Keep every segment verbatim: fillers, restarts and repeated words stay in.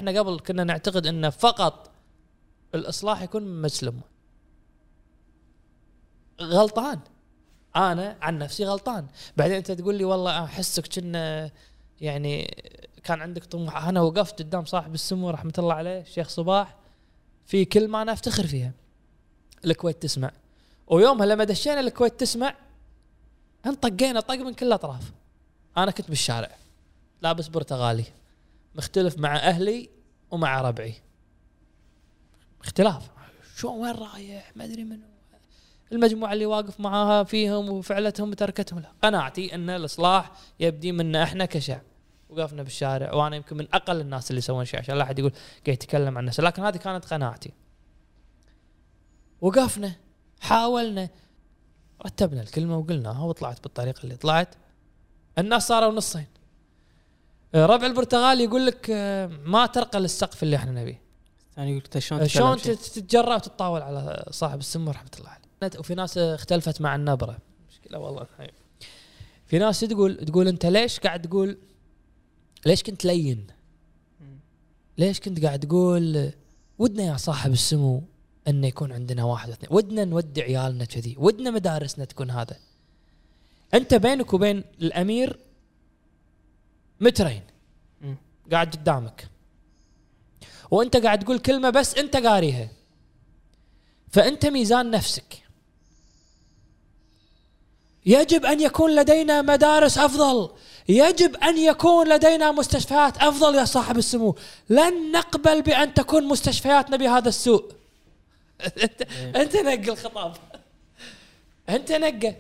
احنا قبل كنا نعتقد ان فقط الاصلاح يكون من مسلم. غلطان، انا عن نفسي غلطان. بعدين انت تقول لي والله احسك كنا يعني كان عندك طموح. انا وقفت قدام صاحب السمو رحمه الله عليه الشيخ صباح في كلمه انا افتخر فيها، الكويت تسمع. ويومها لما دشينا الكويت تسمع انطقينا طق من كل الاطراف. انا كنت بالشارع لابس برتغالي مختلف مع اهلي ومع ربعي، اختلاف شو وين رايح ما ادري منو المجموعه اللي واقف معاها فيهم وفعلتهم وتركتهم. لا، قناعتي ان الاصلاح يبدي منا احنا كشعب. وقفنا بالشارع وانا يمكن من اقل الناس اللي يسوون شيء عشان لا احد يقول قاعد يتكلم عن نفسه، لكن هذه كانت قناعتي. وقفنا حاولنا رتبنا الكلمه وقلناها وطلعت بالطريقه اللي طلعت. الناس صاروا نصين. ربع البرتغالي يقول لك ما ترقى للسقف اللي احنا نبيه، ثاني يقول لك شلون شلون تتجرأ وتتطاول على صاحب السمو رحمه الله عليه. وفي ناس اختلفت مع النبره، مشكله والله. في ناس تقول تقول انت ليش قاعد تقول، ليش كنت لين، ليش كنت قاعد تقول ودنا يا صاحب السمو ان يكون عندنا واحد اثنين، ودنا نودي عيالنا كذي، ودنا مدارسنا تكون هذا. انت بينك وبين الامير مترين قاعد قدامك، وانت قاعد تقول كلمه بس انت قاريها، فانت ميزان نفسك. يجب ان يكون لدينا مدارس افضل، يجب ان يكون لدينا مستشفيات افضل يا صاحب السمو، لن نقبل بان تكون مستشفياتنا بهذا السوء. انت انت نقى الخطاب، انت نقى.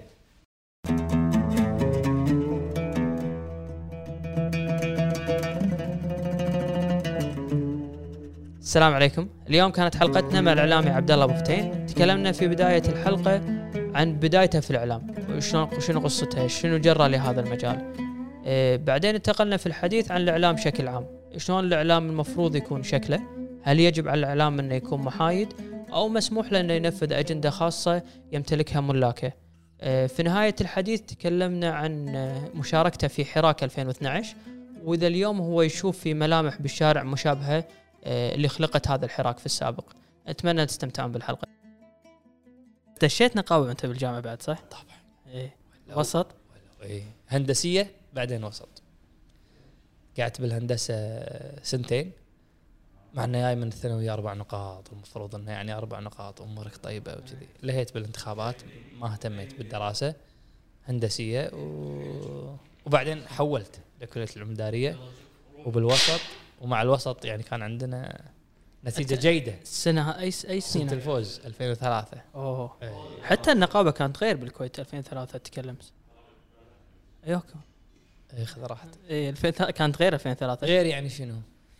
السلام عليكم. اليوم كانت حلقتنا مع الإعلامي عبد الله بوفتين. تكلمنا في بداية الحلقة عن بدايته في الإعلام، وشلون شنو قصتها، شنو جرى لهذا المجال. إيه بعدين انتقلنا في الحديث عن الإعلام بشكل عام، شلون الإعلام المفروض يكون شكله، هل يجب على الإعلام أنه يكون محايد أو مسموح له أنه ينفذ أجندة خاصة يمتلكها ملاكه. إيه في نهاية الحديث تكلمنا عن مشاركته في حراك ألفين واثني عشر، وإذا اليوم هو يشوف في ملامح بالشارع مشابهة اللي خلقت هذا الحراك في السابق. أتمنى تستمتعون بالحلقة. دشيت نقابة أنت بالجامعة بعد صح؟ طبعا. إيه. وسط؟ إيه. هندسية بعدين وسط. قعدت بالهندسة سنتين، مع أنه جاي من الثانوية أربع نقاط، والمفروض أنه يعني أربع نقاط أمورك طيبة وكذي. لهيت بالانتخابات، ما اهتميت بالدراسة هندسية و... وبعدين حولت لكلية العلوم الإدارية وبالوسط. ومع الوسط يعني كان عندنا نتيجة جيدة. السنة أي أي سنة؟ سنة الفوز ألفين وثلاثة. أوه. أيه. حتى النقابة كانت غير بالكويت ألفين وثلاثة تكلمت. أيوة. إيه خذ راحت. إيه ألفين كانت غير ألفين وثلاثة. غير يعني شنو؟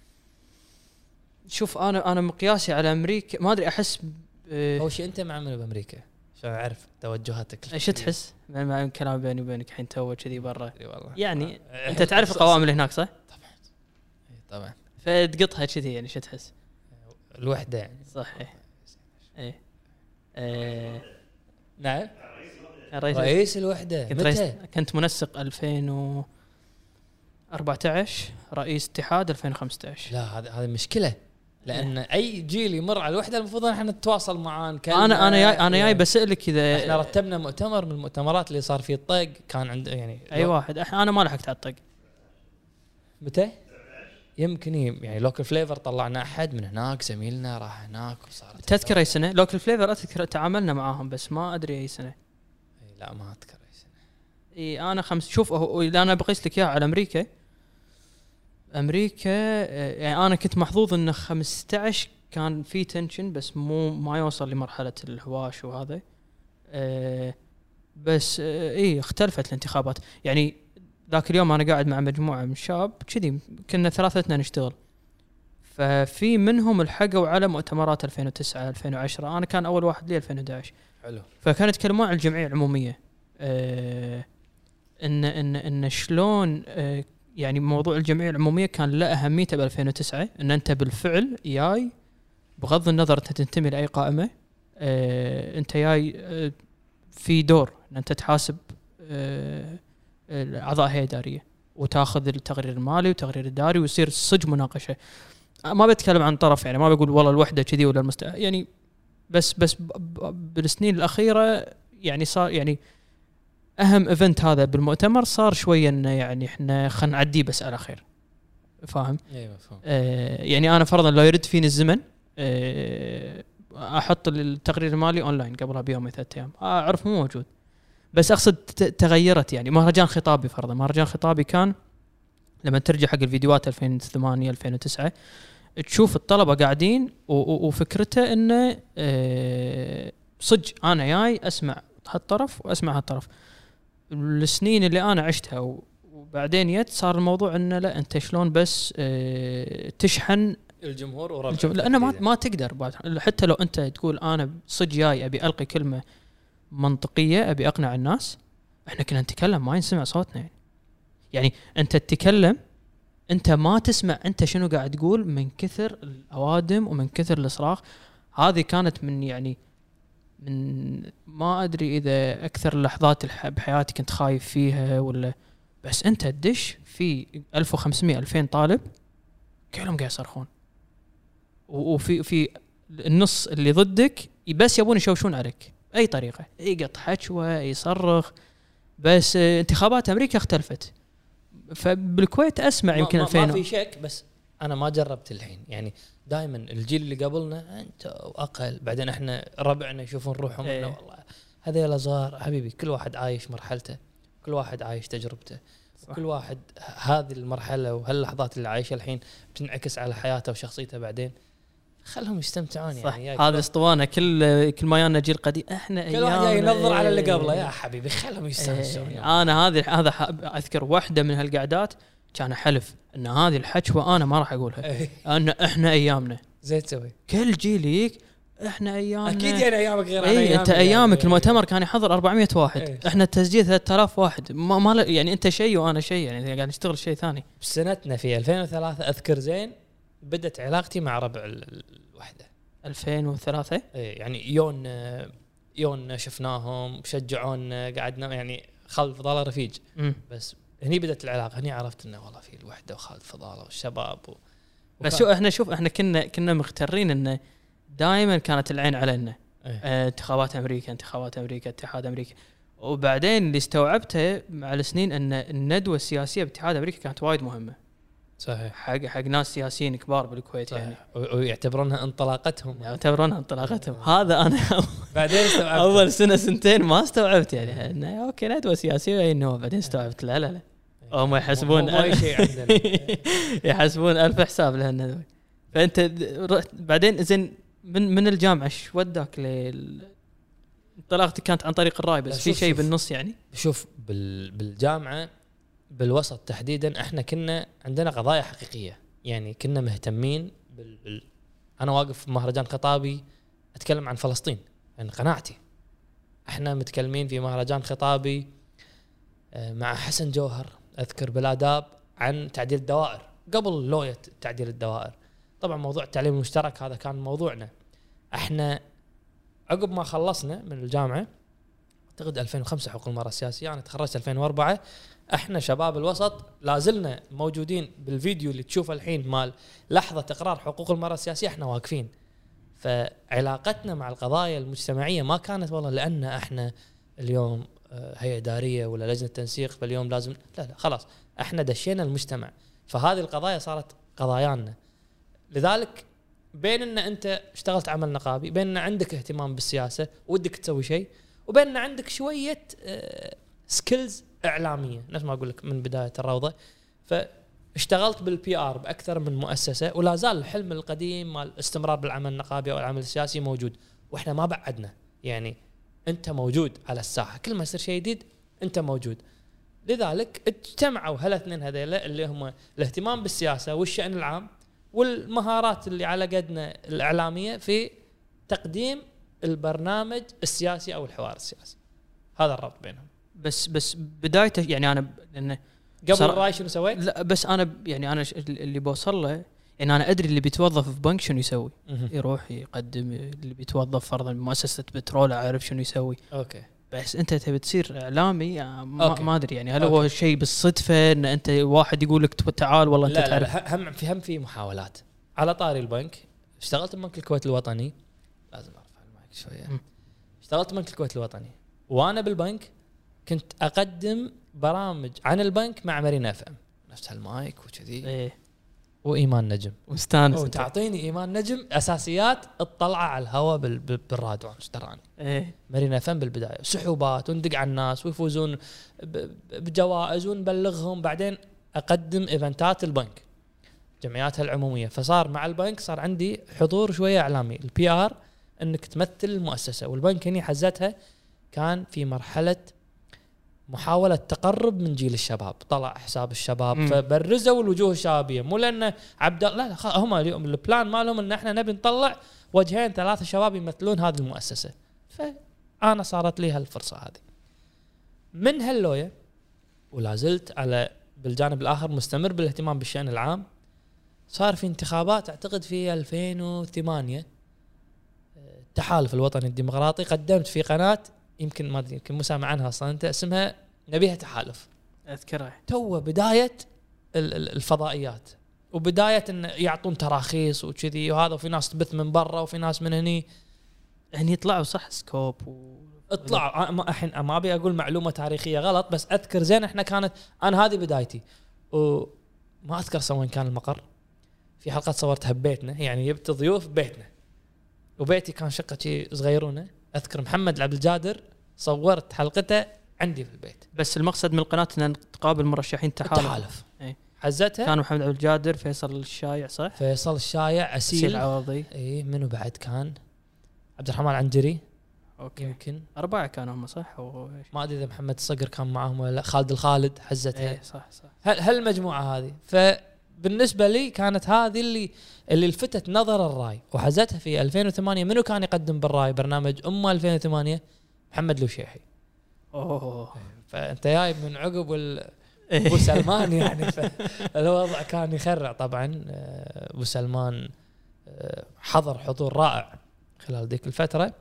شوف أنا أنا مقياسي على أمريكا ما أدري أحس. اه أول شيء أنت معامل بأمريكا عشان أعرف توجهاتك. إيش تحس؟ مع كلام بيني وبينك الحين تو كذي برا. والله. يعني آه. أنت تعرف القوائم اللي هناك صح؟ طبعا. طبعا. فتقطها كذي يعني شو تحس؟ الوحدة يعني. صحيح. إيه. إيه. نعم. رئيس, رئيس الوحدة. كنت, رئيس كنت منسق ألفين وأربعة عشر، رئيس اتحاد ألفين وخمسة عشر. لا هذا هذا مشكلة، لأن إيه. أي جيل يمر على الوحدة المفروض إن إحنا نتواصل معاه. أنا أنا جاي أنا جاي بسألك إذا إحنا رتبنا مؤتمر من المؤتمرات اللي صار فيه الطق كان عند يعني أي واحد. أنا ما لحقت على الطق. متى؟ يمكن يعني لوكال فليفر طلعنا أحد من هناك، زميلنا راح هناك وصارت. تذكر أي سنة لوكال فليفر؟ أذكر تعاملنا معاهم بس ما أدري أي سنة. أي لا ما أذكر أي سنة. إيه أنا خمس. شوف إذا أنا بقيس لك إياه على أمريكا. أمريكا يعني أنا كنت محظوظ إن خمسة عشر كان في تنشن بس مو ما يوصل لمرحلة الهواش وهذا. أه بس أه إيه اختلفت الانتخابات. يعني ذاك اليوم أنا قاعد مع مجموعة من الشباب كذي كنا ثلاثتنا نشتغل، ففي منهم الحقوا على مؤتمرات ألفين وتسعة ألفين وعشرة. أنا كان أول واحد لي ألفين وأحد عشر. حلو. فكانوا يتكلمون عن الجمعية العمومية. أه إن إن إن شلون أه يعني موضوع الجمعية العمومية كان له أهميته ب ألفين وتسعة. إن أنت بالفعل جاي بغض النظر أنت تنتمي لأي قائمة، أه أنت جاي أه في دور أن أنت تحاسب أه أعضاء هيئة إدارية وتأخذ التقرير المالي وتقرير الإداري ويصير صج مناقشة. ما بتكلم عن طرف يعني، ما بقول والله الوحده كذي ولا المست يعني، بس بس بالسنين الاخيره يعني صار يعني اهم ايفنت هذا بالمؤتمر صار شويه انه يعني احنا خلينا نعديه بس على خير، فاهم؟ ايوه فاهم. آه يعني انا فرضا لو يرد فيني الزمن آه احط التقرير المالي اونلاين قبلها بيوم ثلاث ايام اعرف مو موجود، بس اقصد تغيرت يعني. مهرجان خطابي فرضا، مهرجان خطابي كان لما ترجع حق الفيديوهات ألفين وثمانية ألفين وتسعة تشوف الطلبه قاعدين وفكرته انه آه صدق انا جاي اسمع هالطرف واسمع هالطرف. السنين اللي انا عشتها وبعدين يت صار الموضوع انه لا انت شلون بس اه تشحن الجمهور وربع الجمهور، لانه ما ما تقدر بعد حتى لو انت تقول انا صدق جاي ابي القي كلمه منطقيه ابي اقنع الناس، احنا كنا نتكلم ما ينسمع صوتنا يعني. يعني انت تتكلم انت ما تسمع انت شنو قاعد تقول من كثر الاوادم ومن كثر الصراخ. هذه كانت من يعني من ما ادري اذا اكثر اللحظات بحياتي كنت خايف فيها ولا، بس انت تدش في ألف وخمسمية ألفين طالب كلهم قاعد يصرخون، وفي في النص اللي ضدك بس يبون يشوشون عليك اي طريقه، يقط حشوه يصرخ. بس انتخابات امريكا اختلفت، فبالكويت اسمع يمكن ما, ألفين ما في شك. بس انا ما جربت الحين يعني. دائما الجيل اللي قبلنا انت واقل، بعدين احنا ربعنا يشوفون روحهم ايه. انه والله هذول صغار حبيبي، كل واحد عايش مرحلته، كل واحد عايش تجربته، صح. كل واحد هذه المرحله وهاللحظات اللي عايشها الحين بتنعكس على حياته وشخصيته بعدين، خلهم يستمتعون يعني. هذا اسطوانه كل كل ما يانا جيل قديم احنا كل واحد ينظر على اللي قبله يا حبيبي خلهم يستانسون. ايه. انا هذه هذا اذكر واحده من هالقعدات كان حلف ان هذه الحشوه انا ما راح اقولها. ايه. ان احنا ايامنا زي تسوي كل جيليك احنا ايامنا اكيد يعني ايامك غير ايه. ايامك. انت ايامك يعني المؤتمر كان يحضر أربعمية واحد. ايه. احنا التسجيل ثلاثة آلاف واحد. ما, ما يعني انت شيء وانا شيء يعني قاعد نشتغل شيء ثاني. بسنتنا في ألفين وثلاثة اذكر زين بدت علاقتي مع ربع الوحده ألفين وثلاثة. ايه يعني يون يون شفناهم شجعونا قعدنا يعني خالد فضاله رفيج. م. بس هني بدت العلاقه، هني عرفت انه والله في الوحده وخالد فضاله والشباب و... بس شو احنا شوف احنا كنا كنا مغترين انه دائما كانت العين علينا. ايه. اه انتخابات امريكا انتخابات امريكا اتحاد امريكا. وبعدين اللي استوعبته مع السنين ان الندوه السياسيه باتحاد امريكا كانت وايد مهمه. صحيح. حق حق ناس سياسيين كبار بالكويت. صحيح. يعني ويعتبرونها انطلاقتهم يعتبرونها انطلاقتهم. هذا انا بعدين استوعبت اول سنه سنتين ما استوعبت يعني انه اوكي ندوه سياسيه انه بعدين استوعبت لا لا لا هم يحسبون اي شيء عندنا يحسبون ألف حساب لهالندوه. فانت رحت بعدين زين من من الجامعه ايش وداك ل انطلاقتي كانت عن طريق الراي بس في شيء بالنص يعني. شوف بالجامعه بالوسط تحديدا احنا كنا عندنا قضايا حقيقيه يعني كنا مهتمين بال... بال... انا واقف في مهرجان خطابي اتكلم عن فلسطين يعني قناعتي. احنا متكلمين في مهرجان خطابي مع حسن جوهر اذكر بالاداب عن تعديل الدوائر قبل لوية تعديل الدوائر. طبعا موضوع التعليم المشترك هذا كان موضوعنا. احنا عقب ما خلصنا من الجامعه اعتقد ألفين وخمسة حقوق المرأة السياسيه، انا تخرجت ألفين وأربعة. احنا شباب الوسط لازلنا موجودين بالفيديو اللي تشوفه الحين مال لحظه اقرار حقوق المرأة السياسيه احنا واقفين. فعلاقتنا مع القضايا المجتمعيه ما كانت والله لان احنا اليوم هيئه اداريه ولا لجنه تنسيق فاليوم لازم لا لا خلاص احنا دشينا المجتمع. فهذه القضايا صارت قضايانا. لذلك بين ان انت اشتغلت عمل نقابي، بين ان عندك اهتمام بالسياسه ودك تسوي شيء، وبين ان عندك شويه سكيلز اعلاميه نفس ما اقول لك من بدايه الروضه. فاشتغلت بالبي ار باكثر من مؤسسه ولا زال الحلم القديم مال الاستمرار بالعمل النقابي او العمل السياسي موجود واحنا ما بعدنا. يعني انت موجود على الساحه كل ما يصير شيء جديد انت موجود. لذلك اجتمعوا هالاثنين هذيلا اللي هم الاهتمام بالسياسه والشأن العام والمهارات اللي على قدنا الإعلامية في تقديم البرنامج السياسي أو الحوار السياسي. هذا الربط بينهم. بس بس بدايته يعني أنا لأنه قبل الراي شنو سويت؟ لا بس أنا يعني أنا اللي بوصل له يعني أنا أدري اللي بيتوظف في بنك شنو يسوي. يروح يقدم. اللي بيتوظف فرضا بمؤسسة بترول أعرف شنو يسوي. أوكي. بس أنت تبي تصير إعلامي ما, ما أدري يعني هل أوكي. هو شيء بالصدفة إن أنت واحد يقولك تعال والله أنت لا تعرف. لا هم في هم في محاولات على طاري البنك، اشتغلت ببنك الكويت الوطني. لازم ارفع المايك شويه. اشتغلت ببنك الكويت الوطني وانا بالبنك كنت اقدم برامج عن البنك مع مارينا اف ام، نفس المايك وكذي. ايه وايمان نجم مستانس. وتعطيني ايمان نجم اساسيات الطلعه على الهواء بالراديو تراني. ايه مارينا فن بالبدايه سحوبات وندق على الناس ويفوزون بجوائز ونبلغهم. بعدين اقدم ايفنتات البنك جمعياتها العموميه، فصار مع البنك صار عندي حضور شويه اعلامي. البي ار انك تمثل المؤسسه، والبنك هني حزتها كان في مرحله محاولة تقرب من جيل الشباب، طلع حساب الشباب مم. فبرزوا الوجوه الشبابية. مو لأن عبد الله لا لا، هم اليوم البلان مالهم إن إحنا نبي نطلع وجهين ثلاثة شباب يمثلون هذه المؤسسة. فأنا صارت لي هالفرصة هذه من هاللوية، ولا زلت على بالجانب الآخر مستمر بالاهتمام بالشأن العام. صار في انتخابات أعتقد في ألفين وثمانية التحالف الوطني الديمقراطي، قدمت في قناة يمكن ما ادري يمكن مسامع عنها اصلا انت، اسمها نبيها تحالف. اذكرها تو بدايه الفضائيات وبدايه ان يعطون تراخيص وكذي وهذا، وفي ناس تبث من برا وفي ناس من هني يعني يطلعوا صح سكوب و... اطلع. الحين ما ابي اقول معلومه تاريخيه غلط، بس اذكر زين احنا كانت انا هذه بدايتي، وما اذكر سوين كان المقر. في حلقه صورتها ببيتنا، يعني جبت ضيوف ببيتنا وبيتي كان شقه شي صغيرونه. اذكر محمد العبد الجادر صورت حلقته عندي في البيت. بس المقصد من القناه ان تقابل مرشحين تحالف. تحالف اي حزتها كان محمد عبد الجادر، فيصل الشايع صح، فيصل الشايع، اسيل, أسيل عوضي. اي منو بعد كان عبد الرحمن العنجري. اوكي يمكن اربعه كانوا هم صح، او ما ادري اذا محمد الصقر كان معهم ولا خالد الخالد. حزتها ايه صح صح. هالمجموعه هذه. فبالنسبه لي كانت هذه اللي اللي لفتت نظر الراي وحزتها في ألفين وثمانية. منو كان يقدم بالراي برنامج ام ألفين وثمانية؟ محمد لوشيحي. اوه فانت جايب من عقب ابو سلمان يعني. فالوضع كان يخرع طبعا. ابو سلمان حضر حضور رائع خلال ذيك الفتره.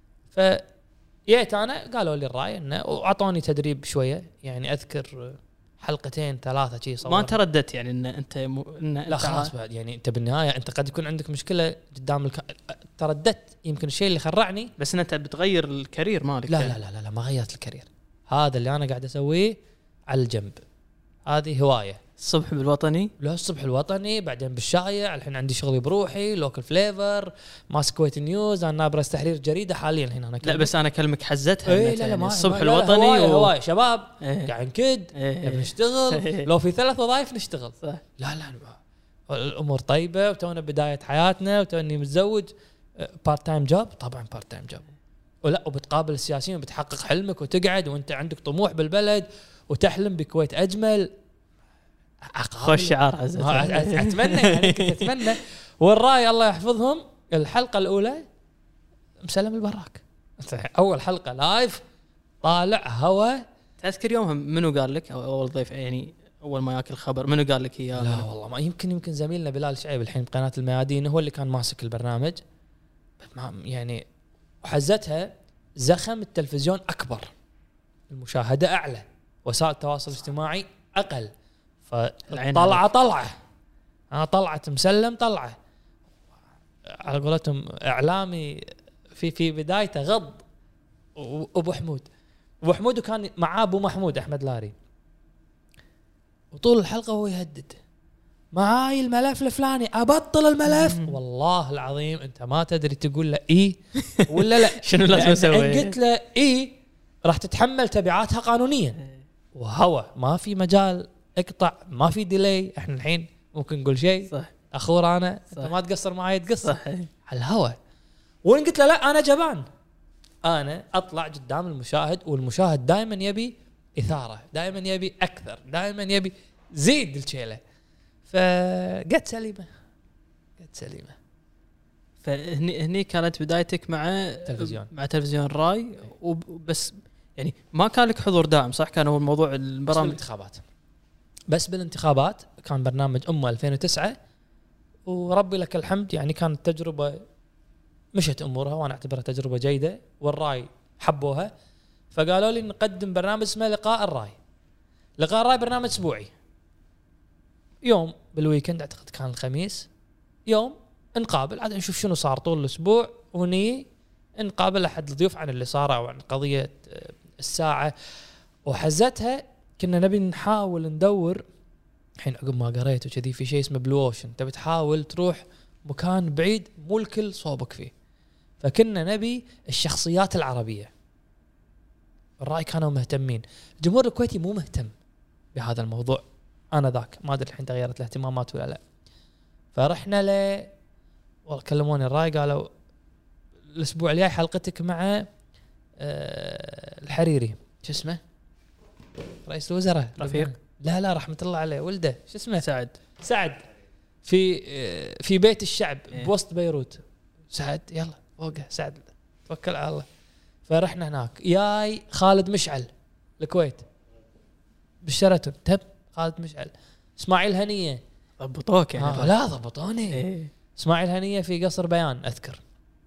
فجيت انا قالوا لي الراي انه واعطوني تدريب شويه، يعني اذكر حلقتين ثلاثه شيء صور. ما ترددت يعني ان انت م... إن لا خلاص بعد، يعني انت بالنهايه انت قد يكون عندك مشكله قدام الك... ترددت. يمكن الشيء اللي خرعني بس ان انت بتغير الكارير مالك. لا لا لا لا, لا ما غيرت الكارير. هذا اللي انا قاعد اسويه على الجنب، هذه هوايه. الصبح بالوطني، لا الصبح الوطني، بعدين بالشايع. الحين عندي شغلي بروحي، لوكال فليفر، ماسك كويت نيوز. انا نابرس تحرير جريده حاليا هنا. انا لا بس انا اكلمك حزتها. ايه لا لا ما الصبح ما لا الوطني هواية و... هواية شباب إيه. قاعد نكد إيه. نشتغل. إيه. لو في ثلاث وظائف نشتغل. صح. لا لا الامور طيبه وتونا بدايه حياتنا وتوني متزوج. بارت تايم جوب طبعا بارت تايم جوب. ولا وبتقابل السياسيين وبتحقق حلمك وتقعد وانت عندك طموح بالبلد وتحلم بكويت اجمل. خوش شعار عزتها. اتمنى يعني كنت اتمنى. والراي الله يحفظهم الحلقه الاولى مسلم البراك، اول حلقه لايف طالع هوا. تذكر يومها منو قال لك، او اول ضيف يعني اول ما ياكل خبر منو قال لك اياه؟ لا والله ما يمكن يمكن زميلنا بلال شعيب الحين بقناه الميادين هو اللي كان ماسك البرنامج. يعني وحزتها زخم التلفزيون اكبر، المشاهده اعلى، وسائل التواصل الاجتماعي اقل. فطلعه طلعه انا طلعت مسلم طلعه على قولتهم اعلامي في في بدايته غض. وابو حمود ابو حمود وكان معاه ابو محمود احمد لاري، وطول الحلقه هو يهدد معاي الملف الفلاني ابطل الملف. والله العظيم انت ما تدري تقول له ايه ولا لا. شنو لازم اسوي؟ قلت له ايه راح تتحمل تبعاتها قانونيا. وهو ما في مجال اقطع، ما في ديلي. احنا الحين ممكن نقول شيء صح اخور انا صح. انت ما تقصر معي تقصر صح. على الهوا. وين قلت له لا انا جبان، انا اطلع قدام المشاهد، والمشاهد دائما يبي اثاره، دائما يبي اكثر، دائما يبي زيد الشيله. فقت سليمه قت سليمه. فهني هني كانت بدايتك مع تلفزيون مع تلفزيون راي. وبس يعني ما كان لك حضور دائم صح؟ كان هو الموضوع البرامج بالانتخابات. بس بالانتخابات كان برنامج أم ألفين وتسعة، وربي لك الحمد يعني كانت تجربة مشت أمورها وأنا أعتبرها تجربة جيدة، والراي حبوها. فقالوا لي نقدم برنامج اسمه لقاء الراي. لقاء الراي برنامج أسبوعي، يوم بالويكند أعتقد كان الخميس، يوم نقابل عاد نشوف شنو صار طول الاسبوع، وني نقابل احد الضيوف عن اللي صار او عن قضيه الساعه. وحزتها كنا نبي نحاول ندور الحين عقب ما قريت وكذي في شيء اسمه بلو اوشن، تبي تحاول تروح مكان بعيد مو الكل صوبك فيه. فكنا نبي الشخصيات العربيه، الراي كانوا مهتمين. الجمهور الكويتي مو مهتم بهذا الموضوع انا ذاك، ما ادري الحين تغيرت الاهتمامات ولا لا. فرحنا ل والله كلموني الراي قالوا الاسبوع الجاي حلقتك مع أه الحريري، شو اسمه رئيس الوزراء رفيق، لا لا رحمه الله عليه، ولده شو اسمه سعد سعد في أه في بيت الشعب إيه. بوسط بيروت. سعد يلا فوقه سعد توكل على الله. فرحنا هناك ياي خالد مشعل الكويت بالشرطة، تب خالد مشعل. اسماعيل هنية ضبطوك يعني آه لا ضبطوني إيه. اسماعيل هنية في قصر بيان اذكر.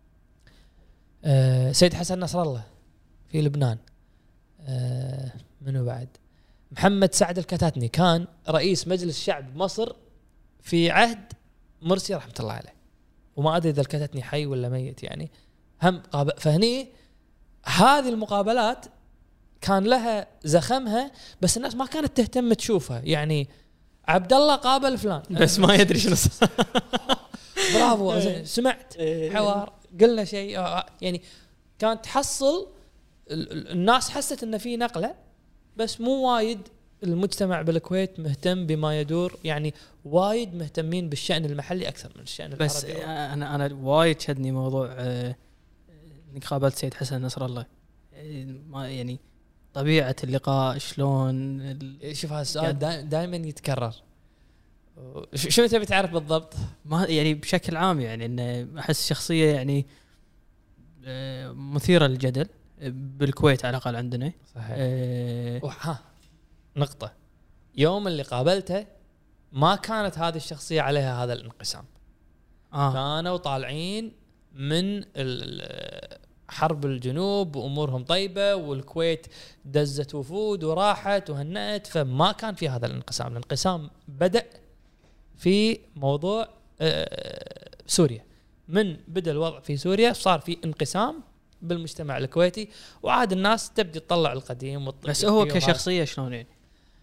أه سيد حسن نصر الله في لبنان. أه منو بعد؟ محمد سعد الكتاتني كان رئيس مجلس الشعب بمصر في عهد مرسي رحمة الله عليه، وما أدري إذا الكتاتني حي ولا ميت يعني. هم قاب... فهني هذه المقابلات كان لها زخمها، بس الناس ما كانت تهتم تشوفها. يعني عبد الله قابل فلان بس ما يدري شنو صار. برافو زين سمعت حوار قلنا شيء يعني. كانت تحصل الناس حست ان في نقله، بس مو وايد المجتمع بالكويت مهتم بما يدور. يعني وايد مهتمين بالشأن المحلي اكثر من الشأن العربي. بس انا انا وايد شدني موضوع آه انك قابلت سيد حسن نصر الله. ما يعني طبيعه اللقاء شلون ال... شوف هذا السؤال دائما يتكرر. شو تبي تعرف بالضبط؟ ما يعني بشكل عام يعني ان احس شخصيه يعني مثيره للجدل بالكويت على الاقل عندنا. صحيح. أه ها نقطه، يوم اللي قابلته ما كانت هذه الشخصيه عليها هذا الانقسام. آه. كانوا طالعين من حرب الجنوب وامورهم طيبه، والكويت دزت وفود وراحت وهنأت، فما كان في هذا الانقسام. الانقسام بدأ في موضوع سوريا. من بدأ الوضع في سوريا صار في انقسام بالمجتمع الكويتي، وعاد الناس تبدي تطلع القديم. بس هو كشخصيه شلون يعني؟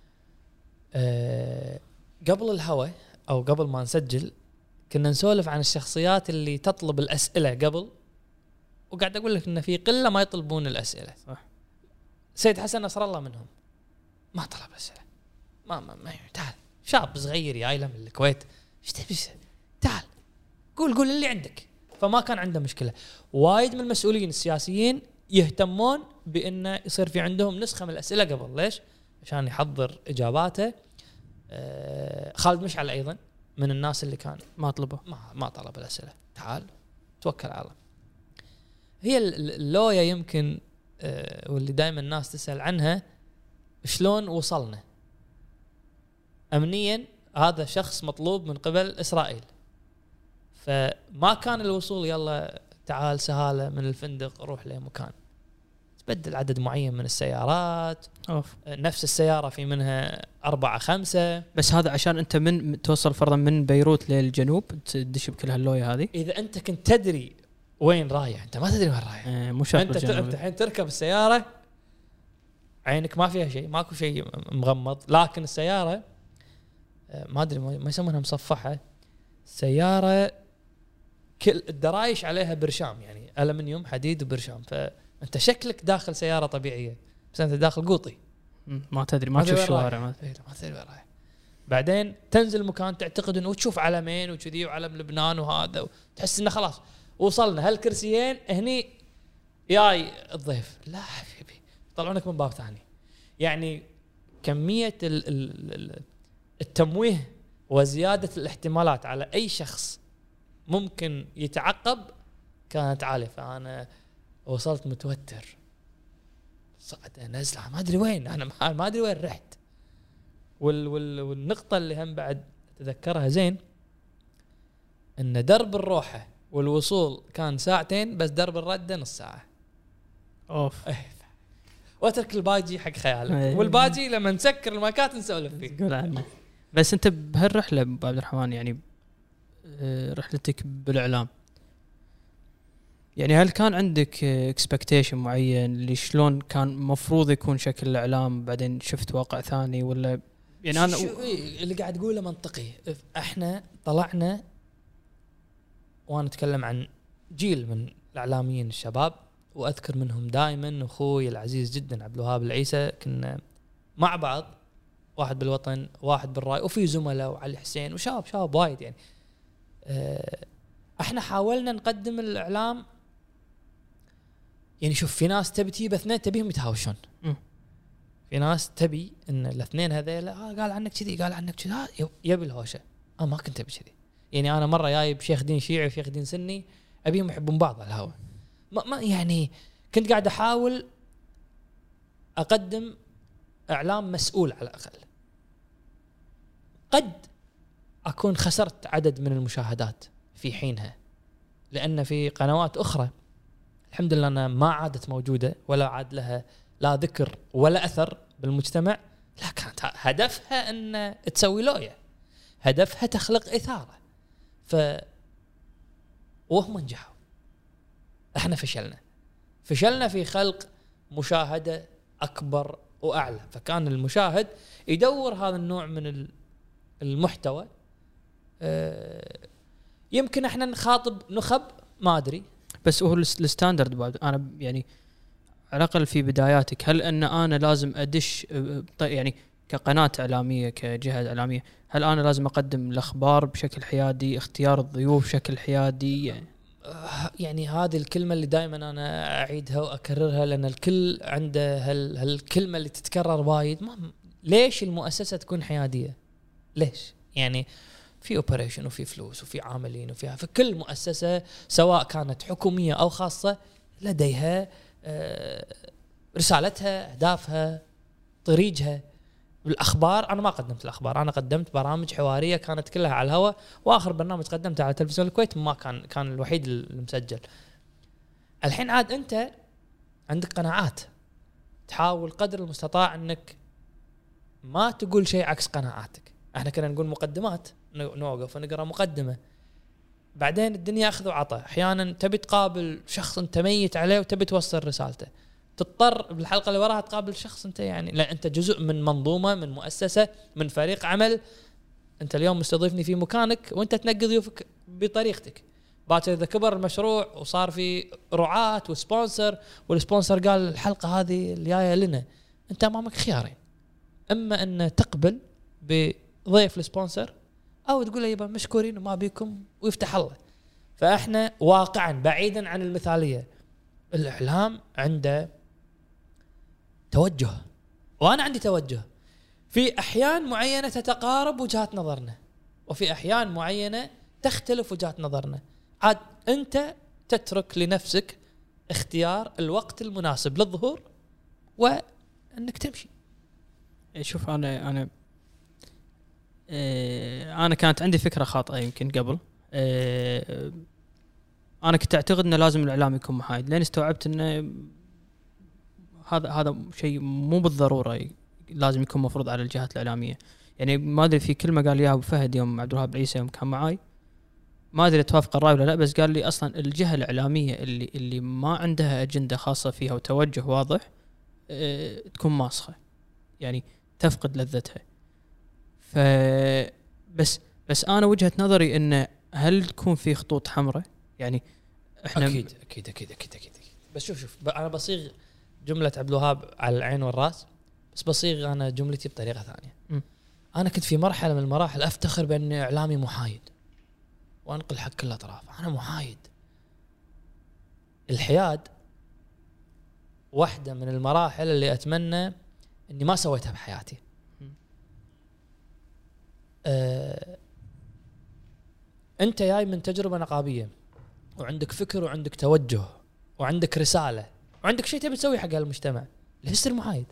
أه قبل الهوا او قبل ما نسجل كنا نسولف عن الشخصيات اللي تطلب الأسئلة قبل، وقاعد أقول لك إن في قلة ما يطلبون الأسئلة. صح. سيد حسن نصر الله منهم، ما طلب أسئلة. ما ما, ما تعال شاب صغير يا عائلة من الكويت، إيش تبي؟ تعال قول قول اللي عندك. فما كان عنده مشكلة. وايد من المسؤولين السياسيين يهتمون بأنه يصير في عندهم نسخة من الأسئلة قبل. ليش؟ عشان يحضر إجاباته. آه خالد مشعل أيضا من الناس اللي كان ما طلبه ما ما طلب الأسئلة. تعال توكل على الله. هي اللويا يمكن آه واللي دائما الناس تسأل عنها، شلون وصلنا أمنيا. هذا شخص مطلوب من قبل إسرائيل، فما كان الوصول يلا تعال سهالة من الفندق روح لمكان. تبدل عدد معين من السيارات. أوف. نفس السيارة في منها أربعة خمسة. بس هذا عشان أنت من توصل فرضا من بيروت للجنوب تدش بكل هاللوية هذه. إذا أنت كنت تدري وين رايح، أنت ما تدري وين رايح. آه مو شرط أنت أنت الحين تركب السيارة عينك ما فيها شيء، ماكو شيء مغمض، لكن السيارة ما أدري ما يسمونها مصفحة. سيارة كل الدرايش عليها برشام، يعني ألمنيوم حديد وبرشام، فأنت شكلك داخل سيارة طبيعية بس أنت داخل قوطي. ما تدري ما تشوف الشوارع ما تدري وين رايح. بعدين تنزل مكان تعتقد انه وتشوف علمين وكذي وعلم لبنان وهذا، وتحس انه خلاص وصلنا هالكرسيين هني جاي الضيف. لا حبيبي طلعونك من باب ثاني. يعني كمية التمويه وزيادة الاحتمالات على اي شخص ممكن يتعقب كانت عالية. فانا وصلت متوتر، صعد نزلة ما ادري وين، انا ما ادري وين رحت. وال وال والنقطة اللي هم بعد تذكرها زين، ان درب الروحة والوصول كان ساعتين، بس درب الردة نص ساعة. اوف. واترك الباجي حق خيالك، والباجي لما نسكر المايكات نسولف فيه. قول عنه. بس انت بهالرحلة ابو عبد الرحمن يعني رحلتك بالاعلام، يعني هل كان عندك اكسبكتيشن معين اللي شلون كان مفروض يكون شكل الاعلام بعدين شفت واقع ثاني ولا يعني انا شو اللي قاعد تقوله منطقي؟ احنا طلعنا وانا اتكلم عن جيل من الاعلاميين الشباب، واذكر منهم دائما اخوي العزيز جدا عبد الوهاب العيسى، كنا مع بعض واحد بالوطن واحد بالراي، وفي زملاء وعلي حسين وشباب شباب وايد يعني. احنا حاولنا نقدم الاعلام، يعني شوف في ناس تبي تجيب اثنين تبيهم يتهاوشون، في ناس تبي ان الاثنين هذيلا آه قال عنك كذي قال عنك كذي يبي الهوشه. انا ما كنت ابي كذي، يعني انا مره جايب شيخ دين شيعي وشيخ دين سني ابيهم يحبون بعض على الهواء، ما, ما يعني كنت قاعد احاول اقدم اعلام مسؤول على الاقل. قد اكون خسرت عدد من المشاهدات في حينها، لان في قنوات اخرى الحمد لله أنا ما عادت موجودة ولا عاد لها لا ذكر ولا أثر بالمجتمع، لا كانت هدفها أن تسوي لوية، هدفها تخلق إثارة، ف وهم نجحوا. احنا فشلنا فشلنا في خلق مشاهدة أكبر وأعلى، فكان المشاهد يدور هذا النوع من المحتوى. اه يمكن احنا نخاطب نخب ما أدري، بس هو الستاندرد بعد انا يعني على الاقل في بداياتك، هل ان انا لازم ادش يعني كقناه اعلاميه كجهه اعلاميه، هل انا لازم اقدم الاخبار بشكل حيادي، اختيار الضيوف بشكل حيادي؟ يعني يعني هذه الكلمه اللي دائما انا اعيدها واكررها، لان الكل عنده هال هالكلمه اللي تتكرر وايد. ما ليش المؤسسه تكون حياديه؟ ليش؟ يعني في اوبريشن وفي فلوس وفي عاملين وفيها، في كل مؤسسه سواء كانت حكوميه او خاصه لديها رسالتها، اهدافها، طريقها. الاخبار انا ما قدمت الاخبار، انا قدمت برامج حواريه كانت كلها على الهواء، واخر برنامج قدمته على تلفزيون الكويت ما كان كان الوحيد المسجل. الحين عاد انت عندك قناعات، تحاول قدر المستطاع انك ما تقول شيء عكس قناعاتك. احنا كنا نقول مقدمات، نوقف ونقرا مقدمه، بعدين الدنيا اخذ وعطاء. احيانا تبي تقابل شخص انت ميت عليه وتبي توصل رسالته، تضطر بالحلقه اللي وراها تقابل شخص انت يعني لا انت جزء من منظومه، من مؤسسه، من فريق عمل. انت اليوم مستضيفني في مكانك وانت تنقي ضيوفك بطريقتك. باكر اذا كبر المشروع وصار في رعاة وسبونسر، والسبونسر قال الحلقه هذه اللي جايه لنا، انت امامك خيارين، اما ان تقبل بضيف السبونسر او تقول له يبا مشكورين وما بيكم ويفتح الله. فاحنا واقعا بعيدا عن المثاليه، الاعلام عنده توجه وانا عندي توجه. في احيان معينه تتقارب وجهات نظرنا، وفي احيان معينه تختلف وجهات نظرنا. عاد انت تترك لنفسك اختيار الوقت المناسب للظهور وانك تمشي. شوف انا انا انا كانت عندي فكره خاطئه يمكن قبل. انا كنت اعتقد انه لازم الاعلام يكون محايد، لين استوعبت انه هذا هذا شيء مو بالضروره لازم يكون مفروض على الجهات الاعلاميه. يعني ما ادري في كلمه قال لي ابو فهد يوم عبد الوهاب العيسى يوم كان معاي، ما ادري توافق الراي ولا لا، بس قال لي اصلا الجهه الاعلاميه اللي اللي ما عندها اجنده خاصه فيها وتوجه واضح اه تكون ماسخه، يعني تفقد لذتها. ف بس بس انا وجهه نظري انه هل تكون في خطوط حمراء؟ يعني احنا اكيد اكيد اكيد اكيد اكيد, أكيد. بس شوف شوف انا بصيغ جمله عبد الوهاب على العين والراس، بس بصيغ انا جملتي بطريقه ثانيه. م. انا كنت في مرحله من المراحل افتخر باني اعلامي محايد وانقل حق كل الاطراف. انا محايد. الحياد واحده من المراحل اللي اتمنى اني ما سويتها بحياتي. أه انت جاي من تجربه نقابيه وعندك فكر وعندك توجه وعندك رساله وعندك شيء تبي تسوي حق المجتمع، ليش تصير محايد؟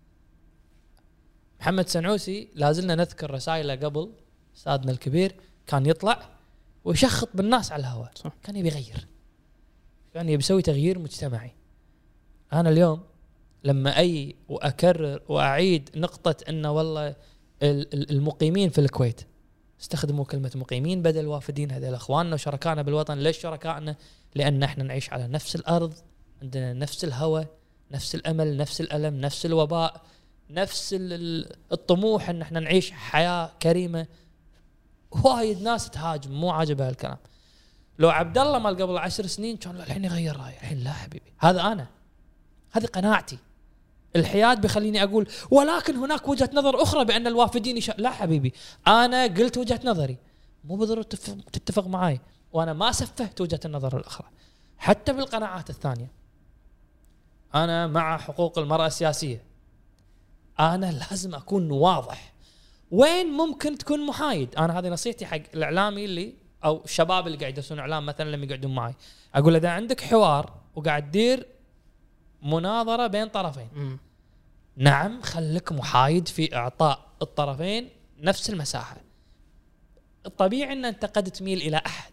محمد سنعوسي لازلنا نذكر رسائله قبل، استاذنا الكبير كان يطلع ويشخط بالناس على الهواء، كان يبي يغير، كان يبي يسوي تغيير مجتمعي. انا اليوم لما اي واكرر واعيد نقطه انه والله المقيمين في الكويت استخدموا كلمة مقيمين بدل وافدين. هذول اخواننا وشركائنا بالوطن. ليش شركائنا؟ لان احنا نعيش على نفس الارض، عندنا نفس الهوى، نفس الامل، نفس الالم، نفس الوباء، نفس الطموح ان احنا نعيش حياة كريمة. وايد ناس تهاجم، مو عاجبها الكلام. لو عبد الله مال قبل عشر سنين كان الحين يغير رايه، الحين لا حبيبي، هذا انا، هذه قناعتي. الحياد بيخليني اقول ولكن هناك وجهة نظر اخرى بان الوافدين يش... لا حبيبي، انا قلت وجهة نظري، مو بالضروره تتفق, تتفق معي، وانا ما سفهت وجهة النظر الاخرى. حتى بالقناعات الثانيه، انا مع حقوق المرأة السياسية، انا لازم اكون واضح. وين ممكن تكون محايد؟ انا هذه نصيحتي حق الاعلامي اللي او الشباب اللي قاعد يدرسون اعلام مثلا، لما يقعدون معي اقول اذا عندك حوار وقاعد تدير مناظرة بين طرفين، م. نعم خليك محايد في اعطاء الطرفين نفس المساحة. الطبيعي ان انت قد تميل الى احد،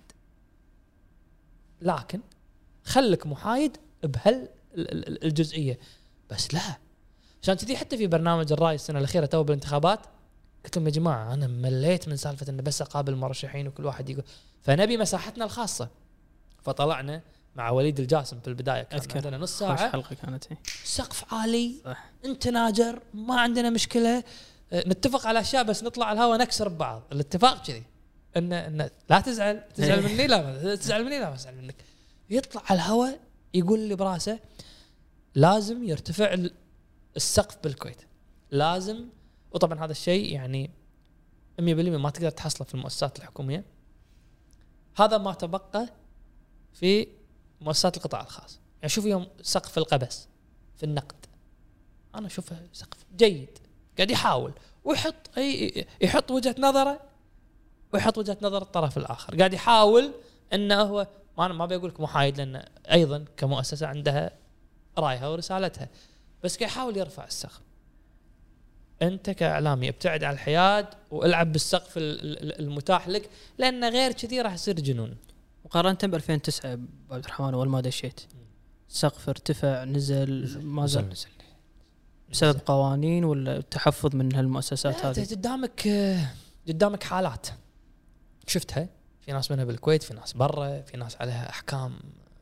لكن خليك محايد بهال الجزئية. بس لا، عشان كذي حتى في برنامج الرأي السنة الأخيرة تو بالانتخابات قلت لهم يا جماعة أنا مليت من سالفة إن بس أقابل المرشحين وكل واحد يقول، فنبي مساحتنا الخاصة. فطلعنا مع وليد الجاسم في البداية، كان عندنا نص ساعة حلقة كانت سقف عالي، صح. انت ناجر، ما عندنا مشكلة، نتفق على أشياء بس نطلع على الهواء نكسر ببعض. الاتفاق كذي إن إن لا تزعل تزعل مني، لا تزعل مني، لا ما أزعل منك. يطلع على الهواء يقول لي براسه لازم يرتفع السقف بالكويت، لازم. وطبعا هذا الشيء يعني مية بالمية ما تقدر تحصله في المؤسسات الحكومية. هذا ما تبقى في مؤسسات القطاع الخاص. يعني شوف يوم سقف القبس في النقد، أنا أشوفه سقف جيد، قاعد يحاول ويحط يحط وجهة نظره ويحط وجهة نظر الطرف الآخر، قاعد يحاول إنه هو، ما أنا ما بيقولك محايد لأن أيضا كمؤسسة عندها رأيها ورسالتها، بس قاعد يحاول يرفع السقف. أنت كإعلامي ابتعد عن الحياد والعب بالسقف المتاح لك، لأن غير كذي راح يصير جنون. وقارنت ب ألفين وتسعة عبد الرحمن أول ما دشيت السقف ارتفع نزل ما زال نزل بسبب قوانين ولا تحفظ من هالمؤسسات هذه؟ قدامك قدامك حالات شفتها، في ناس منها بالكويت، في ناس برا، في ناس عليها أحكام،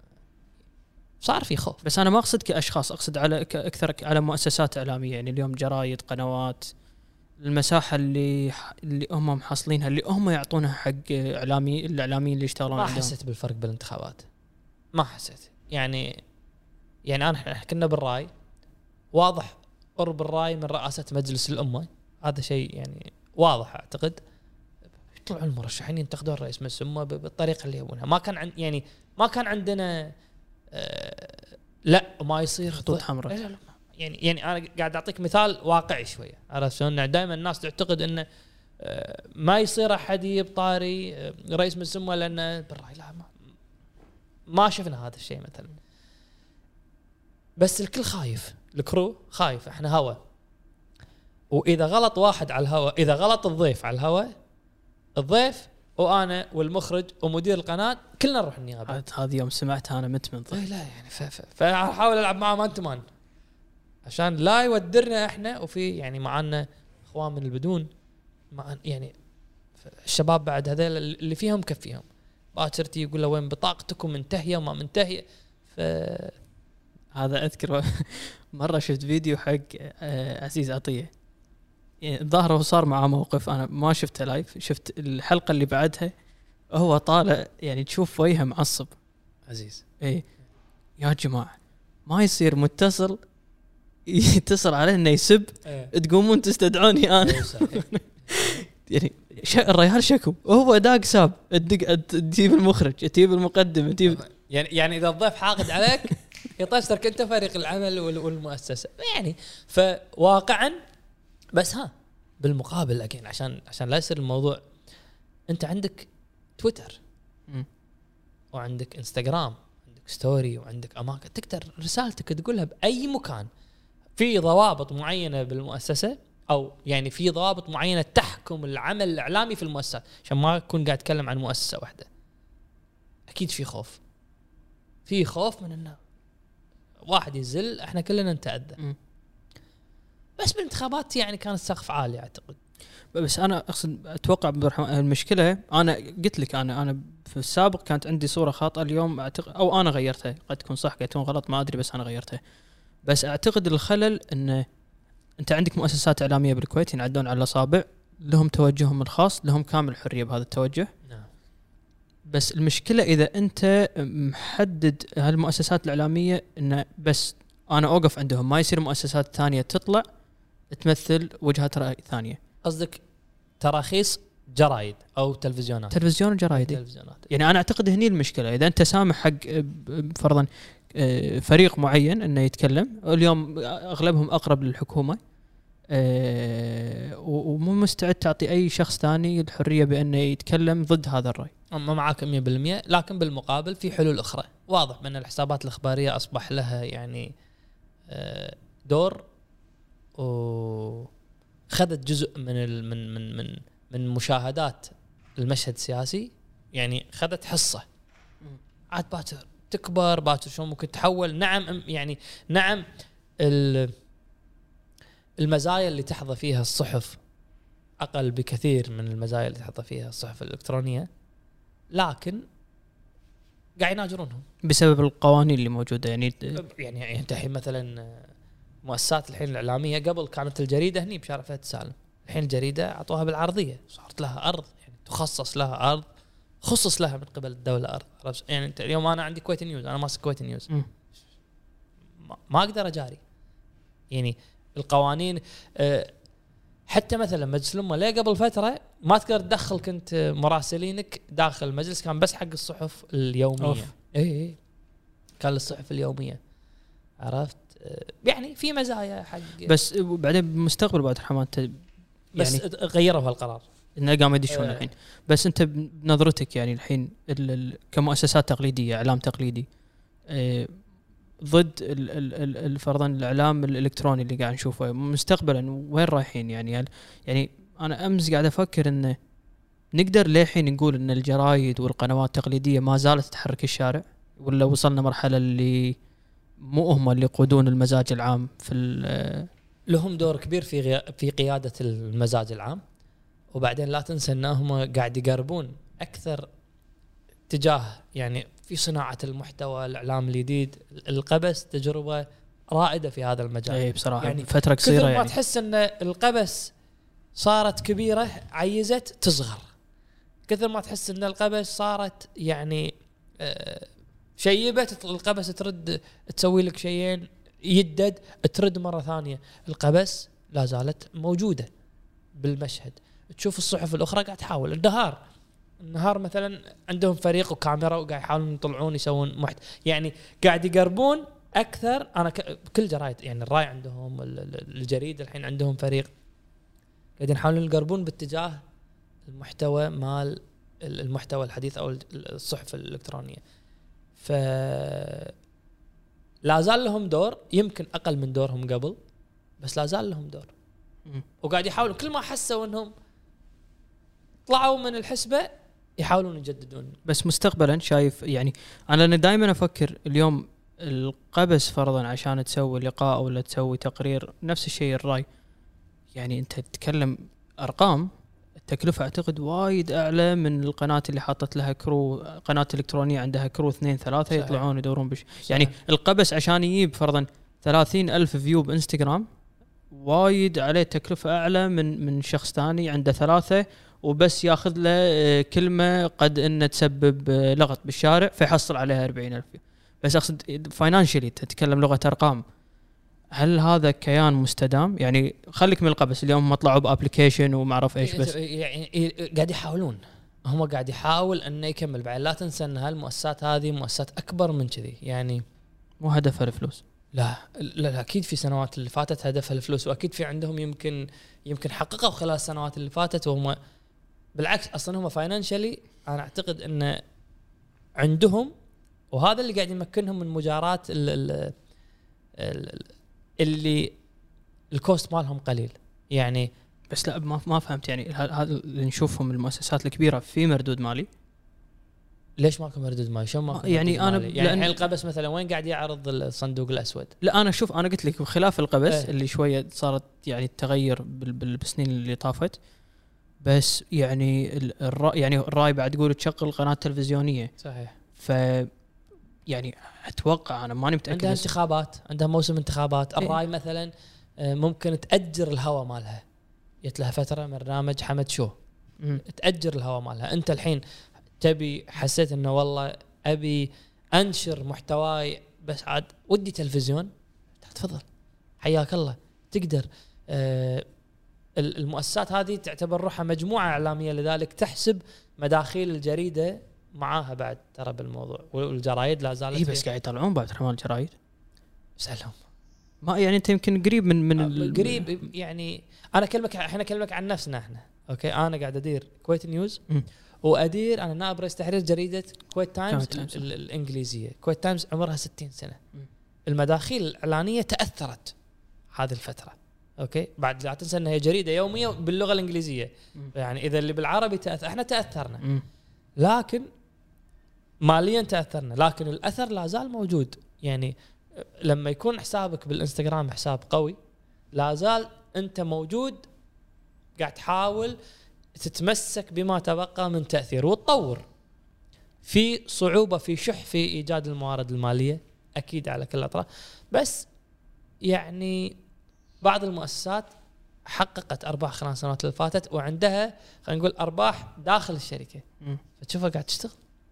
صار في خوف. بس أنا ما أقصد كأشخاص، أقصد على أكثر على مؤسسات إعلامية. يعني اليوم جرايد، قنوات، المساحة اللي اللي هم محصلينها، اللي هم يعطونها حق إعلامي الإعلاميين اللي يشتغلون ما عندهم. حسيت بالفرق بالانتخابات، ما حسيت. يعني يعني أنا إحنا كنا بالرأي واضح، قرب الرأي من رئاسة مجلس الأمة، هذا شيء يعني واضح. أعتقد يطلعوا المرشحين ينتقدون رئيس مجلس الأمة بالطريقة اللي يبونها. ما كان عن يعني ما كان عندنا آه لا ما يصير خطوط حمراء. يعني يعني أنا قاعد أعطيك مثال واقعي شوية. عرفت شلون؟ دائما الناس تعتقد إنه آه ما يصير أحد يبطاري آه رئيس مجلس الأمة لأنه بالرأي. لا، ما, ما شفنا هذا الشيء مثلا. بس الكل خايف، الكرو خايف، احنا هوا، وإذا غلط واحد على الهوا، إذا غلط الضيف على الهوا، الضيف وأنا والمخرج ومدير القناة كلنا نروح النيابة. هذه يوم سمعتها أنا مت من ضيف. لا يعني فأحاول ألعب معه مان تمان عشان لا يودرنا إحنا، وفي يعني معنا إخوان من البدون، مع يعني الشباب بعد هذول اللي فيهم كفيهم، باكرتي يقول له وين بطاقتكم منتهية وما منتهية. ف هذا أذكر مرة شفت فيديو حق عزيز عطية، يعني الظاهر هو صار معه موقف، أنا ما شفته لايف، شفت الحلقة اللي بعدها هو طالع، يعني تشوف وجهه معصب. عزيز إيه يا جماعة ما يصير متصل يتصل عليه إنه يسب إيه. تقومون تستدعوني أنا. يعني الرجال شكو وهو داق ساب، تجيب المخرج، تجيب المقدم، تجيب يعني يعني إذا الضيف حاقد عليك يطشتك أنت فريق العمل والمؤسسة يعني. فواقعا بس ها بالمقابل أكين عشان عشان لا يصير الموضوع، أنت عندك تويتر م. وعندك إنستغرام، عندك ستوري، وعندك أماكن تقدر رسالتك تقولها بأي مكان. في ضوابط معينة بالمؤسسة، أو يعني في ضوابط معينة تحكم العمل الإعلامي في المؤسسات، عشان ما أكون قاعد أتكلم عن مؤسسة واحدة. أكيد في خوف، في خوف من إنه واحد يزل، إحنا كلنا نتأذى. م. بس بالانتخابات يعني كان السقف عالي أعتقد. بس انا اقصد اتوقع عبد الرحمن المشكله، انا قلت لك انا انا في السابق كانت عندي صوره خاطئه، اليوم اعتقد او انا غيرتها، قد تكون صح قد تكون غلط ما ادري، بس انا غيرتها. بس اعتقد الخلل انه انت عندك مؤسسات اعلاميه بالكويت ينعدون على الاصابع، لهم توجههم الخاص، لهم كامل الحريه بهذا التوجه. نعم. بس المشكله اذا انت محدد هالمؤسسات الاعلاميه انه بس انا اوقف عندهم، ما يصير مؤسسات ثانيه تطلع تمثل وجهات راي ثانيه. قصدك تراخيص جرايد او تلفزيونات؟ تلفزيون وجرايد. تلفزيونات. يعني انا اعتقد هني المشكله، اذا انت سامح حق فرضا فريق معين انه يتكلم، اليوم اغلبهم اقرب للحكومه، ومو مستعد تعطي اي شخص ثاني الحريه بانه يتكلم ضد هذا الراي. أما معاك مية بالمية، لكن بالمقابل في حلول اخرى. واضح من الحسابات الاخباريه اصبح لها يعني دور، وخذت جزء من من من من من مشاهدات المشهد السياسي، يعني خذت حصه. عاد باكر تكبر، باكر شلون ممكن تحول. نعم يعني نعم المزايا اللي تحظى فيها الصحف اقل بكثير من المزايا اللي تحظى فيها الصحف الالكترونيه، لكن قاعد يناجرونهم بسبب القوانين اللي موجوده. يعني يعني انت الحين مثلا مؤسسات الحين الاعلاميه، قبل كانت الجريده هني بشارع فهد سالم، الحين الجريده اعطوها بالعرضيه، صارت لها ارض، يعني تخصص لها ارض، خصص لها من قبل الدوله ارض. يعني انت اليوم انا عندي كويت نيوز، انا ماسك كويت نيوز، م. ما اقدر اجاري. يعني القوانين أه حتى مثلا مجلس الامه ليه قبل فتره ما تقدر تدخل كنت مراسلينك داخل المجلس، كان بس حق الصحف اليوميه. اي اي كان للصحف اليوميه، عرفت؟ أه يعني في مزايا حق. بس بعدين بالمستقبل بعد حماد يعني بس غيروا هالقرار انه قام يدشون الحين. بس انت بنظرتك يعني الحين كمؤسسات تقليديه، اعلام تقليدي، أه ضد فرضا الاعلام الالكتروني اللي قاعد نشوفه مستقبلا، وين رايحين؟ يعني يعني انا امس قاعد افكر انه نقدر للحين نقول ان الجرايد والقنوات التقليديه ما زالت تحرك الشارع، ولا وصلنا مرحله اللي مو هم اللي يقودون المزاج العام؟ في لهم دور كبير في في قياده المزاج العام، وبعدين لا تنسى انهم قاعد يقربون اكثر تجاه يعني في صناعة المحتوى الإعلام الجديد. القبس تجربة رائدة في هذا المجال. اي بصراحة يعني فترة قصيرة، كثر ما يعني تحس أن القبس صارت كبيرة عيزت تصغر، كثر ما تحس أن القبس صارت يعني آه شيبة، القبس ترد تسوي لك شيئين يدد ترد مرة ثانية. القبس لا زالت موجودة بالمشهد. تشوف الصحف الأخرى قاعد تحاول النهار النهار مثلا عندهم فريق وكاميرا وقاعد يحاولون يطلعون يسوون محت يعني قاعد يقربون اكثر. انا ك... كل جرايد يعني الراي عندهم الجريده الحين عندهم فريق قاعدين يحاولون يقربون باتجاه المحتوى مال المحتوى الحديث او الصحف الالكترونيه. ف لا زال لهم دور، يمكن اقل من دورهم قبل، بس لا زال لهم دور. وقاعد يحاولوا كل ما حسوا انهم طلعوا من الحسبه يحاولون يجددون. بس مستقبلا شايف يعني انا دائما افكر اليوم القبس فرضا عشان تسوي لقاء ولا تسوي تقرير نفس الشيء الراي، يعني انت تتكلم ارقام التكلفه اعتقد وايد اعلى من القناه اللي حاطت لها كرو، قناه الكترونيه عندها كرو اثنين ثلاثه صحيح. يطلعون يدورون بش صحيح. يعني القبس عشان يجيب فرضا ثلاثين ألف فيو بانستغرام وايد عليه تكلفه اعلى من من شخص ثاني عنده ثلاثه وبس ياخذ له كلمه قد ان تسبب لغط بالشارع فيحصل عليها أربعين ألف. بس اقصد فاينانشلي تتكلم لغه ارقام، هل هذا كيان مستدام؟ يعني خليك من القبس اليوم ما طلعوا بابليكيشن وما اعرف ايش، بس يعني قاعد يحاولون، هم قاعد يحاول انه يكمل. بعد لا تنسى ان هالمؤسسات هذه مؤسسات اكبر من كذي، يعني مو هدفها الفلوس. لا لا اكيد في سنوات اللي فاتت هدفها الفلوس، واكيد في عندهم يمكن يمكن حققوا خلال السنوات اللي فاتت، وهم بالعكس اصلا هم فاينانشلي انا اعتقد ان عندهم، وهذا اللي قاعد يمكنهم من مجاراة ال ال اللي الكوست مالهم قليل يعني. بس لا ما ما فهمت يعني هذا اللي نشوفهم المؤسسات الكبيرة في مردود مالي ليش ماكو مردود مالي؟ شلون ماكو يعني أنا مالي؟ يعني الحين القبس مثلا وين قاعد يعرض الصندوق الاسود؟ لا انا شوف انا قلت لك خلاف القبس ايه. اللي شويه صارت يعني التغير بالسنين اللي طافت، بس يعني الرأي يعني الراي بعد يقول تشغل قناه تلفزيونيه صحيح. ف يعني اتوقع انا ماني متاكد عندها انتخابات، عندها موسم انتخابات. ايه. الراي مثلا ممكن تاجر الهوا مالها، جت لها فتره برنامج حمد شو م. تاجر الهوا مالها. انت الحين تبي حسيت انه والله ابي انشر محتواي بس عاد ودي تلفزيون، تفضل حياك الله تقدر. آه المؤسسات هذه تعتبر روحها مجموعه اعلاميه، لذلك تحسب مداخيل الجريده معاها بعد ترى بالموضوع، والجرايد لا زالت اي بس قاعد يطلعون بعد رمال الجرايد. سألهم ما يعني انت يمكن قريب من من قريب يعني. انا اكلمك احنا اكلمك عن نفسنا احنا. اوكي انا قاعد ادير كويت نيوز م. وادير انا نائب رئيس تحرير جريده كويت تايمز الانجليزيه. كويت تايمز عمرها ستين سنه. م. المداخيل الاعلانيه تاثرت هذه الفتره. اوكي بعد لا تنسى انها هي جريده يوميه باللغه الانجليزيه. م. يعني اذا اللي بالعربي تاثر احنا تاثرنا. م. لكن ماليا تاثرنا، لكن الاثر لا زال موجود. يعني لما يكون حسابك بالانستغرام حساب قوي لا زال انت موجود، قاعد تحاول تتمسك بما تبقى من تأثير وتطور. في صعوبة في شح في إيجاد الموارد المالية أكيد على كل الأطراف، بس يعني بعض المؤسسات حققت أرباح خلال السنوات اللي فاتت وعندها خلينا نقول أرباح داخل الشركة، فتشوفها قاعد تشتغل.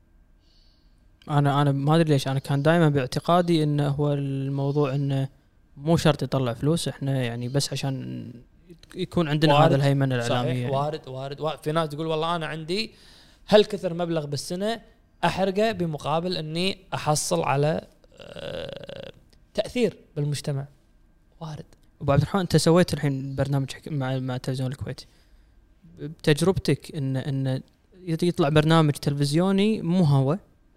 أنا أنا ما أدري ليش أنا كان دائما باعتقادي إنه هو الموضوع إنه مو شرط يطلع فلوس، إحنا يعني بس عشان يكون عندنا هذا الهيمنة الإعلامية. وارد وارد وارد. في ناس تقول والله أنا عندي هل كثر مبلغ بالسنة أحرقه بمقابل إني أحصل على تأثير بالمجتمع. وارد. أبو عبد الرحمن أنت سويت الحين برنامج مع مع التلفزيون الكويتي، بتجربتك إن إن يطلع برنامج تلفزيوني مو هو،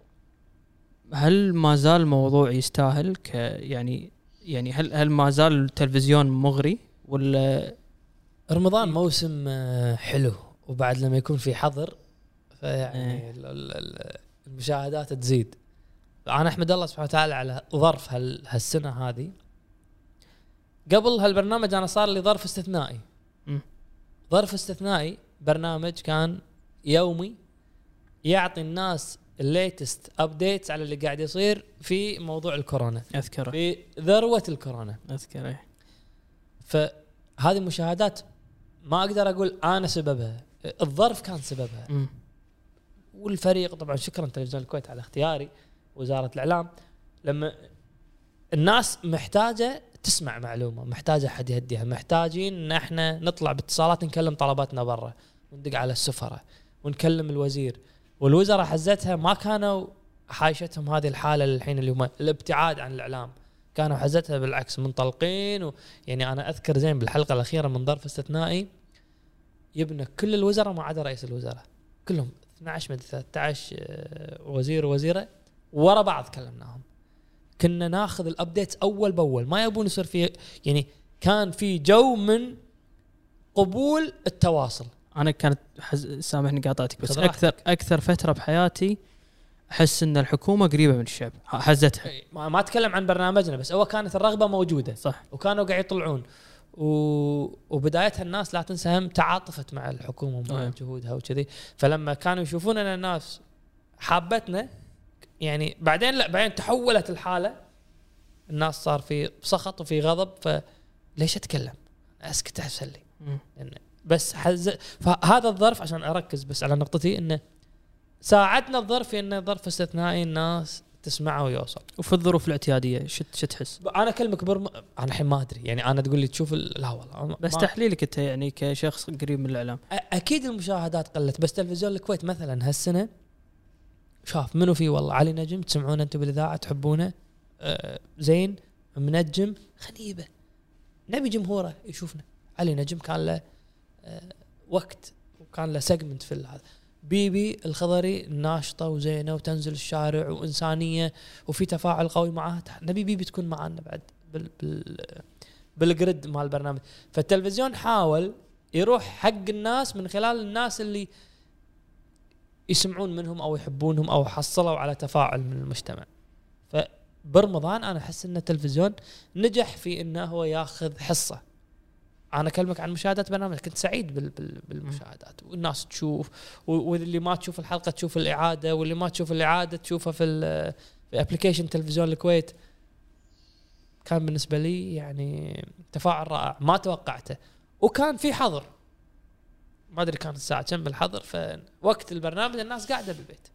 هل ما زال الموضوع يستاهل ك يعني يعني هل هل ما زال التلفزيون مغري ولا؟ رمضان موسم حلو وبعد لما يكون في حظر فيعني المشاهدات تزيد. أنا أحمد الله سبحانه وتعالى على ظرف هالسنة هذه. قبل هالبرنامج أنا صار لي ظرف استثنائي. م. ظرف استثنائي برنامج كان يومي يعطي الناس الليتست أبديتس على اللي قاعد يصير في موضوع الكورونا. أذكره في ذروة الكورونا. أذكره. فهذه المشاهدات ما أقدر أقول أنا سببها، الظرف كان سببها. م. والفريق طبعا شكرا تلفزيون الكويت على اختياري، وزارة الإعلام، لما الناس محتاجة تسمع معلومة، محتاجة حد يهديها، محتاجين إن احنا نطلع باتصالات نكلم طلباتنا برا وندق على السفرة ونكلم الوزير، والوزراء حزتها ما كانوا حايشتهم هذه الحالة الحين اللي هم الابتعاد عن الإعلام، كانوا حزتها بالعكس منطلقين. ويعني أنا أذكر زين بالحلقة الأخيرة من ظرف استثنائي يبنى كل الوزراء ما عدا رئيس الوزراء كلهم اثنا عشر من ثلاثة عشر وزير ووزيرة ورا بعض كلمناهم، كنا ناخذ الابديت اول باول، ما يبون يصير في يعني كان في جو من قبول التواصل. انا كانت حز... سامحني قاطعتك بس اكثر اكثر فتره بحياتي احس ان الحكومه قريبه من الشعب، حزتها. ما, ما اتكلم عن برنامجنا بس، هو كانت الرغبه موجوده صح، وكانوا قاعد يطلعون و... وبدايتها الناس لا تنسى هم تعاطفت مع الحكومه ومع جهودها وكذي، فلما كانوا يشوفون ان الناس حابتنا يعني بعدين لا بعدين تحولت الحاله، الناس صار في سخط وفي غضب، فليش اتكلم اسكت احسن لي يعني بس حز... فهذا الظرف عشان اركز بس على نقطتي انه ساعدنا الظرف في انه ظرف استثنائي الناس تسمعه ويوصل. وفي الظروف الاعتياديه شو شو تحس؟ انا اكلمك برم... انا الحين ما ادري يعني، انا تقول لي تشوف ال... لا والله بس تحليلك انت يعني كشخص قريب من الاعلام. أ... اكيد المشاهدات قلت، بس تلفزيون الكويت مثلا هالسنه شاف منو فيه والله علي نجم تسمعونه انتم بالاذاعه تحبونه، آه زين منجم خنيبه نبي جمهوره يشوفنا. علي نجم كان له آه وقت وكان له سيجمنت في هذا. بيبي الخضري ناشطه وزينه وتنزل الشارع وانسانيه وفي تفاعل قوي معها، نبي بيبي تكون معنا بعد بال بال بالجريد مال البرنامج. فالتلفزيون حاول يروح حق الناس من خلال الناس اللي يسمعون منهم او يحبونهم او حصلوا على تفاعل من المجتمع. فبرمضان انا احس ان التلفزيون نجح في انه هو ياخذ حصه. انا اكلمك عن مشاهدات برنامج، كنت سعيد بال بال بالمشاهدات، والناس تشوف، واللي ما تشوف الحلقه تشوف الاعاده، واللي ما تشوف الاعاده تشوفها في في ابلكيشن تلفزيون الكويت. كان بالنسبه لي يعني تفاعل رائع ما توقعته، وكان في حظر، ما ادري كان الساعه كم بالحظر، فوقت البرنامج الناس قاعده بالبيت.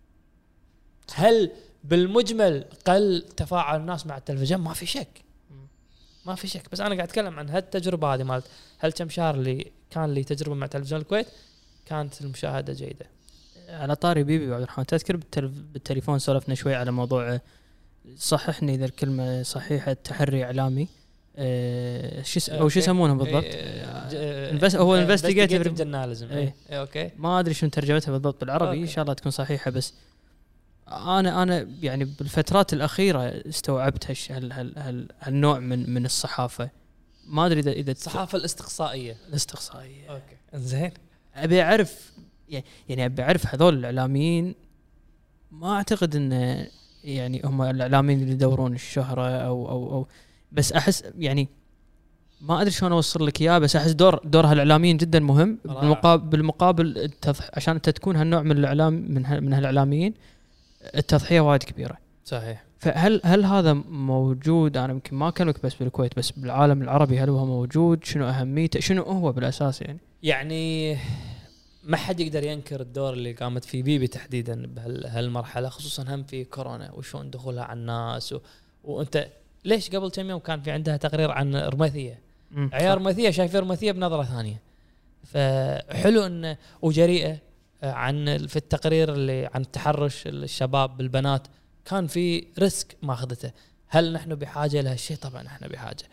هل بالمجمل قل تفاعل الناس مع التلفزيون؟ ما في شك، ما في شك، بس انا قاعد اتكلم عن هالتجربه هذه مالت هل كم شهر اللي كان لي تجربه مع تلفزيون الكويت كانت المشاهده جيده. على طاري بيبي وعبد الرحمن، تذكر بالتليفون سولفنا شوي على موضوع، صححني اذا الكلمه صحيحه، تحري اعلامي، أه شو او شو يسمونه بالضبط؟ أه هو انفستيجيتيف جورناليزم. اي اوكي، ما ادري شو ترجمتها بالضبط بالعربي. أوكي. ان شاء الله تكون صحيحه. بس انا انا يعني بالفترات الاخيره استوعبت هال هال هال هالنوع من من الصحافه. ما ادري اذا اذا الصحافه الاستقصائيه الاستقصائيه. اوكي زين، ابي اعرف يعني ابي اعرف هذول الاعلاميين، ما اعتقد ان يعني هم الاعلاميين اللي يدورون الشهره او او او بس احس يعني ما ادري شلون اوصل لك اياه، بس احس دور دور هالاعلاميين جدا مهم. بالمقابل بالمقابل التضح... عشان انت تكون هالنوع من الاعلام من ه... من هالاعلاميين التضحيه وايد كبيره. صحيح. فهل هل هذا موجود؟ انا يمكن ما اكلمك بس بالكويت، بس بالعالم العربي هل هو موجود؟ شنو اهميته؟ شنو هو بالاساس؟ يعني يعني ما حد يقدر ينكر الدور اللي قامت فيه بيبي تحديدا بهالمرحله، خصوصا هم في كورونا وشون دخولها على الناس. و... وانت ليش قبل كم يوم كان في عندها تقرير عن رمثيه، عيار رمثيه، شايفين رمثيه بنظره ثانيه. فحلو ان وجريئه عن في التقرير اللي عن تحرش الشباب بالبنات، كان في ريسك ما اخذته. هل نحن بحاجه لهالشيء؟ طبعا احنا بحاجه.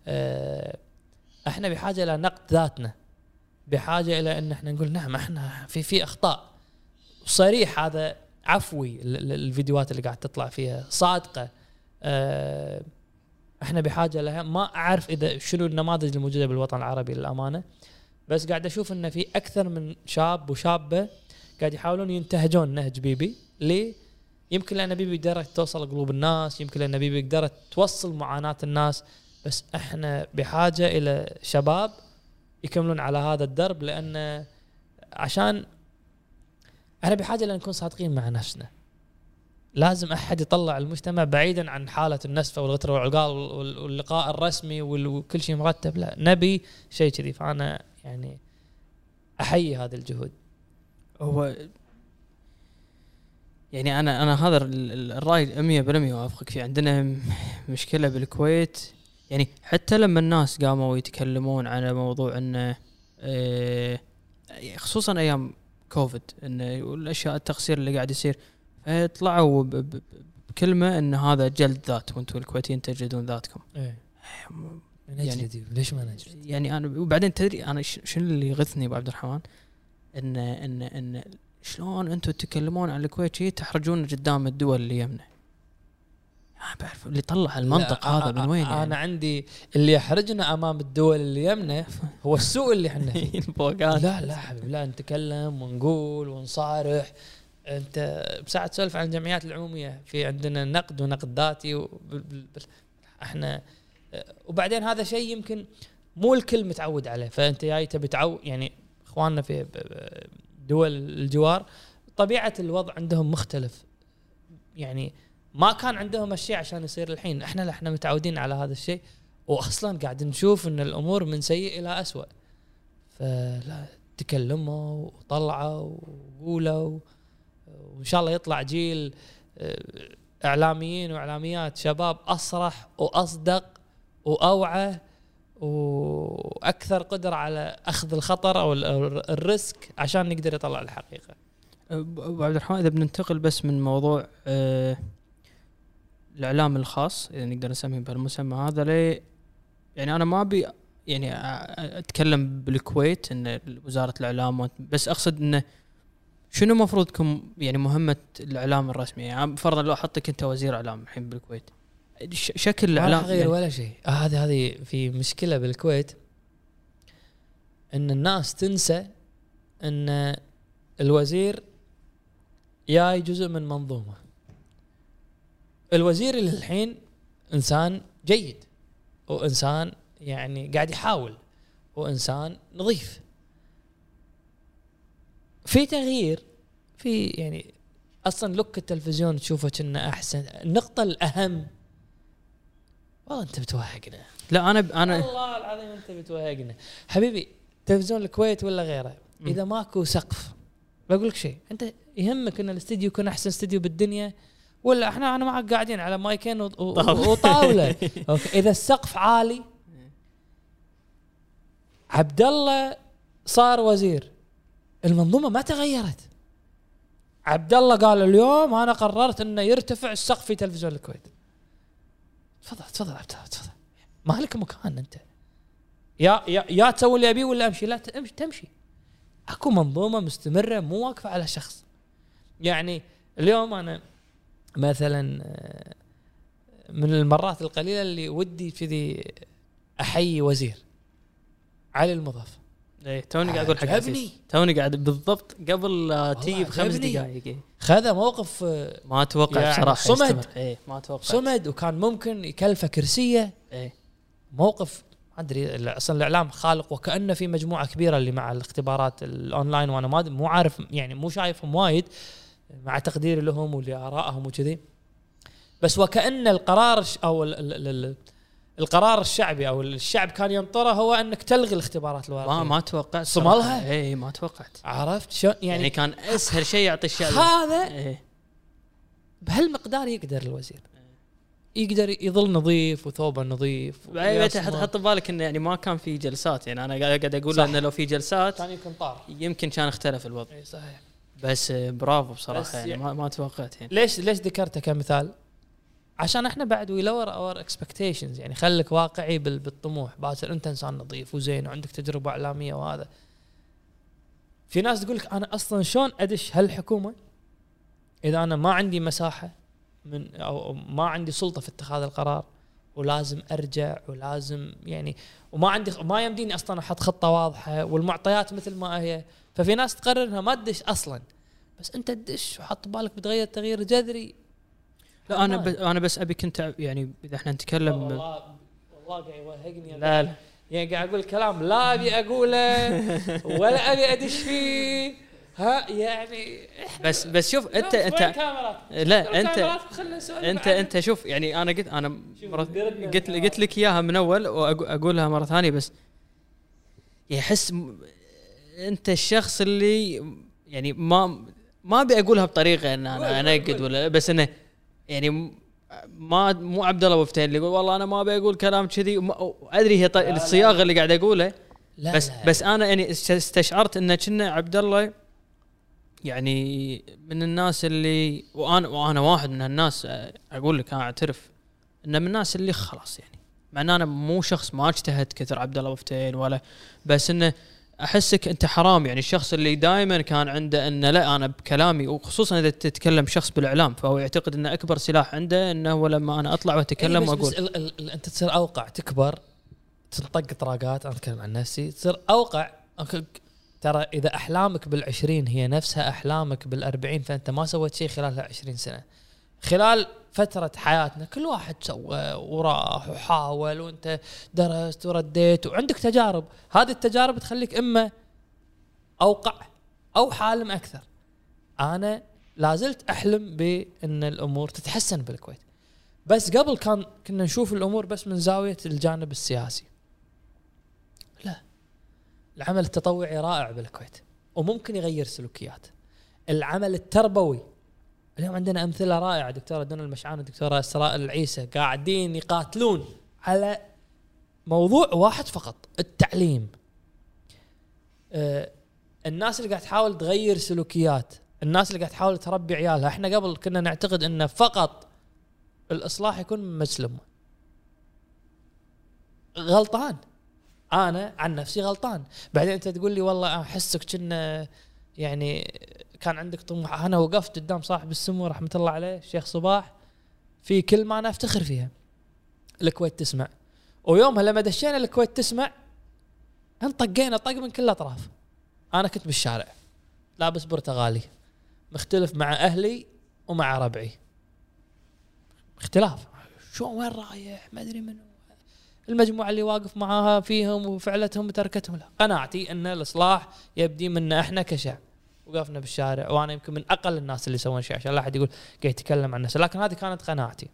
احنا بحاجه الى نقد ذاتنا، بحاجه الى ان احنا نقول نعم احنا في في اخطاء صريح. هذا عفوي، الفيديوهات اللي قاعد تطلع فيها صادقه. احنا بحاجه لها. ما اعرف اذا شنو النماذج الموجوده بالوطن العربي للامانه، بس قاعد اشوف ان في اكثر من شاب وشابه قاعد يحاولون ينتهجون نهج بيبي. ليه؟ يمكن لان بيبي قدرت توصل قلوب الناس، يمكن لان بيبي قدرت توصل معاناه الناس، بس احنا بحاجه الى شباب يكملون على هذا الدرب. لان عشان احنا بحاجه لان نكون صادقين مع نفسنا. لازم احد يطلع المجتمع بعيدا عن حاله النسفه والغتره والعقال واللقاء الرسمي وكل شيء مرتب. لا، نبي شيء كذي. فانا يعني احيي هذه الجهود. هو يعني انا انا هذا الراي مية بالمية اوافقك فيه. عندنا مشكله بالكويت، يعني حتى لما الناس قاموا يتكلمون عن موضوع انه خصوصا ايام كوفيد انه الاشياء التقصير اللي قاعد يصير، طلعوا بكلمه ان هذا جلد ذات وانتم الكويتيين تجلدون ذاتكم. ايه يعني ليش ما نجلد؟ يعني انا وبعدين تدري انا شنو اللي يغثني ابو عبد الرحمن؟ ان ان ان شلون انتم تتكلمون عن الكويت شيء تحرجون قدام الدول اللي يمنا. ما بعرف اللي طلع المنطق هذا من وين. يعني انا عندي اللي يحرجنا امام الدول اللي يمنا هو السوء اللي احنا فيه. لا لا حبيبي، لا نتكلم ونقول ونصارح. انت بساعة تسولف عن الجمعيات العمومية، في عندنا نقد ونقد ذاتي. احنا وبعدين هذا شيء يمكن مو الكل متعود عليه. فانت جاي تبي تعود، يعني اخواننا في دول الجوار طبيعة الوضع عندهم مختلف، يعني ما كان عندهم الشيء عشان يصير الحين. احنا لا، احنا متعودين على هذا الشيء، واصلا قاعد نشوف ان الامور من سيء الى أسوأ. فلا، تكلموا وطلعوا وقولوا، وان شاء الله يطلع جيل اعلاميين واعلاميات شباب اصرح واصدق واوعى واكثر قدره على اخذ الخطر او الريسك عشان نقدر يطلع الحقيقه. ابو عبد الرحمن، اذا بننتقل بس من موضوع أه الاعلام الخاص، اذا نقدر نسميه بهالمسمى هذا، ليه يعني انا ما ابي يعني اتكلم بالكويت ان وزاره الاعلام، بس اقصد انه شنو مفروض تكون يعني مهمه الاعلام الرسمي. يعني فرضا لو احطك انت وزير اعلام الحين بالكويت، شكل الاعلام ما غير يعني ولا شيء. هذه آه هذه في مشكله بالكويت، ان الناس تنسى ان الوزير ياي جزء من منظومه. الوزير اللي الحين انسان جيد وانسان يعني قاعد يحاول وانسان نظيف. في تغيير في يعني اصلا لوك التلفزيون تشوفه كأنه احسن. النقطه الاهم والله انت بتوهقنا. لا انا انا والله العظيم انت بتوهقنا حبيبي. تلفزيون الكويت ولا غيره م. اذا ماكو سقف بقول لك شيء، انت يهمك ان الاستديو يكون احسن استديو بالدنيا ولا احنا انا معك قاعدين على مايكين وطاوله؟ اوكي اذا السقف عالي. عبد الله صار وزير، المنظومه ما تغيرت. عبد الله قال اليوم انا قررت انه يرتفع السقف في تلفزيون الكويت. تفضل تفضل عبد الله تفضل، ما لك مكان انت. يا يا يا تسوي اللي ابي ولا امشي. لا تمشي تمشي. اكو منظومه مستمره مو واقفه على شخص. يعني اليوم انا مثلا من المرات القليله اللي ودي كذي احيي وزير علي المضاف. ايه توني قاعد اقول حق عزيز، توني قاعد بالضبط قبل لا تيجي بخمس دقائق. خذ موقف ما اتوقع يعني بصراحه صمد. ايه ما اتوقع صمد وكان ممكن يكلفه كرسيه. ايه موقف ما ادري اصلا الاعلام خالق وكانه في مجموعه كبيره اللي مع الاختبارات الاونلاين وانا ما مو عارف يعني مو شايفهم وايد مع تقديري لهم ولارائهم وكذي. بس وكأن القرار او ال ال ال القرار الشعبي او الشعب كان ينطره هو انك تلغي الاختبارات الورقيه. ما ما توقعت صملها. اي ما توقعت. عرفت شو يعني, يعني كان اسهل شيء يعطي الشعب هذا ايه. بهالمقدار يقدر الوزير يقدر يظل نظيف وثوبه نظيف. ايوه تحط ببالك انه يعني ما كان في جلسات. يعني انا قاعد اقول انه لو في جلسات كان يمكن طار يمكن كان اختلف الوضع. اي صحيح. بس برافو بصراحه يعني, يعني ما ما توقعت يعني. ليش ليش ذكرته كمثال؟ عشان احنا بعد وي لور اور اكسبكتيشنز. يعني خليك واقعي بالطموح. باسل انت انسان نظيف وزين وعندك تجربه اعلاميه وهذا. في ناس تقول لك انا اصلا شلون ادش هالحكومه اذا انا ما عندي مساحه من او ما عندي سلطه في اتخاذ القرار ولازم ارجع ولازم يعني وما عندي ما يمديني اصلا احط خطه واضحه والمعطيات مثل ما هي. ففي ناس تقرر انها ما تدش اصلا. بس انت تدش وحط بالك بتغير تغيير جذري. لا انا بس انا بس ابي كنت يعني اذا احنا نتكلم والله والله قاعد يوهقني. لا لا يعني قاعد اقول كلام لا ابي اقوله ولا ابي ادش فيه. ها يعني بس بس شوف انت انت لا انت انت انت شوف يعني انا قلت انا قلت قلت لك اياها من اول واقولها مره ثانيه. بس يحس انت الشخص اللي يعني ما ما ابي اقولها بطريقه ان انا انقد ولا بس انه يعني ما مو عبد الله بفتين اللي يقول والله انا ما ابي اقول كلام كذي وادري هي الصياغه اللي قاعد اقوله. بس لا بس انا يعني استشعرت انه كنا عبد الله يعني من الناس اللي وانا وانا واحد من الناس اقول لك انا اعترف انه من الناس اللي خلاص يعني مع ان انا مو شخص ما اجتهد كثر عبد الله بفتين ولا بس انه احسك انت حرام. يعني الشخص اللي دائما كان عنده انه لا انا بكلامي وخصوصا اذا تتكلم شخص بالاعلام فهو يعتقد ان اكبر سلاح عنده انه لما انا اطلع واتكلم إيه واقول بس ال ال ال انت تصير اوقع تكبر تنطق طراقات. انا اتكلم عن نفسي تصير اوقع. ترى اذا احلامك بالعشرين هي نفسها احلامك بالاربعين فانت ما سويت شيء خلال عشرين سنه. خلال فتره حياتنا كل واحد سوى وراح وحاول وانت درست ورديت وعندك تجارب. هذه التجارب تخليك اما اوقع او حالم اكثر. انا لازلت احلم بان الامور تتحسن بالكويت. بس قبل كان كنا نشوف الامور بس من زاويه الجانب السياسي. لا العمل التطوعي رائع بالكويت وممكن يغير سلوكيات. العمل التربوي اليوم عندنا أمثلة رائعة. دكتورة دون المشعان ودكتورة إسراء العيسى قاعدين يقاتلون على موضوع واحد فقط التعليم. آه الناس اللي قاعد تحاول تغير سلوكيات. الناس اللي قاعد تحاول تربي عيالها. احنا قبل كنا نعتقد أن فقط الإصلاح يكون من مسلم. غلطان. أنا عن نفسي غلطان. بعدين أنت تقول لي والله أحسك كنا يعني كان عندك طموح. أنا وقفت قدام صاحب السمو رحمة الله عليه الشيخ صباح في كلمة أنا أفتخر فيها. الكويت تسمع. ويومها لما دشينا الكويت تسمع انطقينا طق من كل الأطراف. أنا كنت بالشارع لابس برتغالي مختلف مع اهلي ومع ربعي، اختلاف. شو وين رايح ما ادري منو المجموعه اللي واقف معاها فيهم وفعلتهم وتركتهم. لا، قناعتي ان الاصلاح يبدي منا احنا كشعب. وقفنا بالشارع وانا يمكن من اقل الناس اللي يسوون شيء عشان لا احد يقول قاعد يتكلم عن نفسه، لكن هذه كانت قناعتي.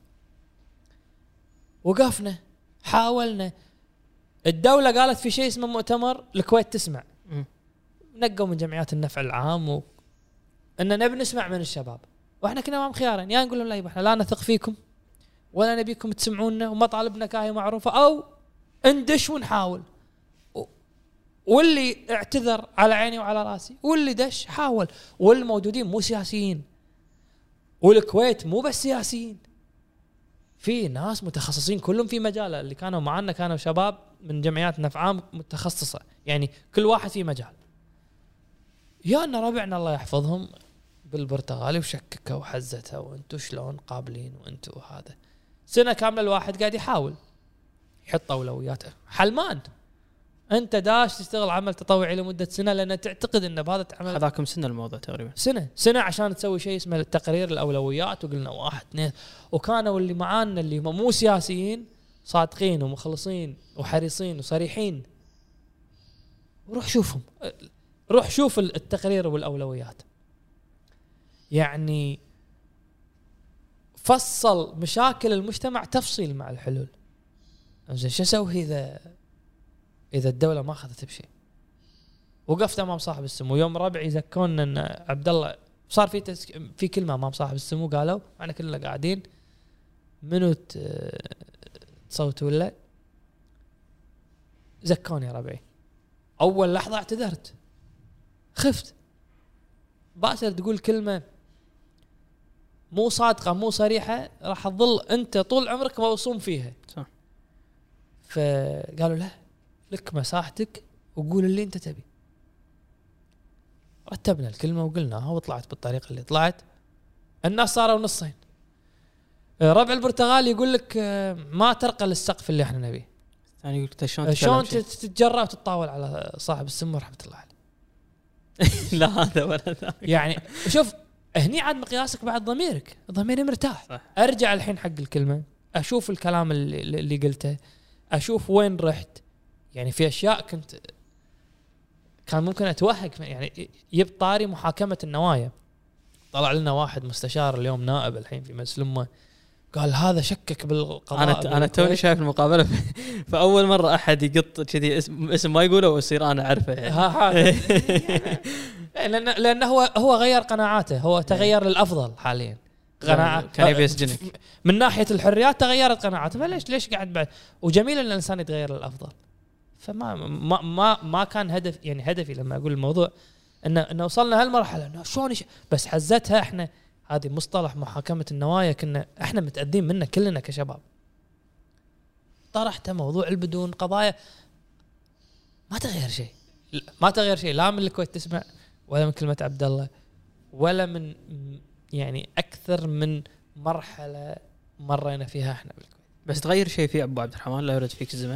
وقفنا حاولنا. الدوله قالت في شيء اسمه مؤتمر الكويت تسمع، نقوا من جمعيات النفع العام و... ان نبي نسمع من الشباب، واحنا كنا امام خيارين، يا يعني نقول لهم لا يبا احنا لا نثق فيكم ولا نبيكم تسمعونا ومطالبنا كاهي معروفه، او اندش ونحاول. و... واللي اعتذر على عيني وعلى راسي، واللي دش حاول. والموجودين مو سياسيين، والكويت مو بس سياسيين، في ناس متخصصين كلهم في مجاله. اللي كانوا معنا كانوا شباب من جمعيات نفع عام متخصصه، يعني كل واحد في مجال. يا ان ربعنا الله يحفظهم بالبرتغالي وشككها وحزتها، وانتو شلون قابلين وانتو هذا. سنه كامله الواحد قاعد يحاول يحط اولوياته. حلمان انت داش تشتغل عمل تطوعي لمده سنه لان تعتقد ان بهذا العمل هذاكم سنه الموضوع تقريبا سنه سنه عشان تسوي شيء اسمه التقرير الاولويات. وقلنا واحد اثنين، وكانوا اللي معانا اللي هم مو سياسيين صادقين ومخلصين وحريصين وصريحين. وروح شوفهم، روح شوف التقرير والاولويات. يعني فصل مشاكل المجتمع تفصيل مع الحلول. زين شو اسوي اذا اذا الدوله ما اخذت بشيء؟ وقفت امام صاحب السمو يوم ربعي زكونا ان عبد الله صار في تسك... في كلمه امام صاحب السمو قالوا احنا كلنا قاعدين منو تصوتوا له. زكوني يا ربعي. اول لحظه اعتذرت، خفت باسل تقول كلمه مو صادقه مو صريحه راح تظل انت طول عمرك موصوم فيها. صح. فقالوا لا لك مساحتك وقول اللي انت تبي. رتبنا الكلمه وقلناها وطلعت بالطريقه اللي طلعت. الناس صاروا نصين. ربع البرتغال يقول لك ما ترقى للسقف اللي احنا نبيه. ثاني يقول لك شلون شلون تتجرأ وتتطاول على صاحب السمو رحمه الله عليه. لا هذا ولا ذا. يعني شوف هني عاد مقياسك بعد ضميرك، ضميري مرتاح. صح. ارجع الحين حق الكلمه، اشوف الكلام اللي, اللي قلته، اشوف وين رحت. يعني في اشياء كنت كان ممكن اتوهق، يعني يب طاري محاكمه النوايا. طلع لنا واحد مستشار اليوم نائب الحين في مجلس الامه قال هذا شكك بالقضاء. انا انا توني شايف المقابله فاول مره احد يقط كذي اسم اسم ما يقوله ويصير انا اعرفه يعني. لان لانه هو هو غير قناعاته، هو تغير للافضل حاليا. قناعه كان يبي يسجنك من ناحيه الحريات، تغيرت قناعاته. فليش ليش قاعد بعد؟ وجميل ان الانسان يتغير للافضل. فما ما ما ما كان هدف، يعني هدفي لما اقول الموضوع ان ان وصلنا هالمرحله انه شلون بس حزتها. احنا هذه مصطلح محاكمه النوايا كنا احنا متأذين منه كلنا كشباب. طرحت موضوع البدون قضايا ما تغير شيء، ما تغير شيء لا من الكويت تسمع ولا من كلمه عبد الله ولا من يعني اكثر من مرحله مرينا فيها احنا بالكويت. بس تغير شيء في ابو عبد الرحمن لا يرد فيك الزمن.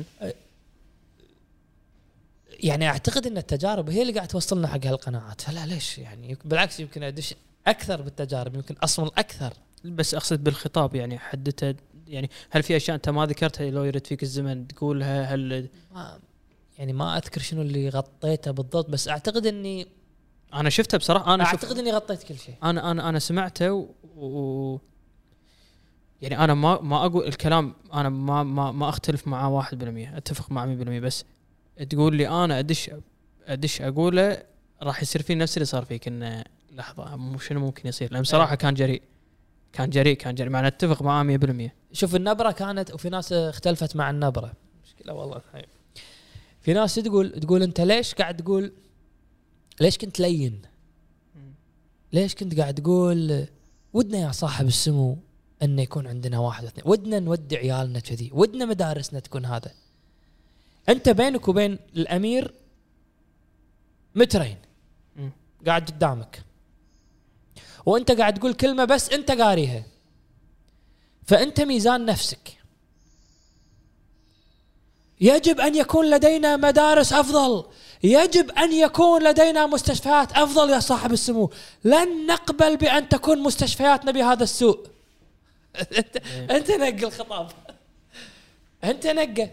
يعني اعتقد ان التجارب هي اللي قاعد توصلنا حق هالقناعات. فلا ليش يعني بالعكس يمكن ادش اكثر بالتجارب، يمكن اصلا اكثر. بس اقصد بالخطاب يعني حدته، يعني هل في اشياء انت ما ذكرتها لو يرد فيك الزمن تقولها؟ هل ما يعني ما اذكر شنو اللي غطيته بالضبط، بس اعتقد اني انا شفته بصراحه. انا اعتقد اني غطيت كل شيء. انا انا انا سمعته و... و... يعني انا ما ما اقول الكلام، انا ما ما ما اختلف معاه واحد بالمية، اتفق معه مية بالمية. بس تقول لي انا ادش ادش اقوله راح يصير في نفس اللي صار فيك، انه لحظه مو شنو ممكن يصير. لان بصراحه كان جريء كان جريء كان جريء معنا، اتفق معاه مية بالمية. شوف النبره كانت، وفي ناس اختلفت مع النبره. مشكله والله. في ناس تقول تقول انت ليش قاعد تقول، ليش كنت لين، ليش كنت قاعد تقول ودنا يا صاحب السمو ان يكون عندنا واحد واثنين، ودنا نودي عيالنا كذي، ودنا مدارسنا تكون هذا. انت بينك وبين الامير مترين م. قاعد قدامك، وانت قاعد تقول كلمه بس انت قاريها، فانت ميزان نفسك. يجب أن يكون لدينا مدارس أفضل، يجب أن يكون لدينا مستشفيات أفضل يا صاحب السمو، لن نقبل بأن تكون مستشفياتنا بهذا السوء. أنت, أنت نقل الخطاب، أنت نقل.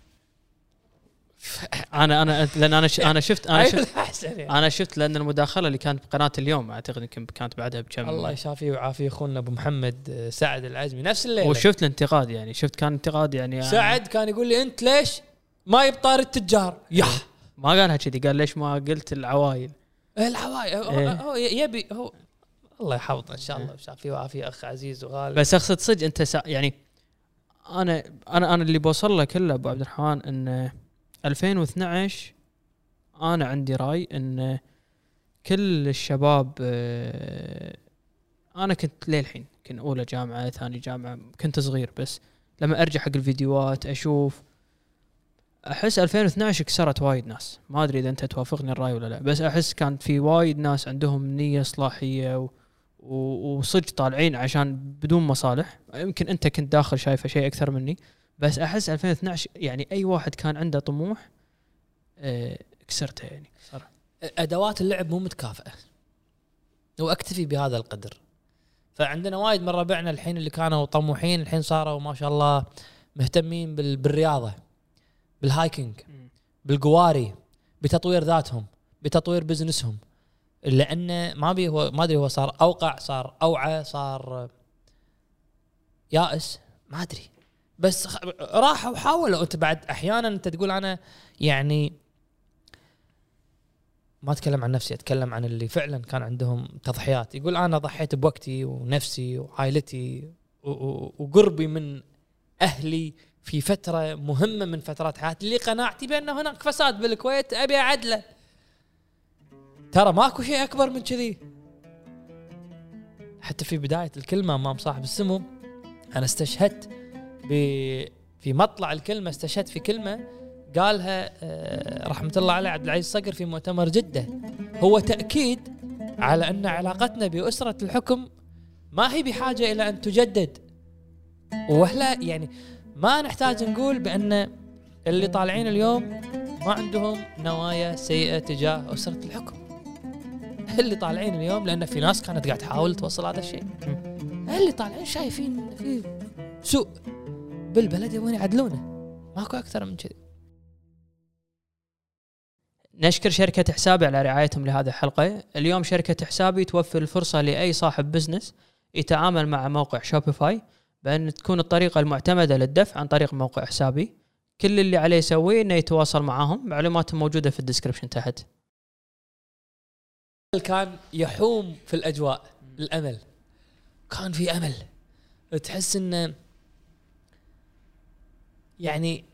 انا انا لان انا ش... انا شفت انا شفت يعني. انا شفت لان المداخله اللي كانت بقناه اليوم اعتقد يمكن كانت بعدها بكم. الله يشافيه ويعافيه اخونا ابو محمد سعد العزمي نفس الليله. وشفت الانتقاد يعني شفت كان انتقاد يعني سعد كان يقول لي انت ليش ما يبطار التجار يا ما قالها كذي قال ليش ما قلت العوايل العوايل هو إيه؟ يبي هو الله يحفظه ان شاء الله ويشافيه ويعافيه اخ عزيز وغالي. بس اقصد صدق انت سا... يعني انا انا انا اللي بوصل له كله ابو عبد الرحمن ان ألفين واثنعش انا عندي راي ان كل الشباب انا كنت للحين كنت اولى جامعه ثاني جامعه كنت صغير بس لما ارجع حق الفيديوهات اشوف احس ألفين واثنعش كسرت وايد ناس. ما ادري اذا انت توافقني الراي ولا لا بس احس كانت في وايد ناس عندهم نيه اصلاحيه و... وصدق طالعين عشان بدون مصالح. يمكن انت كنت داخل شايفه شيء اكثر مني بس احس ألفين واثنعش يعني اي واحد كان عنده طموح أه كسرته يعني صراحه. ادوات اللعب مو متكافئه واكتفي بهذا القدر. فعندنا وايد من ربعنا الحين اللي كانوا طموحين الحين صاروا ما شاء الله مهتمين بال... بالرياضه بالهايكينج بالقواري بتطوير ذاتهم بتطوير بزنسهم لأن ما بي هو ما أدري هو صار أوقع صار أوعى صار يائس ما أدري بس راحوا وحاولوا. أنت بعد أحيانا أنت تقول أنا يعني ما أتكلم عن نفسي أتكلم عن اللي فعلا كان عندهم تضحيات. يقول أنا ضحيت بوقتي ونفسي وعائلتي وقربي من أهلي في فترة مهمة من فترات حياتي اللي قناعتي بأن هناك فساد بالكويت أبي أعدله. ترى ماكو شيء أكبر من كذي. حتى في بداية الكلمة أمام صاحب السمو أنا استشهدت في مطلع الكلمة استشهدت في كلمة قالها رحمة الله عليه عبد العزيز الصقر في مؤتمر جدة. هو تأكيد على أن علاقتنا بأسرة الحكم ما هي بحاجة إلى أن تجدد. وهلا يعني ما نحتاج نقول بأن اللي طالعين اليوم ما عندهم نوايا سيئة تجاه أسرة الحكم. اللي طالعين اليوم لأن في ناس كانت قاعد تحاول توصل هذا الشيء. اللي طالعين شايفين في سوء بالبلد يبون يعدلونه. ماكو أكثر من كذي. نشكر شركة حسابي على رعايتهم لهذه الحلقة. اليوم شركة حسابي توفر الفرصة لأي صاحب بزنس يتعامل مع موقع شوبيفاي بأن تكون الطريقة المعتمدة للدفع عن طريق موقع حسابي. كل اللي عليه يسويه إنه يتواصل معهم. معلوماتهم موجودة في الديسكريبشن تحت. كان يحوم في الأجواء الأمل. كان في أمل تحس إنه يعني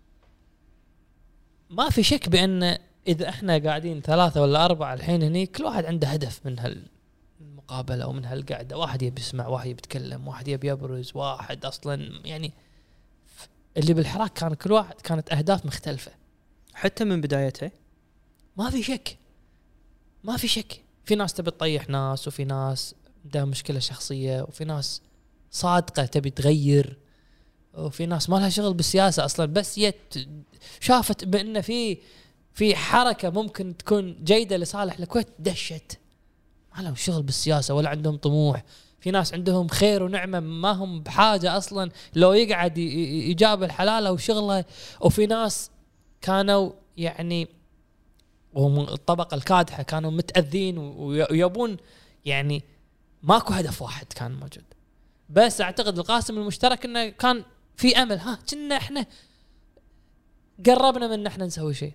ما في شك بأن إذا إحنا قاعدين ثلاثة ولا أربعة الحين هني كل واحد عنده هدف من هالمقابلة أو من هالقعدة. واحد يبي يسمع واحد يبي يتكلم واحد يبي يبرز واحد أصلاً يعني اللي بالحراك كان كل واحد كانت أهداف مختلفة حتى من بدايته. ما في شك ما في شك في ناس تبي تطيح ناس وفي ناس عندها مشكلة شخصية وفي ناس صادقة تبي تغير وفي ناس ما لها شغل بالسياسة أصلا بس يت شافت بأن في في حركة ممكن تكون جيدة لصالح الكويت دشت. ما لهم شغل بالسياسة ولا عندهم طموح. في ناس عندهم خير ونعمة ما هم بحاجة أصلا لو يقعد يجاب الحلال أو شغله. وفي ناس كانوا يعني وهم الطبقة الكادحة كانوا متأذين ويبون يعني ماكو هدف واحد كان موجود. بس أعتقد القاسم المشترك إنه كان في أمل. ها كنا إحنا قربنا من إن إحنا نسوي شيء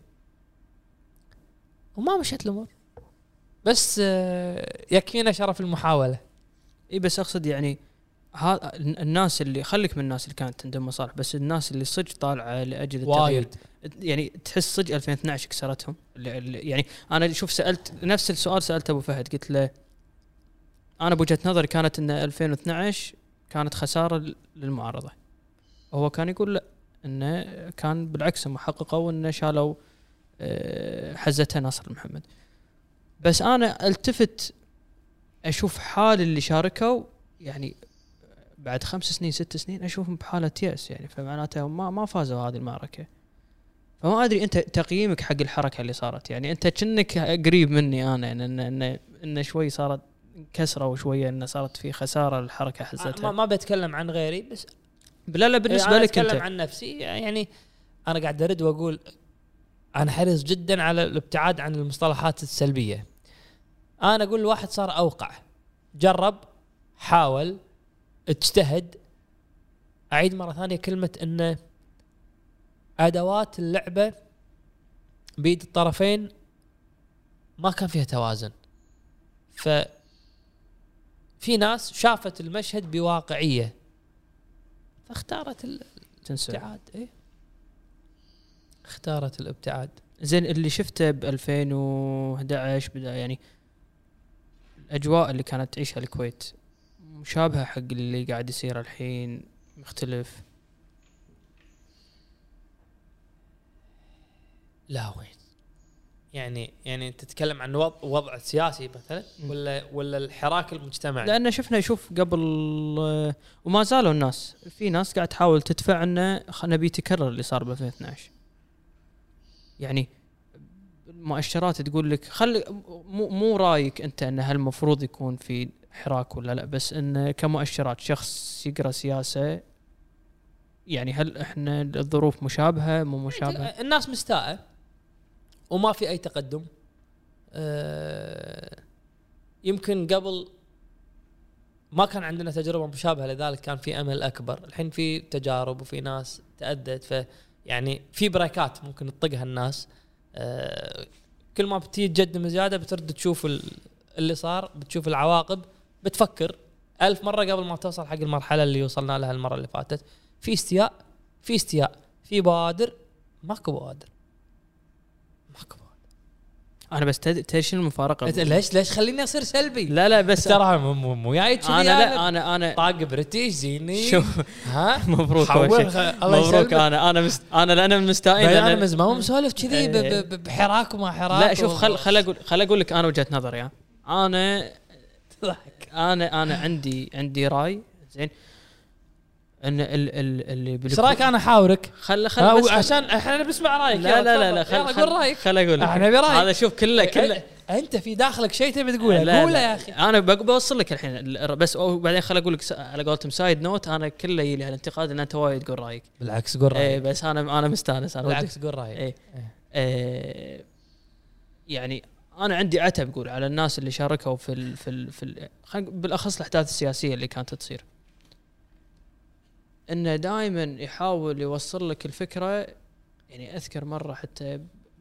وما مشت الأمور بس يكفينا شرف المحاولة. إيه بس أقصد يعني ها الناس اللي خليك من الناس اللي كانت عندهم مصالح بس الناس اللي صدق طالعة لأجل التغيير يعني تحس صدق ألفين واثنعش كسرتهم. يعني أنا شوف سألت نفس السؤال سألت أبو فهد قلت له أنا بوجهة نظري كانت إن ألفين واثنعش كانت خسارة للمعارضة. هو كان يقول لا إنه كان بالعكس هم حققوا إنه شالوا حزتها ناصر محمد. بس أنا التفت أشوف حال اللي شاركوا يعني بعد خمس سنين ست سنين أشوفهم بحالة يأس يعني فمعناته ما ما فازوا هذه المعركة. فما ادري انت تقييمك حق الحركه اللي صارت. يعني انت كأنك قريب مني انا ان ان ان شوي صارت كسره وشويه ان صارت في خساره الحركه حزتها. ما, ما بتكلم عن غيري بس لا لا بالنسبه لك انت. اتكلم عن نفسي. يعني انا قاعد ارد واقول انا حريص جدا على الابتعاد عن المصطلحات السلبيه. انا اقول الواحد صار اوقع، جرب، حاول، اجتهد. اعيد مره ثانيه كلمه ان ادوات اللعبه بيد الطرفين ما كان فيها توازن. ف في ناس شافت المشهد بواقعيه فاختارت الابتعاد. ايه اختارت الابتعاد. زين اللي شفته ب ألفين وأحد عشر بدا يعني الاجواء اللي كانت تعيشها الكويت مشابهه حق اللي قاعد يصير الحين، مختلف؟ لا وين يعني يعني انت تتكلم عن وضع, وضع سياسي مثلا ولا ولا الحراك المجتمعي؟ لان شفنا يشوف قبل وما زالوا الناس في ناس قاعد تحاول تدفع انه نبي يتكرر اللي صار ب ألفين واثني عشر. يعني المؤشرات تقول لك خلي مو, مو رايك انت ان هل المفروض يكون في حراك ولا لا، بس ان كمؤشرات شخص يقرا سياسه يعني هل احنا الظروف مشابهه مو مشابهه؟ الناس مستاءه وما في اي تقدم. أه يمكن قبل ما كان عندنا تجربه مشابهه لذلك كان في امل اكبر. الحين في تجارب وفي ناس تأدت، ف يعني في بريكات ممكن تطقها الناس. أه كل ما بتيجي تقدم زياده بترد تشوف اللي صار، بتشوف العواقب، بتفكر ألف مره قبل ما توصل حق المرحله اللي وصلنا لها المره اللي فاتت. في استياء في استياء في بوادر، ماكو بوادر ماكو بوادر. انا بس تدري المفارقه ليش ليش خليني اصير سلبي؟ لا لا بس ترى مو مو جاي كذي. انا لا انا انا طاق بريتش زيني شوف ها مبروك مبروك. انا انا مست انا لأنا مستائن. انا مز ما هو مسولف كذي بحراك وما حراك. لا شوف خل خل اقول خل اقول لك انا وجهه نظري. انا انا انا عندي عندي راي زين ان ال ال اللي ايش رايك انا احاورك؟ خل خل بس عشان احنا بنسمع رايك. لا لا لا, لا خل اقول رايك. خل اقول لك احنا برايك هذا. شوف كله كله انت في داخلك شيء تبي تقوله قوله يا اخي. انا بوصل لك الحين بس وبعدين خل اقول لك على قولتهم سايد نوت. انا كله يلي الانتقاد ان انت وايد تقول رايك. بالعكس قول رايك. ايه بس انا انا مستانس. انا بالعكس قول رايك. ايه, ايه يعني انا عندي عتب اقول على الناس اللي شاركوا في ال في ال في ال بالاخص الاحداث السياسيه اللي كانت تصير، انه دائما يحاول يوصل لك الفكره. يعني اذكر مره حتى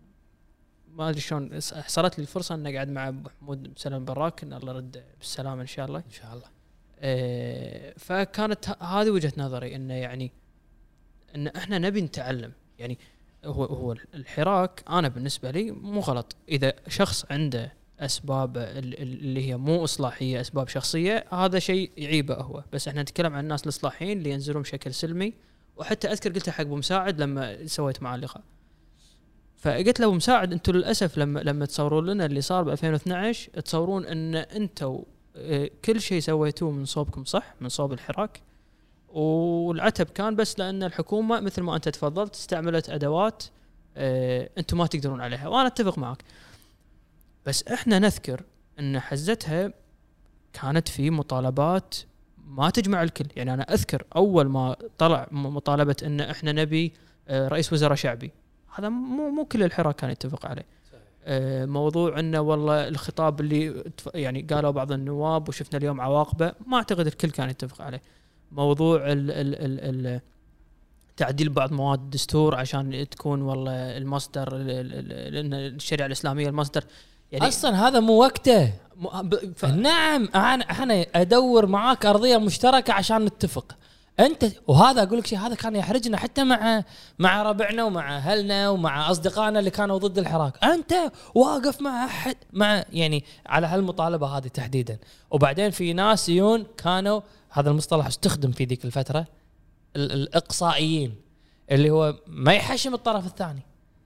ما ادري شلون حصلت لي الفرصه ان اقعد مع ابو حمود سلام براك ان الله يرد بالسلامه ان شاء الله ان شاء الله. إيه فكانت هذه وجهه نظري انه يعني ان احنا نبي نتعلم. يعني هو هو الحراك انا بالنسبه لي مو غلط اذا شخص عنده اسباب اللي هي مو اصلاحيه، اسباب شخصيه، هذا شيء يعيبه هو. بس احنا نتكلم عن الناس الاصلاحيين اللي ينزلون بشكل سلمي. وحتى اذكر قلتها حق ابو مساعد لما سويت معاه لقاء، فقلت له ابو مساعد انتم للاسف لما لما تصورون لنا اللي صار ب ألفين واثني عشر تصورون ان انتم كل شيء سويتوه من صوبكم صح، من صوب الحراك، والعتب كان بس لان الحكومه مثل ما انت تفضلت استعملت ادوات انتم ما تقدرون عليها. وانا اتفق معك، بس احنا نذكر ان حزتها كانت في مطالبات ما تجمع الكل. يعني انا اذكر اول ما طلع مطالبه ان احنا نبي رئيس وزراء شعبي، هذا مو مو كل الحراك كان يتفق عليه. موضوع انه والله الخطاب اللي يعني قالوا بعض النواب وشفنا اليوم عواقبه، ما اعتقد الكل كان يتفق عليه. موضوع ال ال ال ال تعديل بعض مواد الدستور عشان تكون والله المصدر لان الشريعه الاسلاميه المصدر، يعني اصلا هذا مو وقته. ف... نعم انا انا ادور معاك ارضيه مشتركه عشان نتفق انت. وهذا اقول لك شيء، هذا كان يحرجنا حتى مع مع ربعنا ومع اهلنا ومع اصدقائنا اللي كانوا ضد الحراك. انت واقف مع احد مع يعني على هالمطالبه هذه تحديدا. وبعدين في ناس يون كانوا، هذا المصطلح استخدم في ذيك الفتره، الاقصائيين، اللي هو ما يحشم الطرف الثاني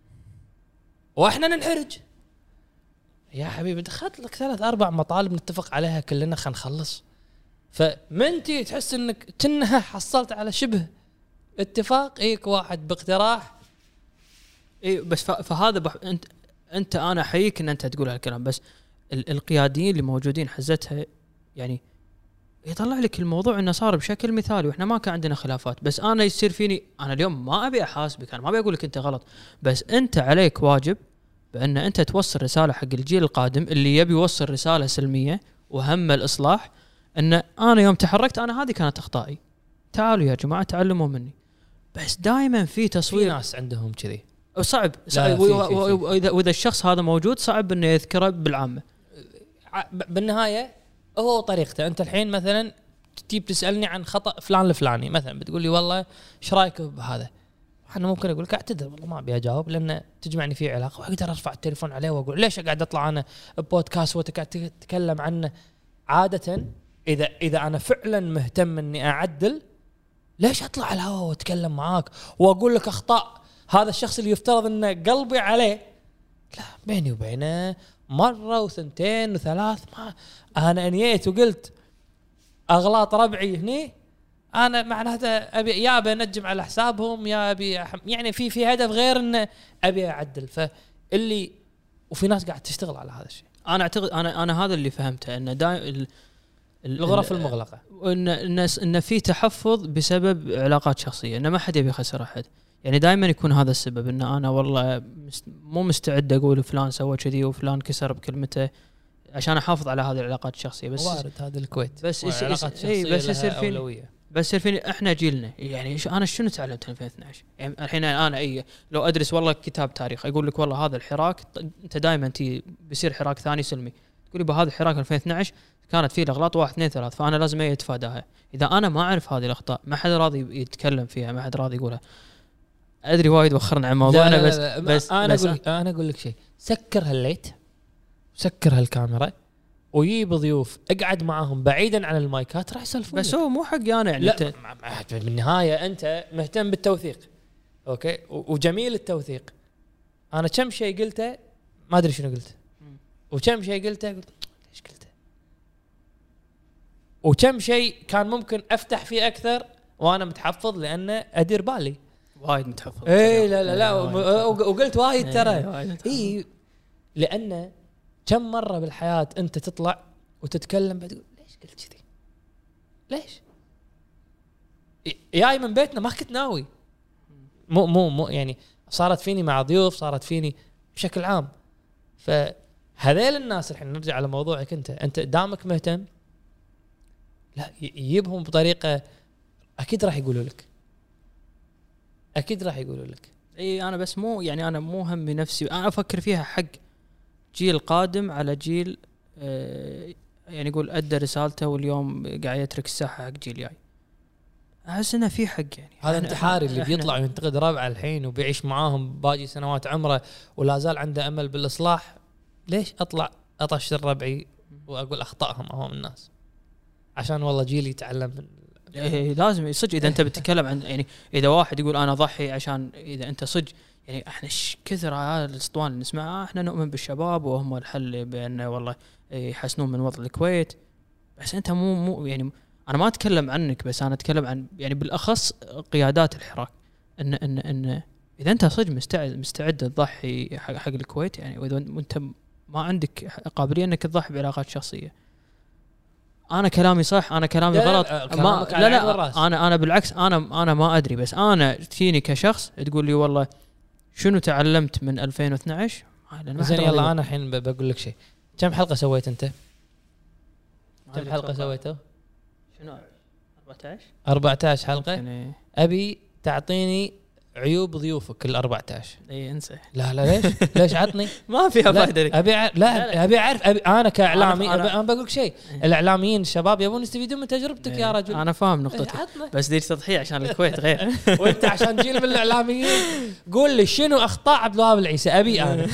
واحنا ننحرج. يا حبيبي دخلت لك ثلاث اربع مطالب نتفق عليها كلنا خلينا نخلص. فمنتي تحس انك كنها حصلت على شبه اتفاق، ايك واحد باقتراح اي بس فهذا بح... انت انت انا احييك ان انت تقول هالكلام، بس ال... القياديين اللي موجودين حزتها يعني يطلع لك الموضوع انه صار بشكل مثالي واحنا ما كان عندنا خلافات. بس انا يصير فيني انا اليوم ما ابي احاسبك، انا ما ابي اقول لك انت غلط، بس انت عليك واجب بان انت توصل رساله حق الجيل القادم اللي يبي يوصل رساله سلميه وهم الاصلاح، ان انا يوم تحركت انا هذه كانت اخطائي، تعالوا يا جماعه تعلموا مني. بس دائما في تصوير، في ناس عندهم كذي صعب, صعب واذا واذا الشخص هذا موجود صعب انه يذكره بالعامه. بالنهايه هو طريقته. انت الحين مثلا تجيب تسالني عن خطا فلان الفلاني، مثلا بتقول لي والله ايش رايك بهذا، انا ممكن اقول لك اعتذر والله ما ابي اجاوب لان تجمعني فيه علاقه، واقدر ارفع التليفون عليه واقول ليش قاعد اطلع انا ببودكاست وانت قاعد تتكلم عنه. عاده اذا اذا انا فعلا مهتم اني اعدل ليش اطلع على الهواء واتكلم معاك واقول لك اخطاء هذا الشخص اللي يفترض ان قلبي عليه. لا، بيني وبينه مره وثنتين وثلاث ما انا انيت وقلت اغلاط ربعي هني، انا معناته ابي يا ابي انجم على حسابهم يا ابي أحم... يعني في في هدف غير ان ابي اعدل. فاللي وفي ناس قاعد تشتغل على هذا الشيء. انا اعتقد انا انا هذا اللي فهمته ان دائما الغرف المغلقه وان الناس ان في تحفظ بسبب علاقات شخصيه، ان ما حد يبي يخسر احد، يعني دائما يكون هذا السبب، ان انا والله مو مستعد اقول فلان سوى كذي وفلان كسر بكلمته عشان احافظ على هذه العلاقات الشخصيه. بس وارد هذا الكويت بس علاقات شخصيه بس يصير فيني بس يصير فيني احنا جيلنا يعني انا شنو تعلمت ألفين واثني عشر يعني الحين انا اي لو ادرس والله كتاب تاريخ اقول لك والله هذا الحراك انت دائما تي بيصير حراك ثاني سلمي تقول لي بهذا الحراك ألفين واثني عشر كانت فيه الاغلاط واحد اثنين ثلاث فانا لازم اتفاداها. اذا انا ما اعرف هذه الاخطاء ما حد راضي يتكلم فيها ما حد راضي يقولها. ادري وايد وخرنا عن موضوعنا بس لا لا بس انا بس اقول انا اقول لك شيء، سكر هالليت سكر هالكاميرا ويجيب ضيوف اقعد معاهم بعيدا عن المايكات راح يسولفون. بس هو مو حقي انا يعني لا بالنهايه انت مهتم بالتوثيق اوكي وجميل التوثيق. انا كم شيء قلته ما ادري شنو قلت وكم شيء قلته قلت ليش قلته وكم شيء كان ممكن افتح فيه اكثر وانا متحفظ لان ادير بالي وايد متحفظ. اي لا لا لا وقلت وايد ترى اي لان كم مرة بالحياة أنت تطلع وتتكلم بتقول ليش قلت كذي ليش جاي من بيتنا ما كنت ناوي مو مو مو يعني صارت فيني مع ضيوف صارت فيني بشكل عام. فهذيل الناس الحين نرجع على موضوعك أنت أنت دامك مهتم لا يجيبهم بطريقة أكيد راح يقولوا لك أكيد راح يقولوا لك. اي انا بس مو يعني انا مو هم بنفسي انا افكر فيها حق جيل قادم على جيل آه يعني يقول ادى رسالته واليوم قاعد يترك الساحه حق جيل جاي. احس انه في حق يعني هذا انتحاري اللي بيطلع وينتقد ربعه الحين وبيعيش معاهم باقي سنوات عمره ولا زال عنده امل بالاصلاح. ليش اطلع اطشر ربعي واقول اخطائهم امام الناس عشان والله جيلي يتعلم من إيه لازم صدق. اذا انت بتتكلم عن يعني اذا واحد يقول انا ضحي عشان اذا انت صدق يعني احنا كثر هذا الاسطوانه اللي نسمعها احنا نؤمن بالشباب وهم الحل بان والله يحسنون من وضع الكويت. بس انت مو مو يعني انا ما اتكلم عنك بس انا اتكلم عن يعني بالاخص قيادات الحراك ان ان ان اذا انت صدق مستعد مستعد تضحي حق, حق الكويت يعني واذا انت ما عندك قابليه انك تضحي بعلاقات شخصيه. انا كلامي صح انا كلامي غلط ما لا لا انا انا بالعكس انا انا ما ادري بس انا تجيني كشخص تقول لي والله شنو تعلمت من ألفين واثني عشر زين يلا انا الحين بقول لك شيء. كم حلقه سويت انت كم حلقه سويته شنو أربعة عشر أربعة عشر حلقه ابي تعطيني عيوب ضيوفك ال أربعة عشر. اي انسى لا لا ليش ليش عطني ما فيها فائده ابي ع... لا, لا ابي اعرف أبي... انا كاعلامي أنا, أنا بقول لك شيء الاعلاميين الشباب يبون يستفيدون من تجربتك يا رجل. انا فاهم نقطتك بس دي تضحيه عشان الكويت غير وانت عشان جيل من الاعلاميين قول لي شنو اخطاء عبد الوهاب العيسى ابي انا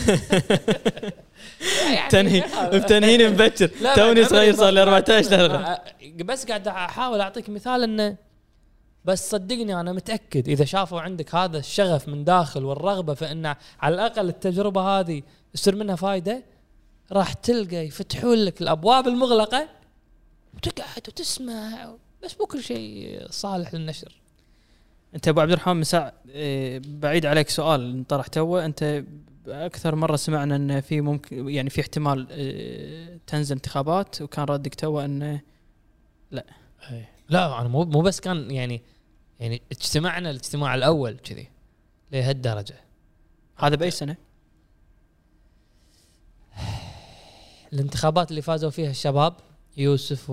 تنهي بتنهين مبكر توني صغير صار لي أربعة عشر بس قاعد احاول اعطيك مثال انه بس صدقني أنا متأكد إذا شافوا عندك هذا الشغف من داخل والرغبة فإن على الأقل التجربة هذه يصير منها فايدة راح تلقى يفتحون لك الأبواب المغلقة وتقعد وتسمع بس مو كل شيء صالح للنشر. انت ابو عبد الرحمن مساع، بعيد عليك سؤال طرح توه. انت اكثر مره سمعنا ان في ممكن يعني في احتمال تنزل انتخابات، وكان ردك توه انه لا. لا انا مو مو بس كان يعني يعني اجتمعنا الاجتماع الاول كذي لهالدرجه. هذا باي سنه؟ الانتخابات اللي فازوا فيها الشباب يوسف و...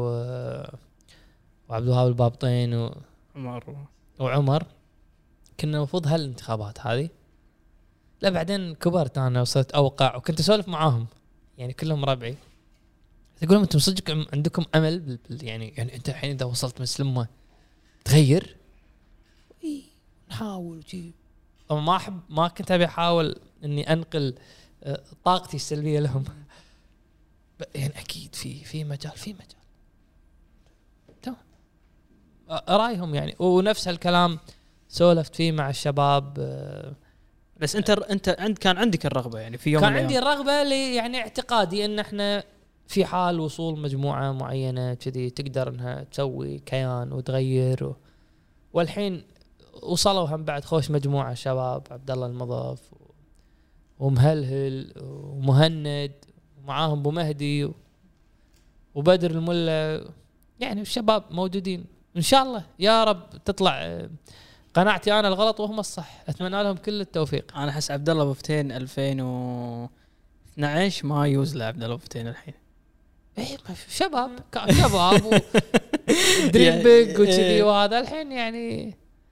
وعبد الوهاب البابطين و... عمر وعمر، كنا المفروض هالانتخابات هذه. لا بعدين كبرت انا وصرت اوقع وكنت اسولف معاهم يعني كلهم ربعي، تقول انتم صدق عندكم امل بال... يعني يعني انت الحين اذا وصلت مسلمه تغير؟ اي نحاول شيء. اما ما احب ما كنت ابي احاول اني انقل طاقتي السلبيه لهم. يعني اكيد في في مجال في مجال تمام رايهم يعني. ونفس هالكلام سولفت فيه مع الشباب. بس انت انت عند كان عندك الرغبه يعني في يوم كان عندي الرغبه لي يعني اعتقادي ان احنا في حال وصول مجموعه معينه كذي تقدر انها تسوي كيان وتغير و... والحين وصلوا هم بعد خوش مجموعه شباب، عبد الله المضاف ومهلهل ومهند ومعاهم ابو مهدي وبدر الملا، يعني الشباب موجودين ان شاء الله يا رب تطلع قناعتي انا الغلط وهم الصح. اتمنى لهم كل التوفيق. انا احس عبد الله ابو فتين ألفين واثناشر ما يوز لعبد الله ابو فتين الحين. ايه شباب كان شباب ودريم بيج وكذي، وهذا الحين يعني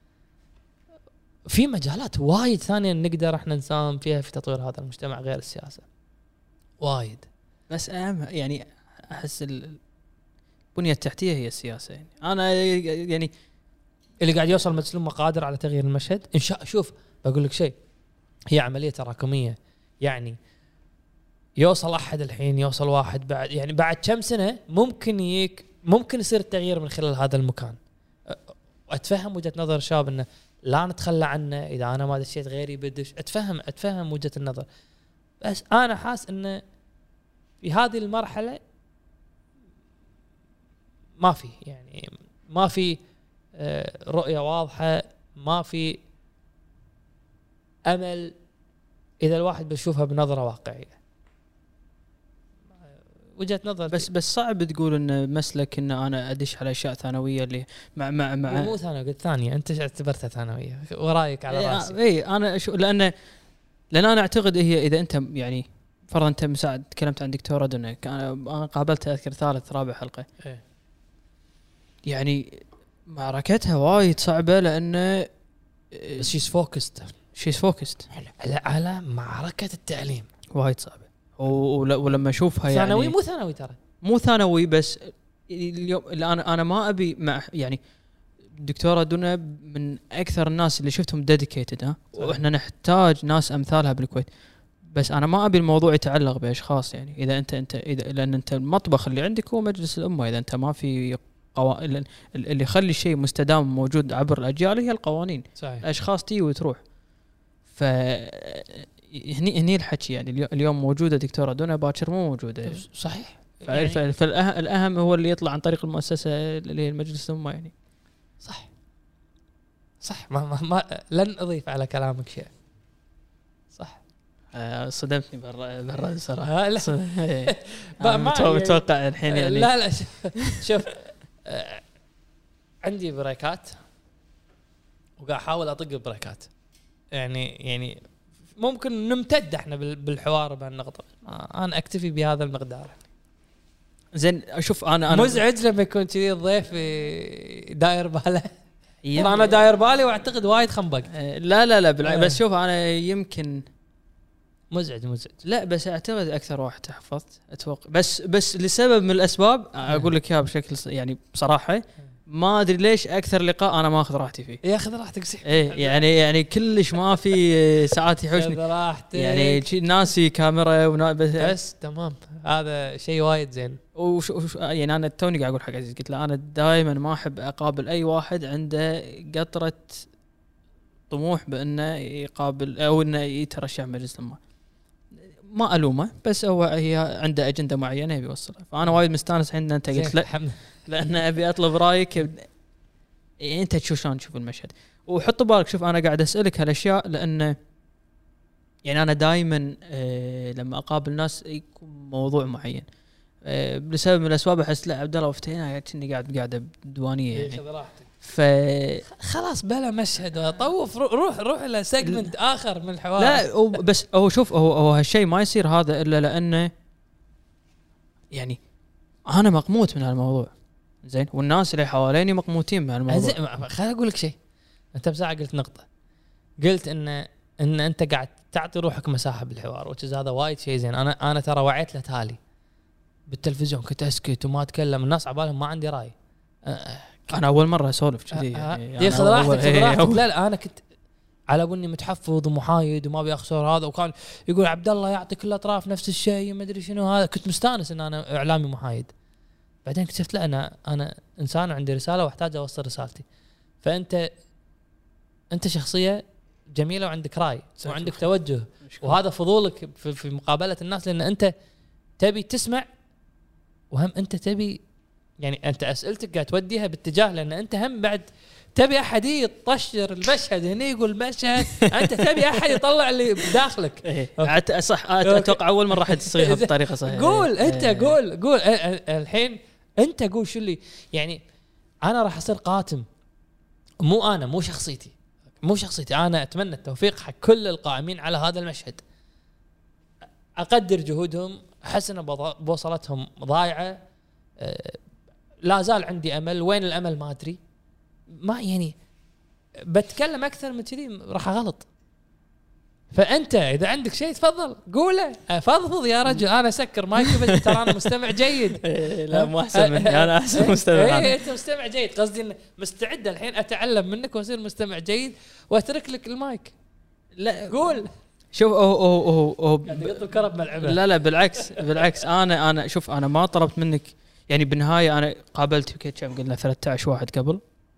في مجالات وايد ثانيه نقدر احنا نساهم فيها في تطوير هذا المجتمع غير السياسه وايد. بس اهم يعني احس البنيه التحتيه هي السياسه. يعني انا يعني اللي قاعد يوصل مسلم قادر على تغيير المشهد ان شاء. شوف بقول لك شيء، هي عمليه تراكميه. يعني يوصل احد الحين، يوصل واحد بعد، يعني بعد كم سنه ممكن يك ممكن يصير التغيير من خلال هذا المكان. اتفهم وجهه نظر الشباب انه لا نتخلى عنه، اذا انا ما دشيت غيري بدش. اتفهم اتفهم وجهه النظر، بس انا حاس انه في هذه المرحله ما في يعني ما في رؤيه واضحه، ما في امل اذا الواحد بيشوفها بنظره واقعيه. وجهه نظر. بس بس صعب تقول ان مسلك ان انا ادش على اشياء ثانويه اللي مع مع مع مو ثانويه، قلت ثانيه، انت اعتبرتها ثانويه ورايك على راسي. اي انا شو لان لان انا اعتقد هي اذا انت يعني فرضا انت مساعد تكلمت عن دكتوره دنا، انا قابلتها اذكر ثالث رابع حلقه. إيه؟ يعني معركتها وايد صعبه لان شيز فوكست شيز فوكست على على معركه التعليم وايد صعبه. ولما اشوفها يعني ثانوي مو ثانوي ترى مو ثانوي، بس اليوم اللي انا انا ما ابي مع يعني الدكتوره دنا من اكثر الناس اللي شفتهم ديديكيتد ها، واحنا نحتاج ناس امثالها بالكويت. بس انا ما ابي الموضوع يتعلق باشخاص. يعني اذا انت انت اذا لان انت المطبخ اللي عندك هو مجلس الامه، اذا انت ما في قوا... اللي يخلي الشيء مستدام موجود عبر الاجيال هي القوانين. صحيح. الاشخاص تي وتروح. ف هني هني الحكي يعني اليوم موجوده دكتوره دنا، باكر مو موجوده. صحيح. يعني فالاهم هو اللي يطلع عن طريق المؤسسه اللي هي المجلس الامه. يعني صح صح ما, ما, ما لن اضيف على كلامك شيء. صح. آه صدمتني برا برا صراحه. لا ما متوقع الحين يعني. لا لا شوف آه عندي بريكات وقاعد احاول اطق البريكات. يعني يعني ممكن نمتد احنا بالحوار بهالنقطه. انا اكتفي بهذا المقدار. زين اشوف انا انا مزعج لما يكون كذي الضيف داير باله. انا داير بالي واعتقد وايد خنبق. لا لا لا بالعكس. بس شوف انا يمكن مزعج مزعج لا بس اعتقد اكثر واحد تحفظت اتوقع. بس بس لسبب من الاسباب اقول لك اياها بشكل يعني بصراحه ما ادري ليش اكثر لقاء انا ما اخذ راحتي فيه. ياخذ راحتك سي. ايه يعني يعني كلش ما في ساعات يحوشني يعني ناسي كاميرا ونا بس, بس تمام. هذا شيء وايد زين. وش يعني انا توني قاعد اقول حق عزيز، قلت له انا دائما ما احب اقابل اي واحد عنده قطره طموح بانه يقابل او انه يترشح مجلس الامه. ما الومه، بس هو هي عنده اجنده معينه يبي يوصلها. فانا وايد مستانس الحين انت قلت لا لان ابي اطلب رايك. انت تشوف شلون تشوف المشهد. وحط بالك شوف انا قاعد اسالك هالاشياء لان يعني انا دائما أه لما اقابل ناس يكون موضوع معين أه لسبب من الاسباب احس لا عبد الله وفتينا كأني قاعد قاعده بديوانيه يعني. ف خلاص بلا مشهد طوف روح روح الى سيجمنت اخر من الحوار. لا بس هو شوف هو هو هالشيء ما يصير هذا الا لانه يعني انا مقموت من هالموضوع زين والناس اللي حواليني مقموتين من هالموضوع. خليني اقول لك شيء. انت بساعه قلت نقطه قلت ان ان انت قاعد تعطي روحك مساحه بالحوار وتشز هذا وايد شيء زين. انا انا ترى وعيت لتالي بالتلفزيون كنت اسكت وما اتكلم الناس عبالهم ما عندي راي. انا اول مره اسولف كذي يعني ياخذ راحتك لا لا انا كنت على ابني متحفظ ومحايد وما ابي اخسر هذا وكان يقول عبد الله يعطي كل الاطراف نفس الشيء ما ادري شنو هذا. كنت مستانس ان انا اعلامي محايد. بعدين اكتشفت لا انا انا انسان وعندي رساله واحتاج اوصل رسالتي. فانت انت شخصيه جميله وعندك راي وعندك توجه وهذا فضولك في, في مقابله الناس لان انت تبي تسمع وهم انت تبي يعني انت اسئلتك قاعد توديها باتجاه لان انت هم بعد تبي احد يطشر المشهد هنا يقول مشهد انت تبي احد يطلع اللي بداخلك. ايه صح اتوقع اول مره راح تصيغها بطريقه صحيحه. قول انت قول قول الحين انت قول شو اللي يعني انا راح اصير قاتم مو انا مو شخصيتي مو شخصيتي انا اتمنى التوفيق حق كل القائمين على هذا المشهد. اقدر جهودهم احس ان بوصلتهم ضايعه. أه لا زال عندي امل. وين الامل ما ادري ما يعني بتكلم اكثر من كذي راح غلط. فانت اذا عندك شيء تفضل قوله فضفض يا رجل. انا اسكر مايكي بس ترى انا مستمع جيد. لا مو احسن مني انا احسن مستمع. اي انت مستمع جيد قصدي ان مستعد الحين اتعلم منك واصير مستمع جيد واترك لك المايك. لا قول شوف هو هو هو هو تقط الكرب ملعبه. لا لا بالعكس بالعكس انا انا شوف انا ما طلبت منك يعني بالنهايه انا قابلت كم قلنا ثلاثة عشر واحد قبل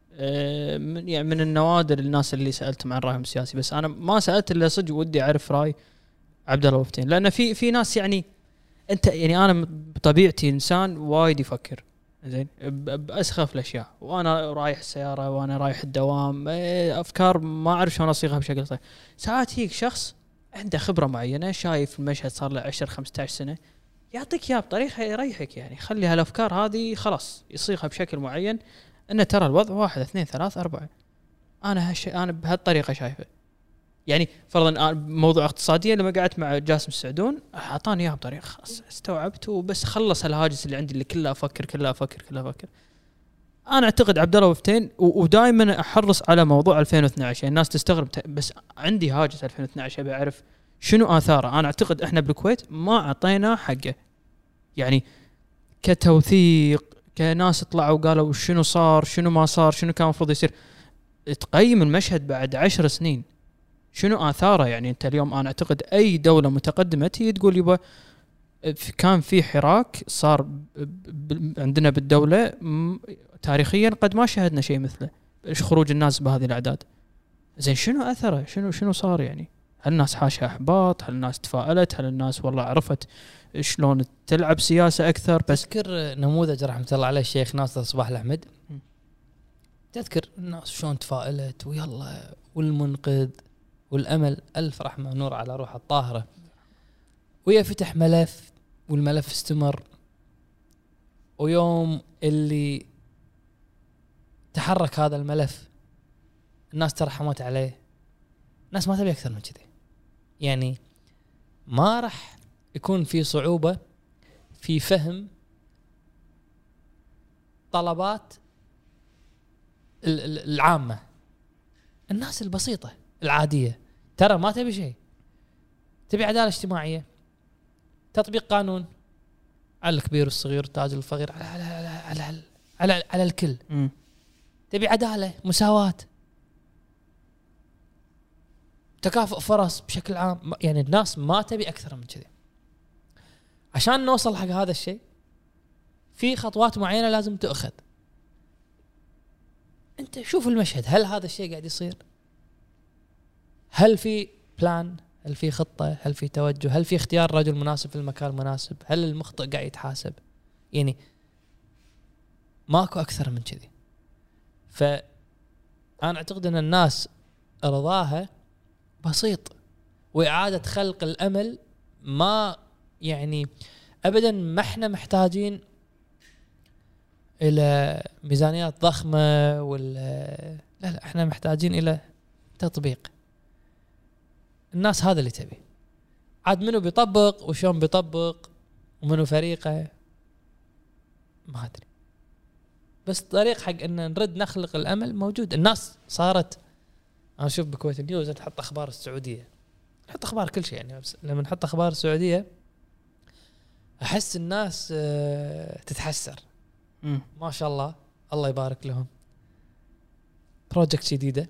من يعني من النوادر الناس اللي سالتهم عن رايهم السياسي بس انا ما سالت الا صدق ودي اعرف راي عبد الله وفتين لان في في ناس يعني انت يعني انا بطبيعتي انسان وايد يفكر زين باسخف الاشياء وانا رايح السياره وانا رايح الدوام افكار ما اعرف شلون اصيغها بشكل صحيح. ساعات هيك شخص عنده خبره معينه شايف المشهد صار له عشرة خمسة عشر سنه يعطيك اياه بطريقه يريحك يعني خلي هالافكار هذه خلاص يصيغها بشكل معين انه ترى الوضع واحد اثنين ثلاث اربعه. انا هالشيء انا بهالطريقه شايفه يعني فرضا موضوع اقتصاديا لما قعدت مع جاسم السعدون اعطاني اياها بطريقه خلاص استوعبت وبس خلص الهاجس اللي عندي اللي كله افكر كله افكر كله افكر. انا اعتقد عبد الله وفتين ودائما احرص على موضوع ألفين واثني عشر يعني الناس تستغرب بس عندي هاجس ألفين واثني عشر ابي اعرف شنو آثاره. أنا أعتقد إحنا بالكويت ما أعطينا حقه يعني كتوثيق كناس طلعوا وقالوا شنو صار شنو ما صار شنو كان مفروض يصير. تقيم المشهد بعد عشر سنين شنو آثاره يعني أنت اليوم أنا أعتقد أي دولة متقدمة تيجي تقول يبا كان في حراك صار عندنا بالدولة تاريخيا قد ما شاهدنا شيء مثله إيش خروج الناس بهذه الأعداد. زين شنو أثره شنو شنو صار يعني هل الناس حاشها احباط هل الناس تفائلت هل الناس والله عرفت شلون تلعب سياسه اكثر. بس تذكر نموذج رحمه الله عليه الشيخ ناصر صباح الاحمد تذكر الناس شلون تفائلت ويلا والمنقذ والامل الف رحمه ونور على روح الطاهره ويا فتح ملف والملف استمر ويوم اللي تحرك هذا الملف الناس ترحمت عليه. الناس ما تبي اكثر من كذي يعني ما راح يكون في صعوبة في فهم طلبات العامة الناس البسيطة العادية. ترى ما تبي شيء تبي عدالة اجتماعية تطبيق قانون على الكبير والصغير والتاجر والفقير على على على على, على, على الكل م. تبي عدالة مساواة تكافؤ فرص بشكل عام يعني الناس ما تبي أكثر من كذي. عشان نوصل حق هذا الشيء في خطوات معينة لازم تأخذ. أنت شوف المشهد هل هذا الشيء قاعد يصير هل في بلان هل في خطة هل في توجه هل في اختيار رجل مناسب في المكان المناسب هل المخطئ قاعد يتحاسب يعني ماكو أكثر من كذي. انا اعتقد ان الناس رضاها بسيط، واعاده خلق الامل ما يعني ابدا ما احنا محتاجين الى ميزانيات ضخمه ولا لا لا، احنا محتاجين الى تطبيق. الناس هذا اللي تبي، عاد منو بيطبق وشون بيطبق ومنو فريقه ما ادري، بس طريق حق ان نرد نخلق الامل موجود. الناس صارت، انا اشوف بكويت نيوز نحط اخبار السعوديه، نحط اخبار كل شيء يعني، بس لما نحط اخبار السعوديه احس الناس تتحسر. م. ما شاء الله الله يبارك لهم، بروجكت جديده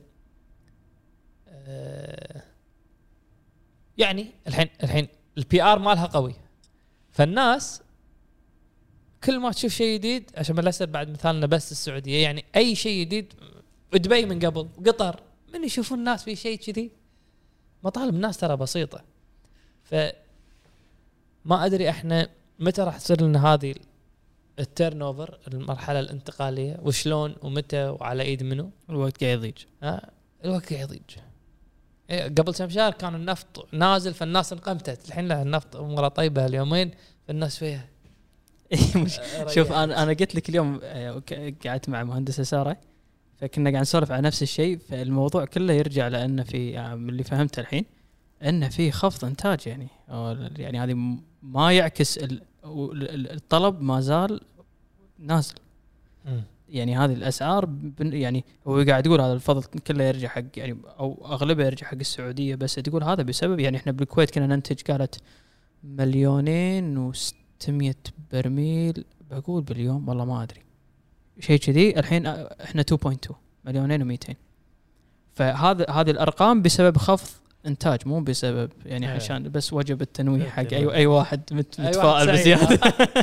يعني الحين الحين البي ار مالها قوي، فالناس كل ما تشوف شيء جديد، عشان ما يصير بعد مثالنا بس السعوديه، يعني اي شيء جديد، دبي من قبل، قطر، من يشوفون الناس في شيء كذي، مطالب الناس ترى بسيطه. ف ما ادري احنا متى راح تصير لنا هذه التيرن اوفر، المرحله الانتقاليه، وشلون ومتى وعلى ايد منو. الوقت قاعد يضيج. ها الوقت قاعد يضيج. إيه قبل كم شهر كان النفط نازل فالناس انقمتت، الحين لا، النفط اموره طيبه اليومين فالناس فيها. شوف انا انا قلت لك اليوم قعدت مع مهندسه ساره، فكنا قاعد نسولف على نفس الشيء، فالموضوع كله يرجع لانه في يعني من اللي فهمته الحين انه في خفض انتاج يعني، يعني هذه ما يعكس الطلب ما زال نازل. م. يعني هذه الاسعار يعني هو قاعد يقول هذا الفضل كله يرجع حق يعني او اغلبه يرجع حق السعوديه، بس تقول هذا بسبب يعني احنا بالكويت كنا ننتج قالت مليونين وستمية برميل، بقول باليوم والله ما ادري شيء كذي، الحين احنا اثنين فاصلة اثنين مليونين ومئتين. فهذا هذه الارقام بسبب خفض انتاج، مو بسبب يعني عشان بس وجب التنويه حق اي اي واحد متفائل بزياده.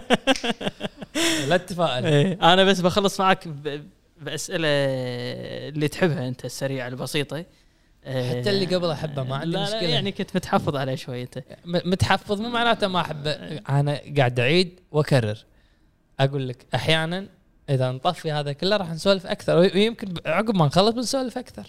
لا تفائل. انا بس بخلص معك باسئله اللي تحبها انت السريعه البسيطه، حتى اللي قبل احبه ما عندي مشكله، يعني كنت متحفظ عليه شويه. انت متحفظ مو معناته ما احبه، انا قاعد اعيد واكرر اقول لك احيانا اذا نطفي هذا كله راح نسولف اكثر، ويمكن عقب ما نخلص بنسولف اكثر.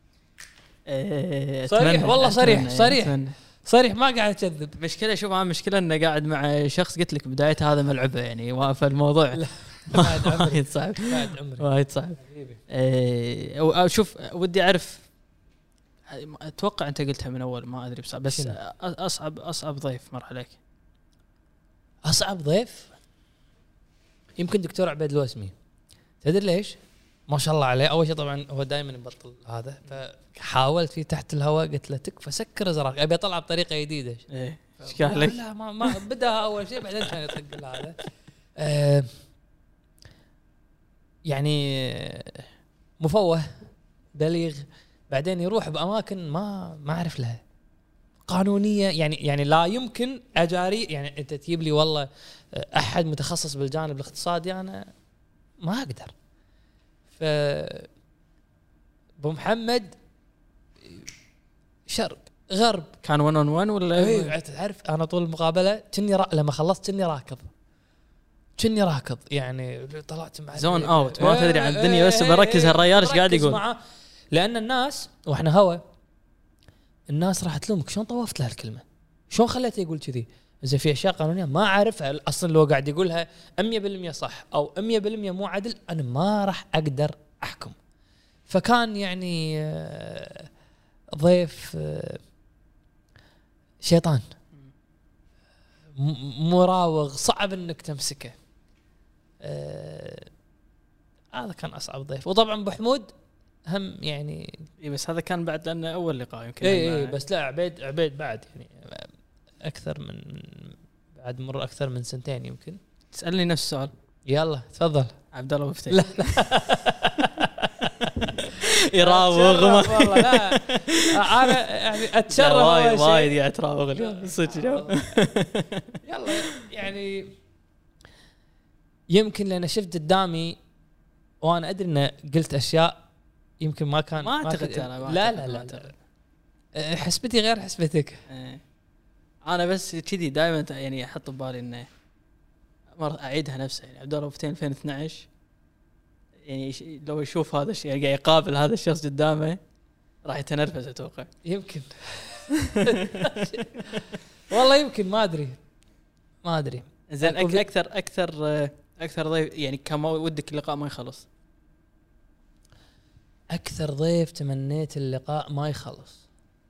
صريح والله، صريح صريح صريح ما قاعد اكذب. مشكله شوف انا مشكله انه قاعد مع شخص قلت لك بدايه هذا ملعبه يعني، واقف الموضوع بعد عمري صعب، بعد عمري وايد صعب. ايه شوف ودي اعرف، اتوقع انت قلتها من اول ما ادري بس بس اصعب اصعب ضيف مر عليك. اصعب ضيف يمكن دكتور عبيد الوسمي. تدري ليش؟ ما شاء الله عليه. اول شيء طبعا هو دائما يبطل هذا، فحاولت فيه تحت الهواء قلت له تكفى سكر ازرق، ابي اطلع بطريقه جديده. ايه ايش قال لك؟ لا ما, ما بدها اول شيء بعدين كان يطق هذا. آه يعني مفوه بليغ، بعدين يروح باماكن ما ما اعرف لها قانونيه، يعني يعني لا يمكن اجاري، يعني انت تجيب لي والله احد متخصص بالجانب الاقتصادي انا ما اقدر. ف ابو محمد شرق غرب كان ون اون ون ولا ايه تعرف، انا طول المقابله كني را... لما خلصت كني راكض كني راكض يعني طلعت مع زون اوت ما تدري عن الدنيا، بس بركز هالريال ايش قاعد يقول معه. لان الناس واحنا هوا الناس راح تلومك شلون طوفت له الكلمه، شلون خليته يقول كذي، اذا في اشياء قانونيه ما اعرفها اصلا، لو قاعد يقولها مية بالمية صح او مية بالمية مو عدل انا ما راح اقدر احكم. فكان يعني ضيف شيطان مراوغ صعب انك تمسكه. هذا كان اصعب ضيف. وطبعا ابو حمود هم يعني اي بس هذا كان بعد لانه اول لقاء يمكن. اي اي بس لا عبيد عبيد بعد يعني اكثر من بعد مر اكثر من سنتين يمكن. تسالني نفس السؤال. يلا تفضل. عبد الله مفتي. لا يراوغ والله لا انا يعني اتشرف وايد وايد قاعد تراوغ اليوم صدق. يلا يعني يمكن لأن شفت قدامي وانا ادري ان قلت اشياء يمكن ما كان ما اعتقد انا ما لا لا لا, لا, لا. حسبتي غير حسبتك. انا بس كذي دائما يعني احط ببالي انه مره اعيدها نفسها يعني عبد الله مفتين ألفين واثناشر يعني لو يشوف هذا الشيء قاعد يقابل هذا الشخص قدامه راح يتنرفز اتوقع. يمكن والله يمكن ما ادري ما ادري زين اكثر اكثر اكثر ضيف يعني كان ودك اللقاء ما يخلص؟ اكثر ضيف تمنيت اللقاء ما يخلص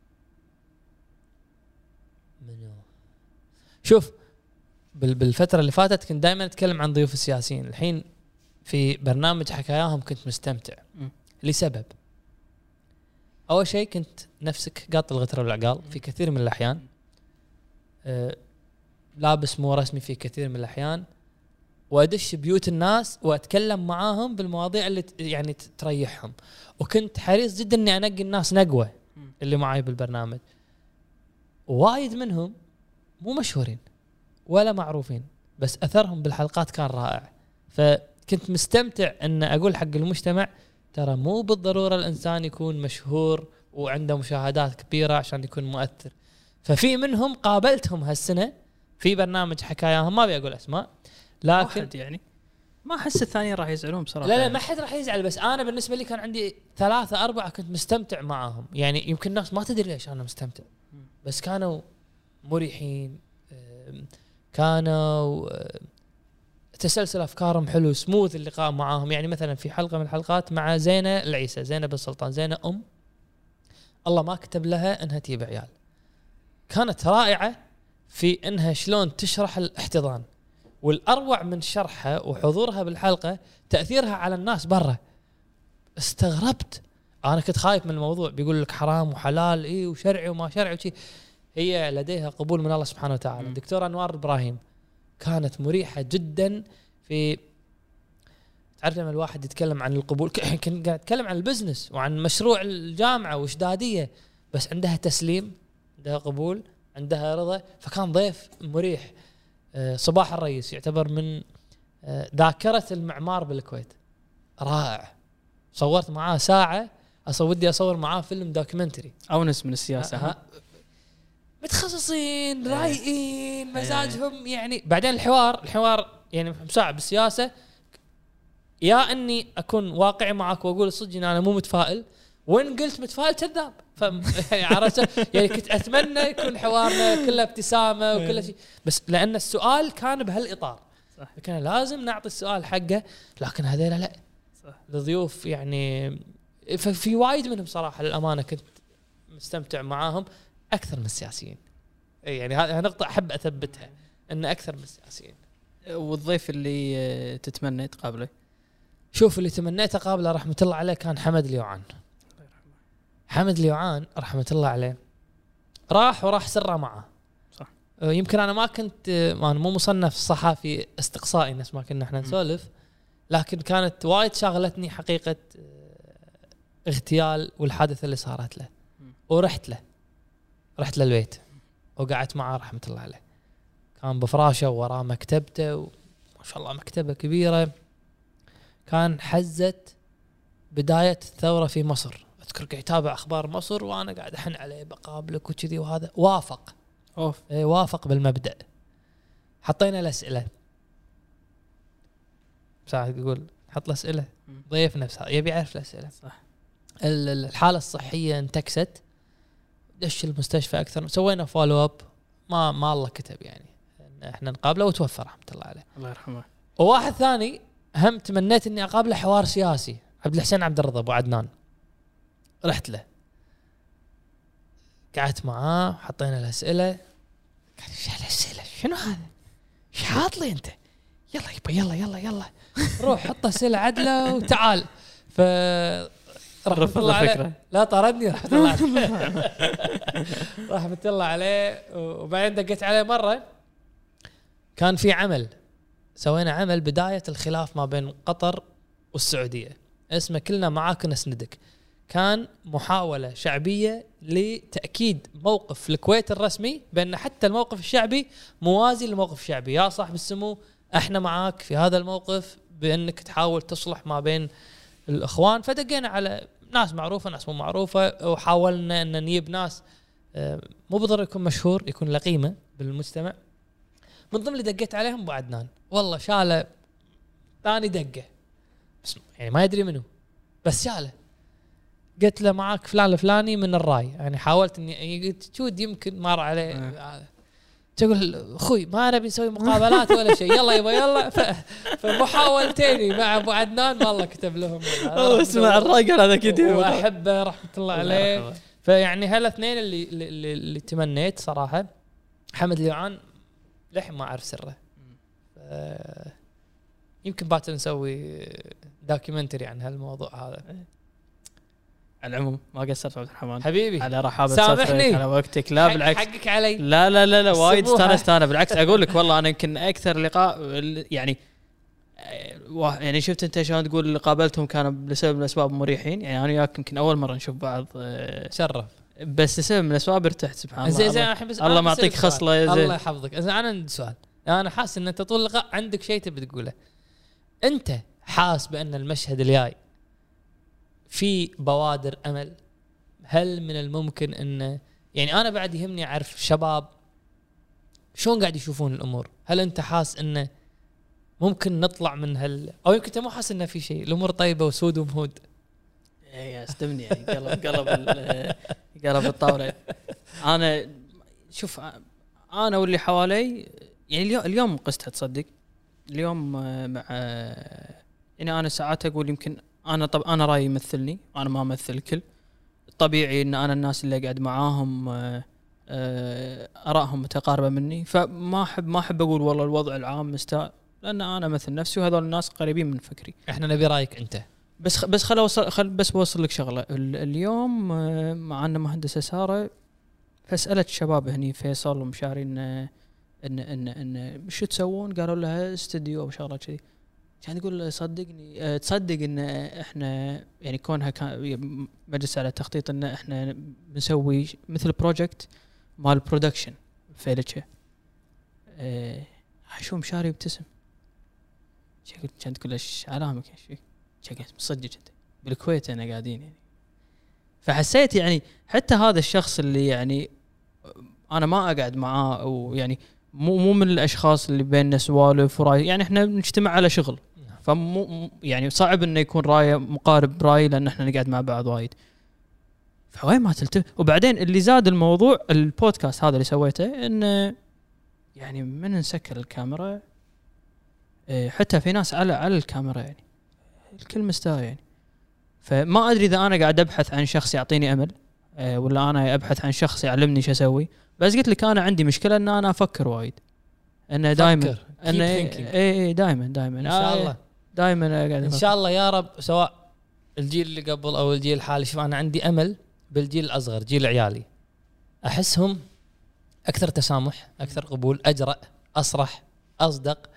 منو؟ شوف بالفتره اللي فاتت كنت دائما اتكلم عن ضيوف السياسيين. الحين في برنامج حكاياهم كنت مستمتع م. لسبب. اول شيء كنت نفسك قاط الغتره والعقال في كثير من الاحيان، أه لابس مو رسمي في كثير من الاحيان، وادش بيوت الناس واتكلم معاهم بالمواضيع اللي يعني تريحهم، وكنت حريص جدا اني انقي الناس نقوه اللي معاي بالبرنامج. وايد منهم مو مشهورين ولا معروفين بس اثرهم بالحلقات كان رائع. فكنت مستمتع ان اقول حق المجتمع ترى مو بالضروره الانسان يكون مشهور وعنده مشاهدات كبيره عشان يكون مؤثر. ففي منهم قابلتهم هالسنه في برنامج حكاياهم، ما ابي اقول اسماء لكن يعني ما احس الثانيين راح يزعلون بصراحه. لا لا ما حد راح يزعل، بس انا بالنسبه لي كان عندي ثلاثة أربعة كنت مستمتع معاهم. يعني يمكن الناس ما تدري ليش انا مستمتع، بس كانوا مريحين، كانوا تسلسل افكارهم حلو، سموث اللقاء معاهم. يعني مثلا في حلقه من الحلقات مع زينه العيسى، زينه بن سلطان، زينه ام الله ما كتب لها انها تجيب عيال، كانت رائعه في انها شلون تشرح الاحتضان. والاروع من شرحها وحضورها بالحلقه تاثيرها على الناس برا. استغربت، انا كنت خايف من الموضوع بيقول لك حرام وحلال ايه وشرعي وما شرعي وشي، هي لديها قبول من الله سبحانه وتعالى. الدكتوره انوار ابراهيم كانت مريحه جدا في، تعرف لما الواحد يتكلم عن القبول، كان قاعد يتكلم عن البزنس وعن مشروع الجامعه واشداديه، بس عندها تسليم، عندها قبول، عندها رضا. فكان ضيف مريح. صباح الرئيس يعتبر من ذاكره المعمار بالكويت، رائع. صورت معاه ساعه، اصلا ودي اصور معاه فيلم دوكيومنتري. اونس من السياسه، ها متخصصين رايقين مزاجهم. يعني بعدين الحوار الحوار يعني مساعد بالسياسه، يا اني اكون واقعي معك واقول الصدق ان انا مو متفائل، وين قلت متفائل كذاب. ف يعني عرفت، يعني كنت اتمنى يكون حوارنا كله ابتسامه وكل شيء، بس لان السؤال كان بهالاطار صح، كان لازم نعطي السؤال حقه. لكن هذول لا صح، الضيوف يعني في وايد منهم صراحه للامانه كنت مستمتع معاهم اكثر من السياسيين. يعني هذه نقطه احب اثبتها، ان اكثر من السياسيين. والضيف اللي تتمنى تقابله؟ شوف اللي تمنيت اقابله رحمه الله عليه كان حمد اليوعان. حمد اليوعان رحمه الله عليه راح وراح سره معه صح. يمكن انا ما كنت انا مو مصنف صحفي استقصائي نفس ما كنا احنا نسولف، لكن كانت وايد شاغلتني حقيقه اغتيال والحادثه اللي صارت له. ورحت له رحت له البيت وقعدت معه رحمه الله عليه. كان بفراشه وراه مكتبته، وما شاء الله مكتبه كبيره. كان حزه بدايه الثوره في مصر. اذكر قاعد يتابع اخبار مصر وانا قاعد احن عليه بقابلك وكذي، وهذا وافق اوف اي وافق بالمبدا. حطينا الاسئله، ساعد يقول حط الاسئله، ضيف نفسه يبي يعرف الاسئله صح. الحاله الصحيه انتكست، دش المستشفى اكثر، سوينا فولو اب، ما ما الله كتب يعني احنا نقابله وتوفى رحمه الله عليه الله يرحمه. وواحد ثاني هم تمنيت اني اقابله حوار سياسي، عبد الحسين عبد الرضا ابو عدنان. رحت له قعدت معاه حطينا الاسئله، قال ايش الاسئله شنو هذا ايش حاط لي انت، يلا يبا يلا يلا يلا روح حط اسئله عدله وتعال. ف رحمه الله عليه لا طردني رحمه الله عليه رحمه الله عليه. وبعدين دقيت عليه مره، كان في عمل سوينا عمل بدايه الخلاف ما بين قطر والسعوديه اسمه كلنا معاك نسندك. كان محاولة شعبية لتأكيد موقف الكويت الرسمي بأن حتى الموقف الشعبي موازي للموقف الشعبي. يا صاحب السمو احنا معاك في هذا الموقف بأنك تحاول تصلح ما بين الأخوان. فدقينا على ناس معروفة ناس مو معروفة، وحاولنا أن نجيب ناس مو بضر يكون مشهور، يكون له قيمة بالمجتمع. من ضمن اللي دقيت عليهم أبو عدنان، والله شاله ثاني دقة بس يعني ما يدري منه، بس ياله قلت له معاك فلان الفلاني من الراي، يعني حاولت اني قلت شود يمكن مر عليه هذا. تقول اخوي ما نبي نسوي مقابلات ولا شيء، يلا يبا يلا. فمحاولتين مع ابو عدنان والله كتب لهم اسمع الراجل هذا كده واحبه رحمه الله عليه. فيعني هالاثنين اللي اللي, اللي تمنيت صراحه. حمد ليعان لحين ما اعرف سره، يمكن باكر نسوي دوكيومنتري عن هالموضوع هذا. على العموم ما قصرت عبد الرحمن حبيبي على رحابة صدرك على وقتك. لا بالعكس حقك علي. لا لا لا, لا وايد استانست انا. بالعكس اقول لك والله انا يمكن اكثر لقاء يعني يعني شفت انت شلون تقول قابلتهم كانوا لسبب من الاسباب مريحين. يعني انا وياك يمكن اول مره نشوف بعض شرف، بس لسبب من الاسباب ارتحت سبحان الله. زين زين الله, الله معطيك خصله زين. الله يحفظك. انا عندي سؤال، انا حاسس ان انت طول اللقاء عندك شيء تبي تقوله. انت حاس بان المشهد الجاي في بوادر امل؟ هل من الممكن ان يعني انا بعد يهمني اعرف شباب شلون قاعد يشوفون الامور؟ هل انت حاس انه ممكن نطلع من هال، او يمكن انت مو حاس انه في شيء الامور طيبه وسود ومهود؟ يا استمني يعني قلب قلب قلب الطاوله. انا شوف انا واللي حوالي يعني اليوم اليوم قستها تصدق اليوم مع يعني انا ساعات اقول يمكن انا طب انا رايي يمثلني، انا ما امثل الكل. طبيعي ان انا الناس اللي قاعد معاهم ارائهم متقاربه مني، فما احب ما احب اقول والله الوضع العام مستاء، لان انا مثل نفسي وهذول الناس قريبين من فكري. احنا نبي رايك انت. بس بس خل اوصل خل بس بوصل لك شغله. اليوم معنا مهندسه ساره، فسالت الشباب هني فيصل ومشاري ان ان ان, إن شو تسوون؟ قالوا لها استديو او شغله كذي. كان تقول صدقني تصدق ان احنا يعني كونها كان مجلس على تخطيط ان احنا بنسوي مثل بروجكت مال برودكشن فيلتشه. أه شو مشاري ابتسم كانت تقول ايش علامك ايش فيك؟ شكلت مصدق انت بالكويت انا قاعدين يعني. فحسيت يعني حتى هذا الشخص اللي يعني انا ما اقعد معاه او يعني مو مو من الاشخاص اللي بيننا سوالف وراي، يعني احنا نجتمع على شغل، فمو يعني صعب انه يكون رايه مقارب براي لان احنا نقعد مع بعض وايد. فوين ما تلتف. وبعدين اللي زاد الموضوع البودكاست هذا اللي سويته انه يعني من نسكر الكاميرا حتى في ناس على على الكاميرا يعني الكل مستوى يعني. فما ادري اذا انا قاعد ابحث عن شخص يعطيني امل ولا انا ابحث عن شخص يعلمني شو اسوي. بس قلت لك انا عندي مشكله ان انا افكر وايد، انه دائما انه اي دائما دائما ان شاء الله دائما قاعد ان شاء الله يا رب. سواء الجيل اللي قبل او الجيل الحالي، شوف انا عندي امل بالجيل الاصغر، جيل عيالي، احسهم اكثر تسامح، اكثر قبول، اجرأ، اصرح، اصدق،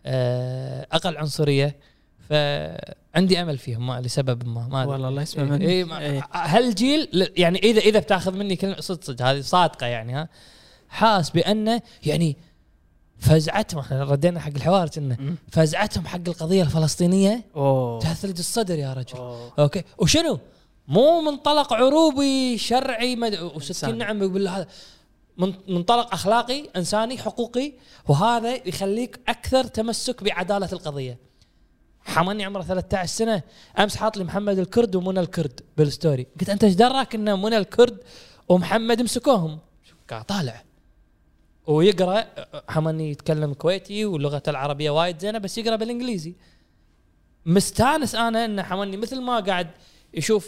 اقل عنصريه. فعندي امل فيهم ما لسبب ما, ما والله الله يسمع منك. إيه إيه هالجيل يعني اذا اذا بتاخذ مني كلمه صدق صدق هذه صادقه يعني، ها حاس بانه يعني فزعتهم، احنا ردينا حق الحوار كنا فزعتهم حق القضيه الفلسطينيه تثلج الصدر يا رجل. أوه. اوكي وشنو مو منطلق عروبي شرعي مد... وستين نعم بالله، هذا من منطلق اخلاقي انساني حقوقي، وهذا يخليك اكثر تمسك بعداله القضيه. حماني عمره ثلاثة عشر سنه امس حاط لي محمد الكرد ومنى الكرد بالستوري، قلت انت ايش دراك ان منى الكرد ومحمد مسكوهم؟ قاعد طالع ويقرا حماني يتكلم كويتي ولغته العربيه وايد زينه بس يقرا بالانجليزي. مستانس انا ان حماني مثل ما قاعد يشوف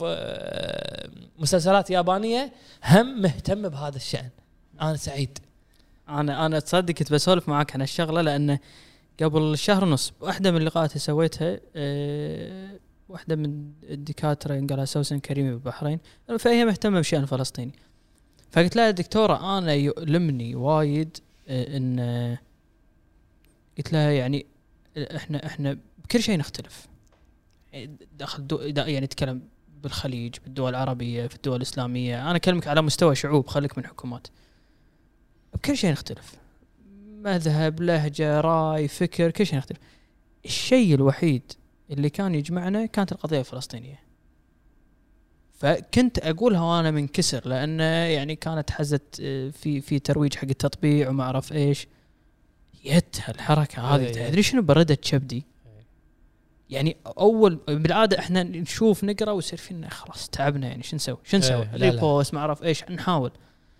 مسلسلات يابانيه هم مهتم بهذا الشأن. انا سعيد. انا انا تصدق كنت بسولف معاك عن الشغله لانه قبل شهر ونص واحده من اللقاءات اللي سويتها أه واحده من الدكاتره قالها سوسن كريمي بالبحرين، فهي مهتمه بشأن فلسطيني. فقلت لها دكتوره انا يؤلمني وايد أه ان أه قلت لها يعني احنا احنا بكل شيء نختلف داخل دو يعني نتكلم بالخليج بالدول العربيه في الدول الاسلاميه، انا اكلمك على مستوى شعوب خليك من حكومات، بكل شيء نختلف، مذهب لهجه راي فكر كل شيء نختلف. الشيء الوحيد اللي كان يجمعنا كانت القضيه الفلسطينيه. فكنت اقولها وانا منكسر لان يعني كانت حزت في في ترويج حق التطبيع وما اعرف ايش. يتها الحركه هذه تدري شنو بردت شبدي؟ يعني اول بالعاده احنا نشوف نقرا ويصير فينا خلاص تعبنا يعني شو نسوي شو نسوي ريبوست ما اعرف ايش نحاول.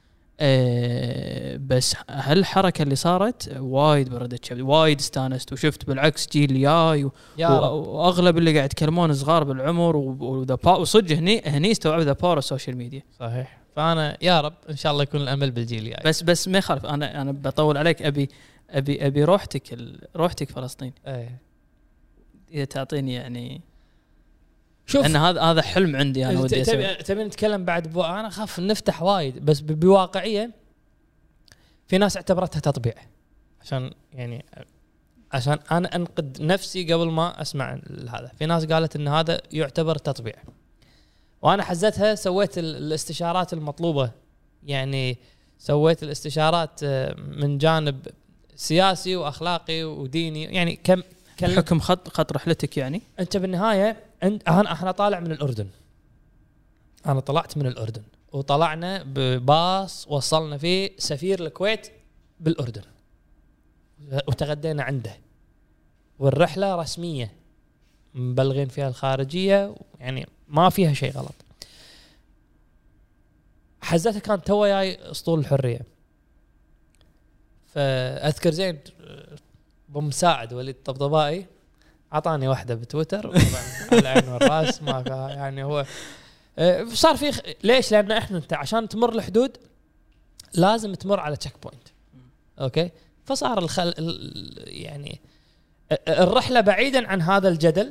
أه بس هالحركه اللي صارت وايد بردت شباب وايد استانست وشفت بالعكس جيل جاي و... واغلب اللي قاعد يتكلمون صغار بالعمر وذا وصدق هني هني استوعب ذا باور السوشيال ميديا. صحيح. فانا يا رب ان شاء الله يكون الامل بالجيل الجاي. بس بس ما يخالف انا انا بطول عليك ابي ابي ابي روحتك ال... روحتك فلسطين. ايه اذا تعطيني يعني شوف ان هذا هذا حلم عندي انا ودي اسوي. تبي نتكلم بعد بو... انا اخاف نفتح وايد بس بواقعيه. في ناس اعتبرتها تطبيع عشان يعني عشان انا انقد نفسي قبل ما اسمع هذا. في ناس قالت ان هذا يعتبر تطبيع وانا حزتها سويت الاستشارات المطلوبه يعني سويت الاستشارات من جانب سياسي واخلاقي وديني يعني كم حكم خط خط رحلتك يعني. انت بالنهايه انت احنا طالع من الاردن. انا طلعت من الاردن وطلعنا بباص وصلنا فيه سفير الكويت بالاردن وتغدينا عنده والرحله رسميه مبلغين فيها الخارجيه يعني ما فيها شيء غلط. حزتها كانت تو جاي اسطول الحريه فاذكر زين بمساعد وليد الطبطبائي عطاني واحده بتويتر على العين والراس ما يعني هو صار في خ... ليش؟ لان احنا انت عشان تمر الحدود لازم تمر على تشيك بوينت اوكي. فصار الخل... يعني الرحله بعيدا عن هذا الجدل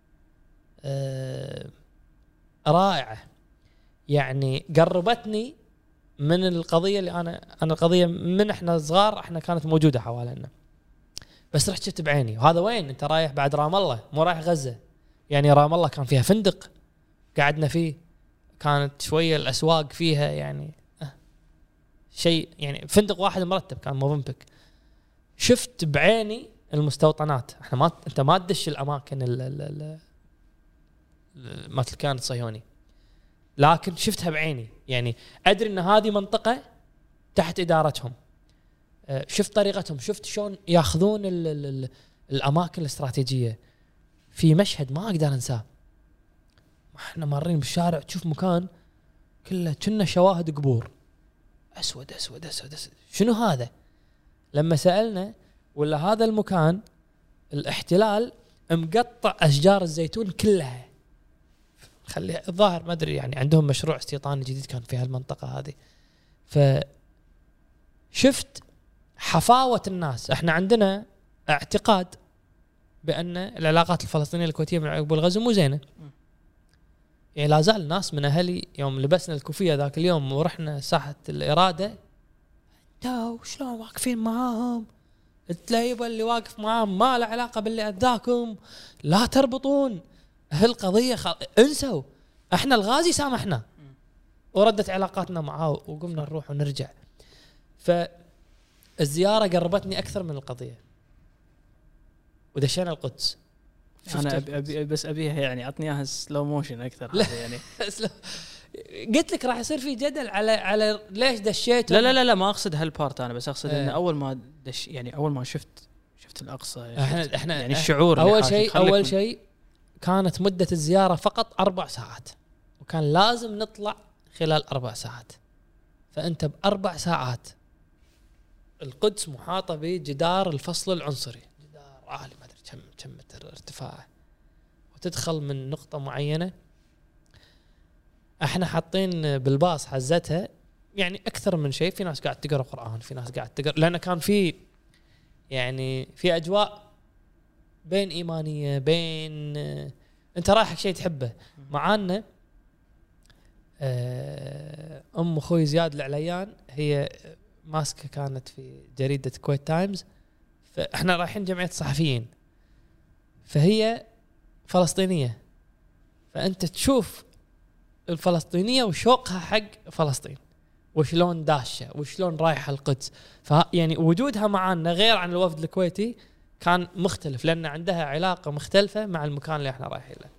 آه... رائعه يعني قربتني من القضيه اللي انا انا القضيه من احنا صغار احنا كانت موجوده حوالينا بس رحت شفت بعيني. وهذا وين انت رايح بعد رام الله مو رايح غزه يعني. رام الله كان فيها فندق قعدنا فيه كانت شويه الاسواق فيها يعني أه شيء يعني فندق واحد مرتب كان موفنبيك. شفت بعيني المستوطنات. احنا ما انت ما تدش الاماكن ال ال مثل كان الصهيوني لكن شفتها بعيني يعني ادري ان هذه منطقه تحت ادارتهم. شفت طريقتهم شفت شلون ياخذون ال ال الاماكن الاستراتيجيه. في مشهد ما اقدر انساه احنا مارين بالشارع تشوف مكان كله كنا شواهد قبور اسود اسود اسود, أسود. شنو هذا؟ لما سالنا ولا هذا المكان الاحتلال مقطع اشجار الزيتون كلها خليها الظاهر ما ادري يعني عندهم مشروع استيطاني جديد كان في هالمنطقه هذه. فشفت حفاوه الناس. احنا عندنا اعتقاد بان العلاقات الفلسطينيه الكويتيه من عقب الغزو مو زينه يعني. لا زال ناس من اهلي يوم لبسنا الكوفيه ذاك اليوم ورحنا ساحه الاراده انتوا شلون واقفين معاهم؟ التلايبه اللي واقف معاهم ما له علاقه باللي اذاكم لا تربطون هالقضيه خل... انسوا احنا الغازي سامحنا وردت علاقاتنا معاه وقمنا نروح ونرجع. فالزياره قربتني اكثر من القضيه ودشينا القدس. انا أبي أبي بس ابيها يعني عطني اياها سلو موشن اكثر يعني قلت لك راح يصير في جدل على على ليش دشيت. لا لا لا, لا ما اقصد هالبارت انا بس اقصد اه. ان اول ما دش يعني اول ما شفت شفت الاقصى احنا احنا يعني الشعور اول شيء اول شيء كانت مده الزياره فقط اربع ساعات وكان لازم نطلع خلال اربع ساعات. فانت باربع ساعات القدس محاطه بجدار الفصل العنصري جدار عالي ما ادري كم كم متر ارتفاعه وتدخل من نقطه معينه. احنا حاطين بالباص حزتها يعني اكثر من شيء. في ناس قاعد تقرا قرآن في ناس قاعد تقرا لان كان في يعني في اجواء بين ايمانيه بين انت رايح شيء تحبه. معانا ام اخوي زياد العليان هي ماسكه كانت في جريده كويت تايمز. فاحنا رايحين جمعيه صحفيين فهي فلسطينيه فانت تشوف الفلسطينيه وشوقها حق فلسطين وشلون داشه وشلون رايحه القدس. فيعني وجودها معنا غير عن الوفد الكويتي كان مختلف لان عندها علاقه مختلفه مع المكان اللي احنا رايحين له.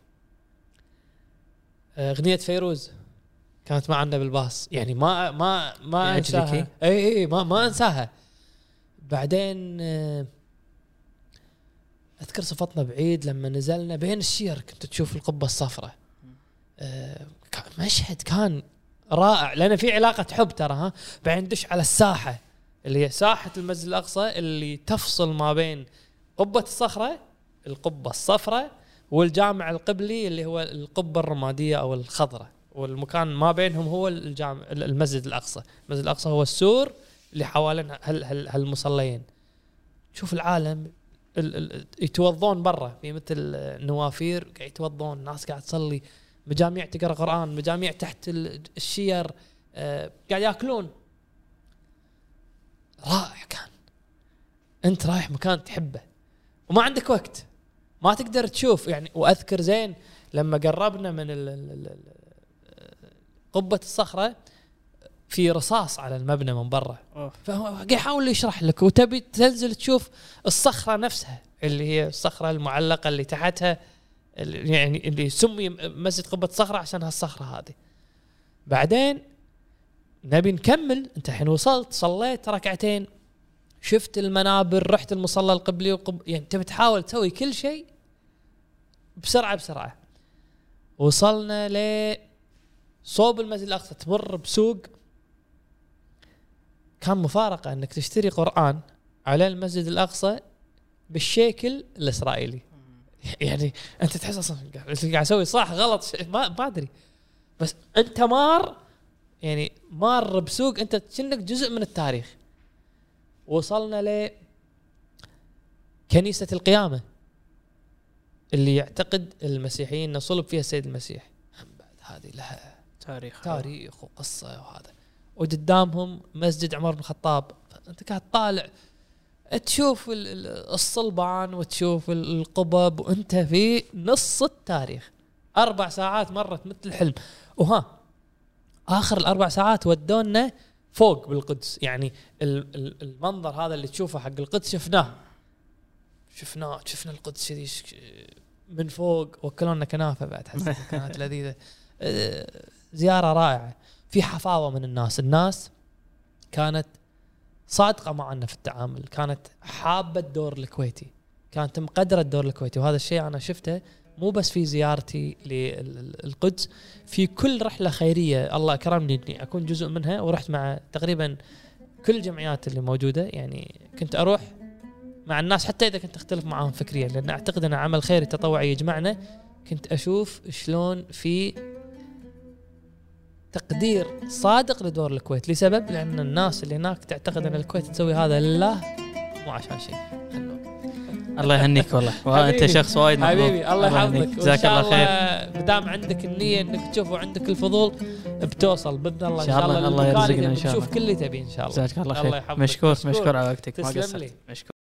اغنيه فيروز كانت معنا بالباص يعني ما ما ما انساها. اي اي ما ما انساها. بعدين اذكر صفتنا بعيد لما نزلنا بين الشير كنت تشوف القبه الصفراء. أه مشهد كان رائع لأن في علاقة حب ترى. ها بعدين ندش على الساحة اللي هي ساحة المسجد الأقصى اللي تفصل ما بين قبة الصخرة القبة الصفراء والجامع القبلي اللي هو القبة الرمادية أو الخضراء، والمكان ما بينهم هو الجامع المسجد الأقصى. المسجد الأقصى هو السور اللي حوالين هال هال هالمصليين. شوف العالم ال ال يتوضون برا في مثل نوافير قاعد يتوضون، الناس قاعد تصلي، مجاميع تقرأ قرآن، مجاميع تحت الشير آه، قاعد يأكلون. رائع كان. أنت رايح مكان تحبه وما عندك وقت، ما تقدر تشوف يعني. وأذكر زين لما قربنا من ال ال ال قبة الصخرة في رصاص على المبنى من برا، فهو قاعد يحاول يشرح لك وتبي تنزل تشوف الصخرة نفسها اللي هي الصخرة المعلقة اللي تحتها، يعني اللي سمي مسجد قبة الصخرة عشان هالصخرة هذه. بعدين نبي نكمل، انت الحين وصلت صليت ركعتين، شفت المنابر، رحت المصلى القبلي وقب... يعني تبي تحاول تسوي كل شيء بسرعة بسرعة. وصلنا ل صوب المسجد الأقصى، تمر بسوق كان مفارقة انك تشتري قرآن على المسجد الأقصى بالشيكل الإسرائيلي. يعني انت تحس اصلا قاعد اسوي صح غلط ما ما ادري، بس انت مار يعني مار بسوق انت كأنك جزء من التاريخ. وصلنا ل كنيسة القيامة اللي يعتقد المسيحيين ان صلب فيها السيد المسيح. بعد هذه لها تاريخ تاريخ وقصة وهذا. وقدامهم مسجد عمر بن الخطاب، انت قاعد طالع تشوف الصلبان وتشوف القبب وانت في نص التاريخ. اربع ساعات مرت مثل الحلم. وها اخر الاربع ساعات ودونا فوق بالقدس، يعني المنظر هذا اللي تشوفه حق القدس شفناه شفناه شفنا القدس من فوق، وكلونا كنافه بعد حسيت كانت لذيذه. زياره رائعه، في حفاوه من الناس. الناس كانت صادقة معنا في التعامل، كانت حابة الدور الكويتي، كانت مقدرة الدور الكويتي. وهذا الشيء أنا شفته مو بس في زيارتي للقدس، في كل رحلة خيرية الله أكرمني إني أكون جزء منها، ورحت مع تقريبا كل الجمعيات اللي موجودة. يعني كنت أروح مع الناس حتى إذا كنت أختلف معهم فكريا، لأن أعتقد أن عمل خيري تطوعي يجمعنا. كنت أشوف شلون في تقدير صادق لدور الكويت، لسبب لأن الناس اللي هناك تعتقد أن الكويت تسوي هذا لله مو عشان شيء. الله يهنيك والله، وأنت شخص وايد محبوب حبيبي. الله يحفظك، جزاك الله خير. بدام عندك النية إنك تشوف وعندك الفضول بتوصل بإذن الله. إن شاء الله الله يرزقنا إن شاء الله، تشوف كل اللي تبي إن شاء الله. جزاك الله خير. مشكور مشكور على وقتك، ما قصرت. مشكور.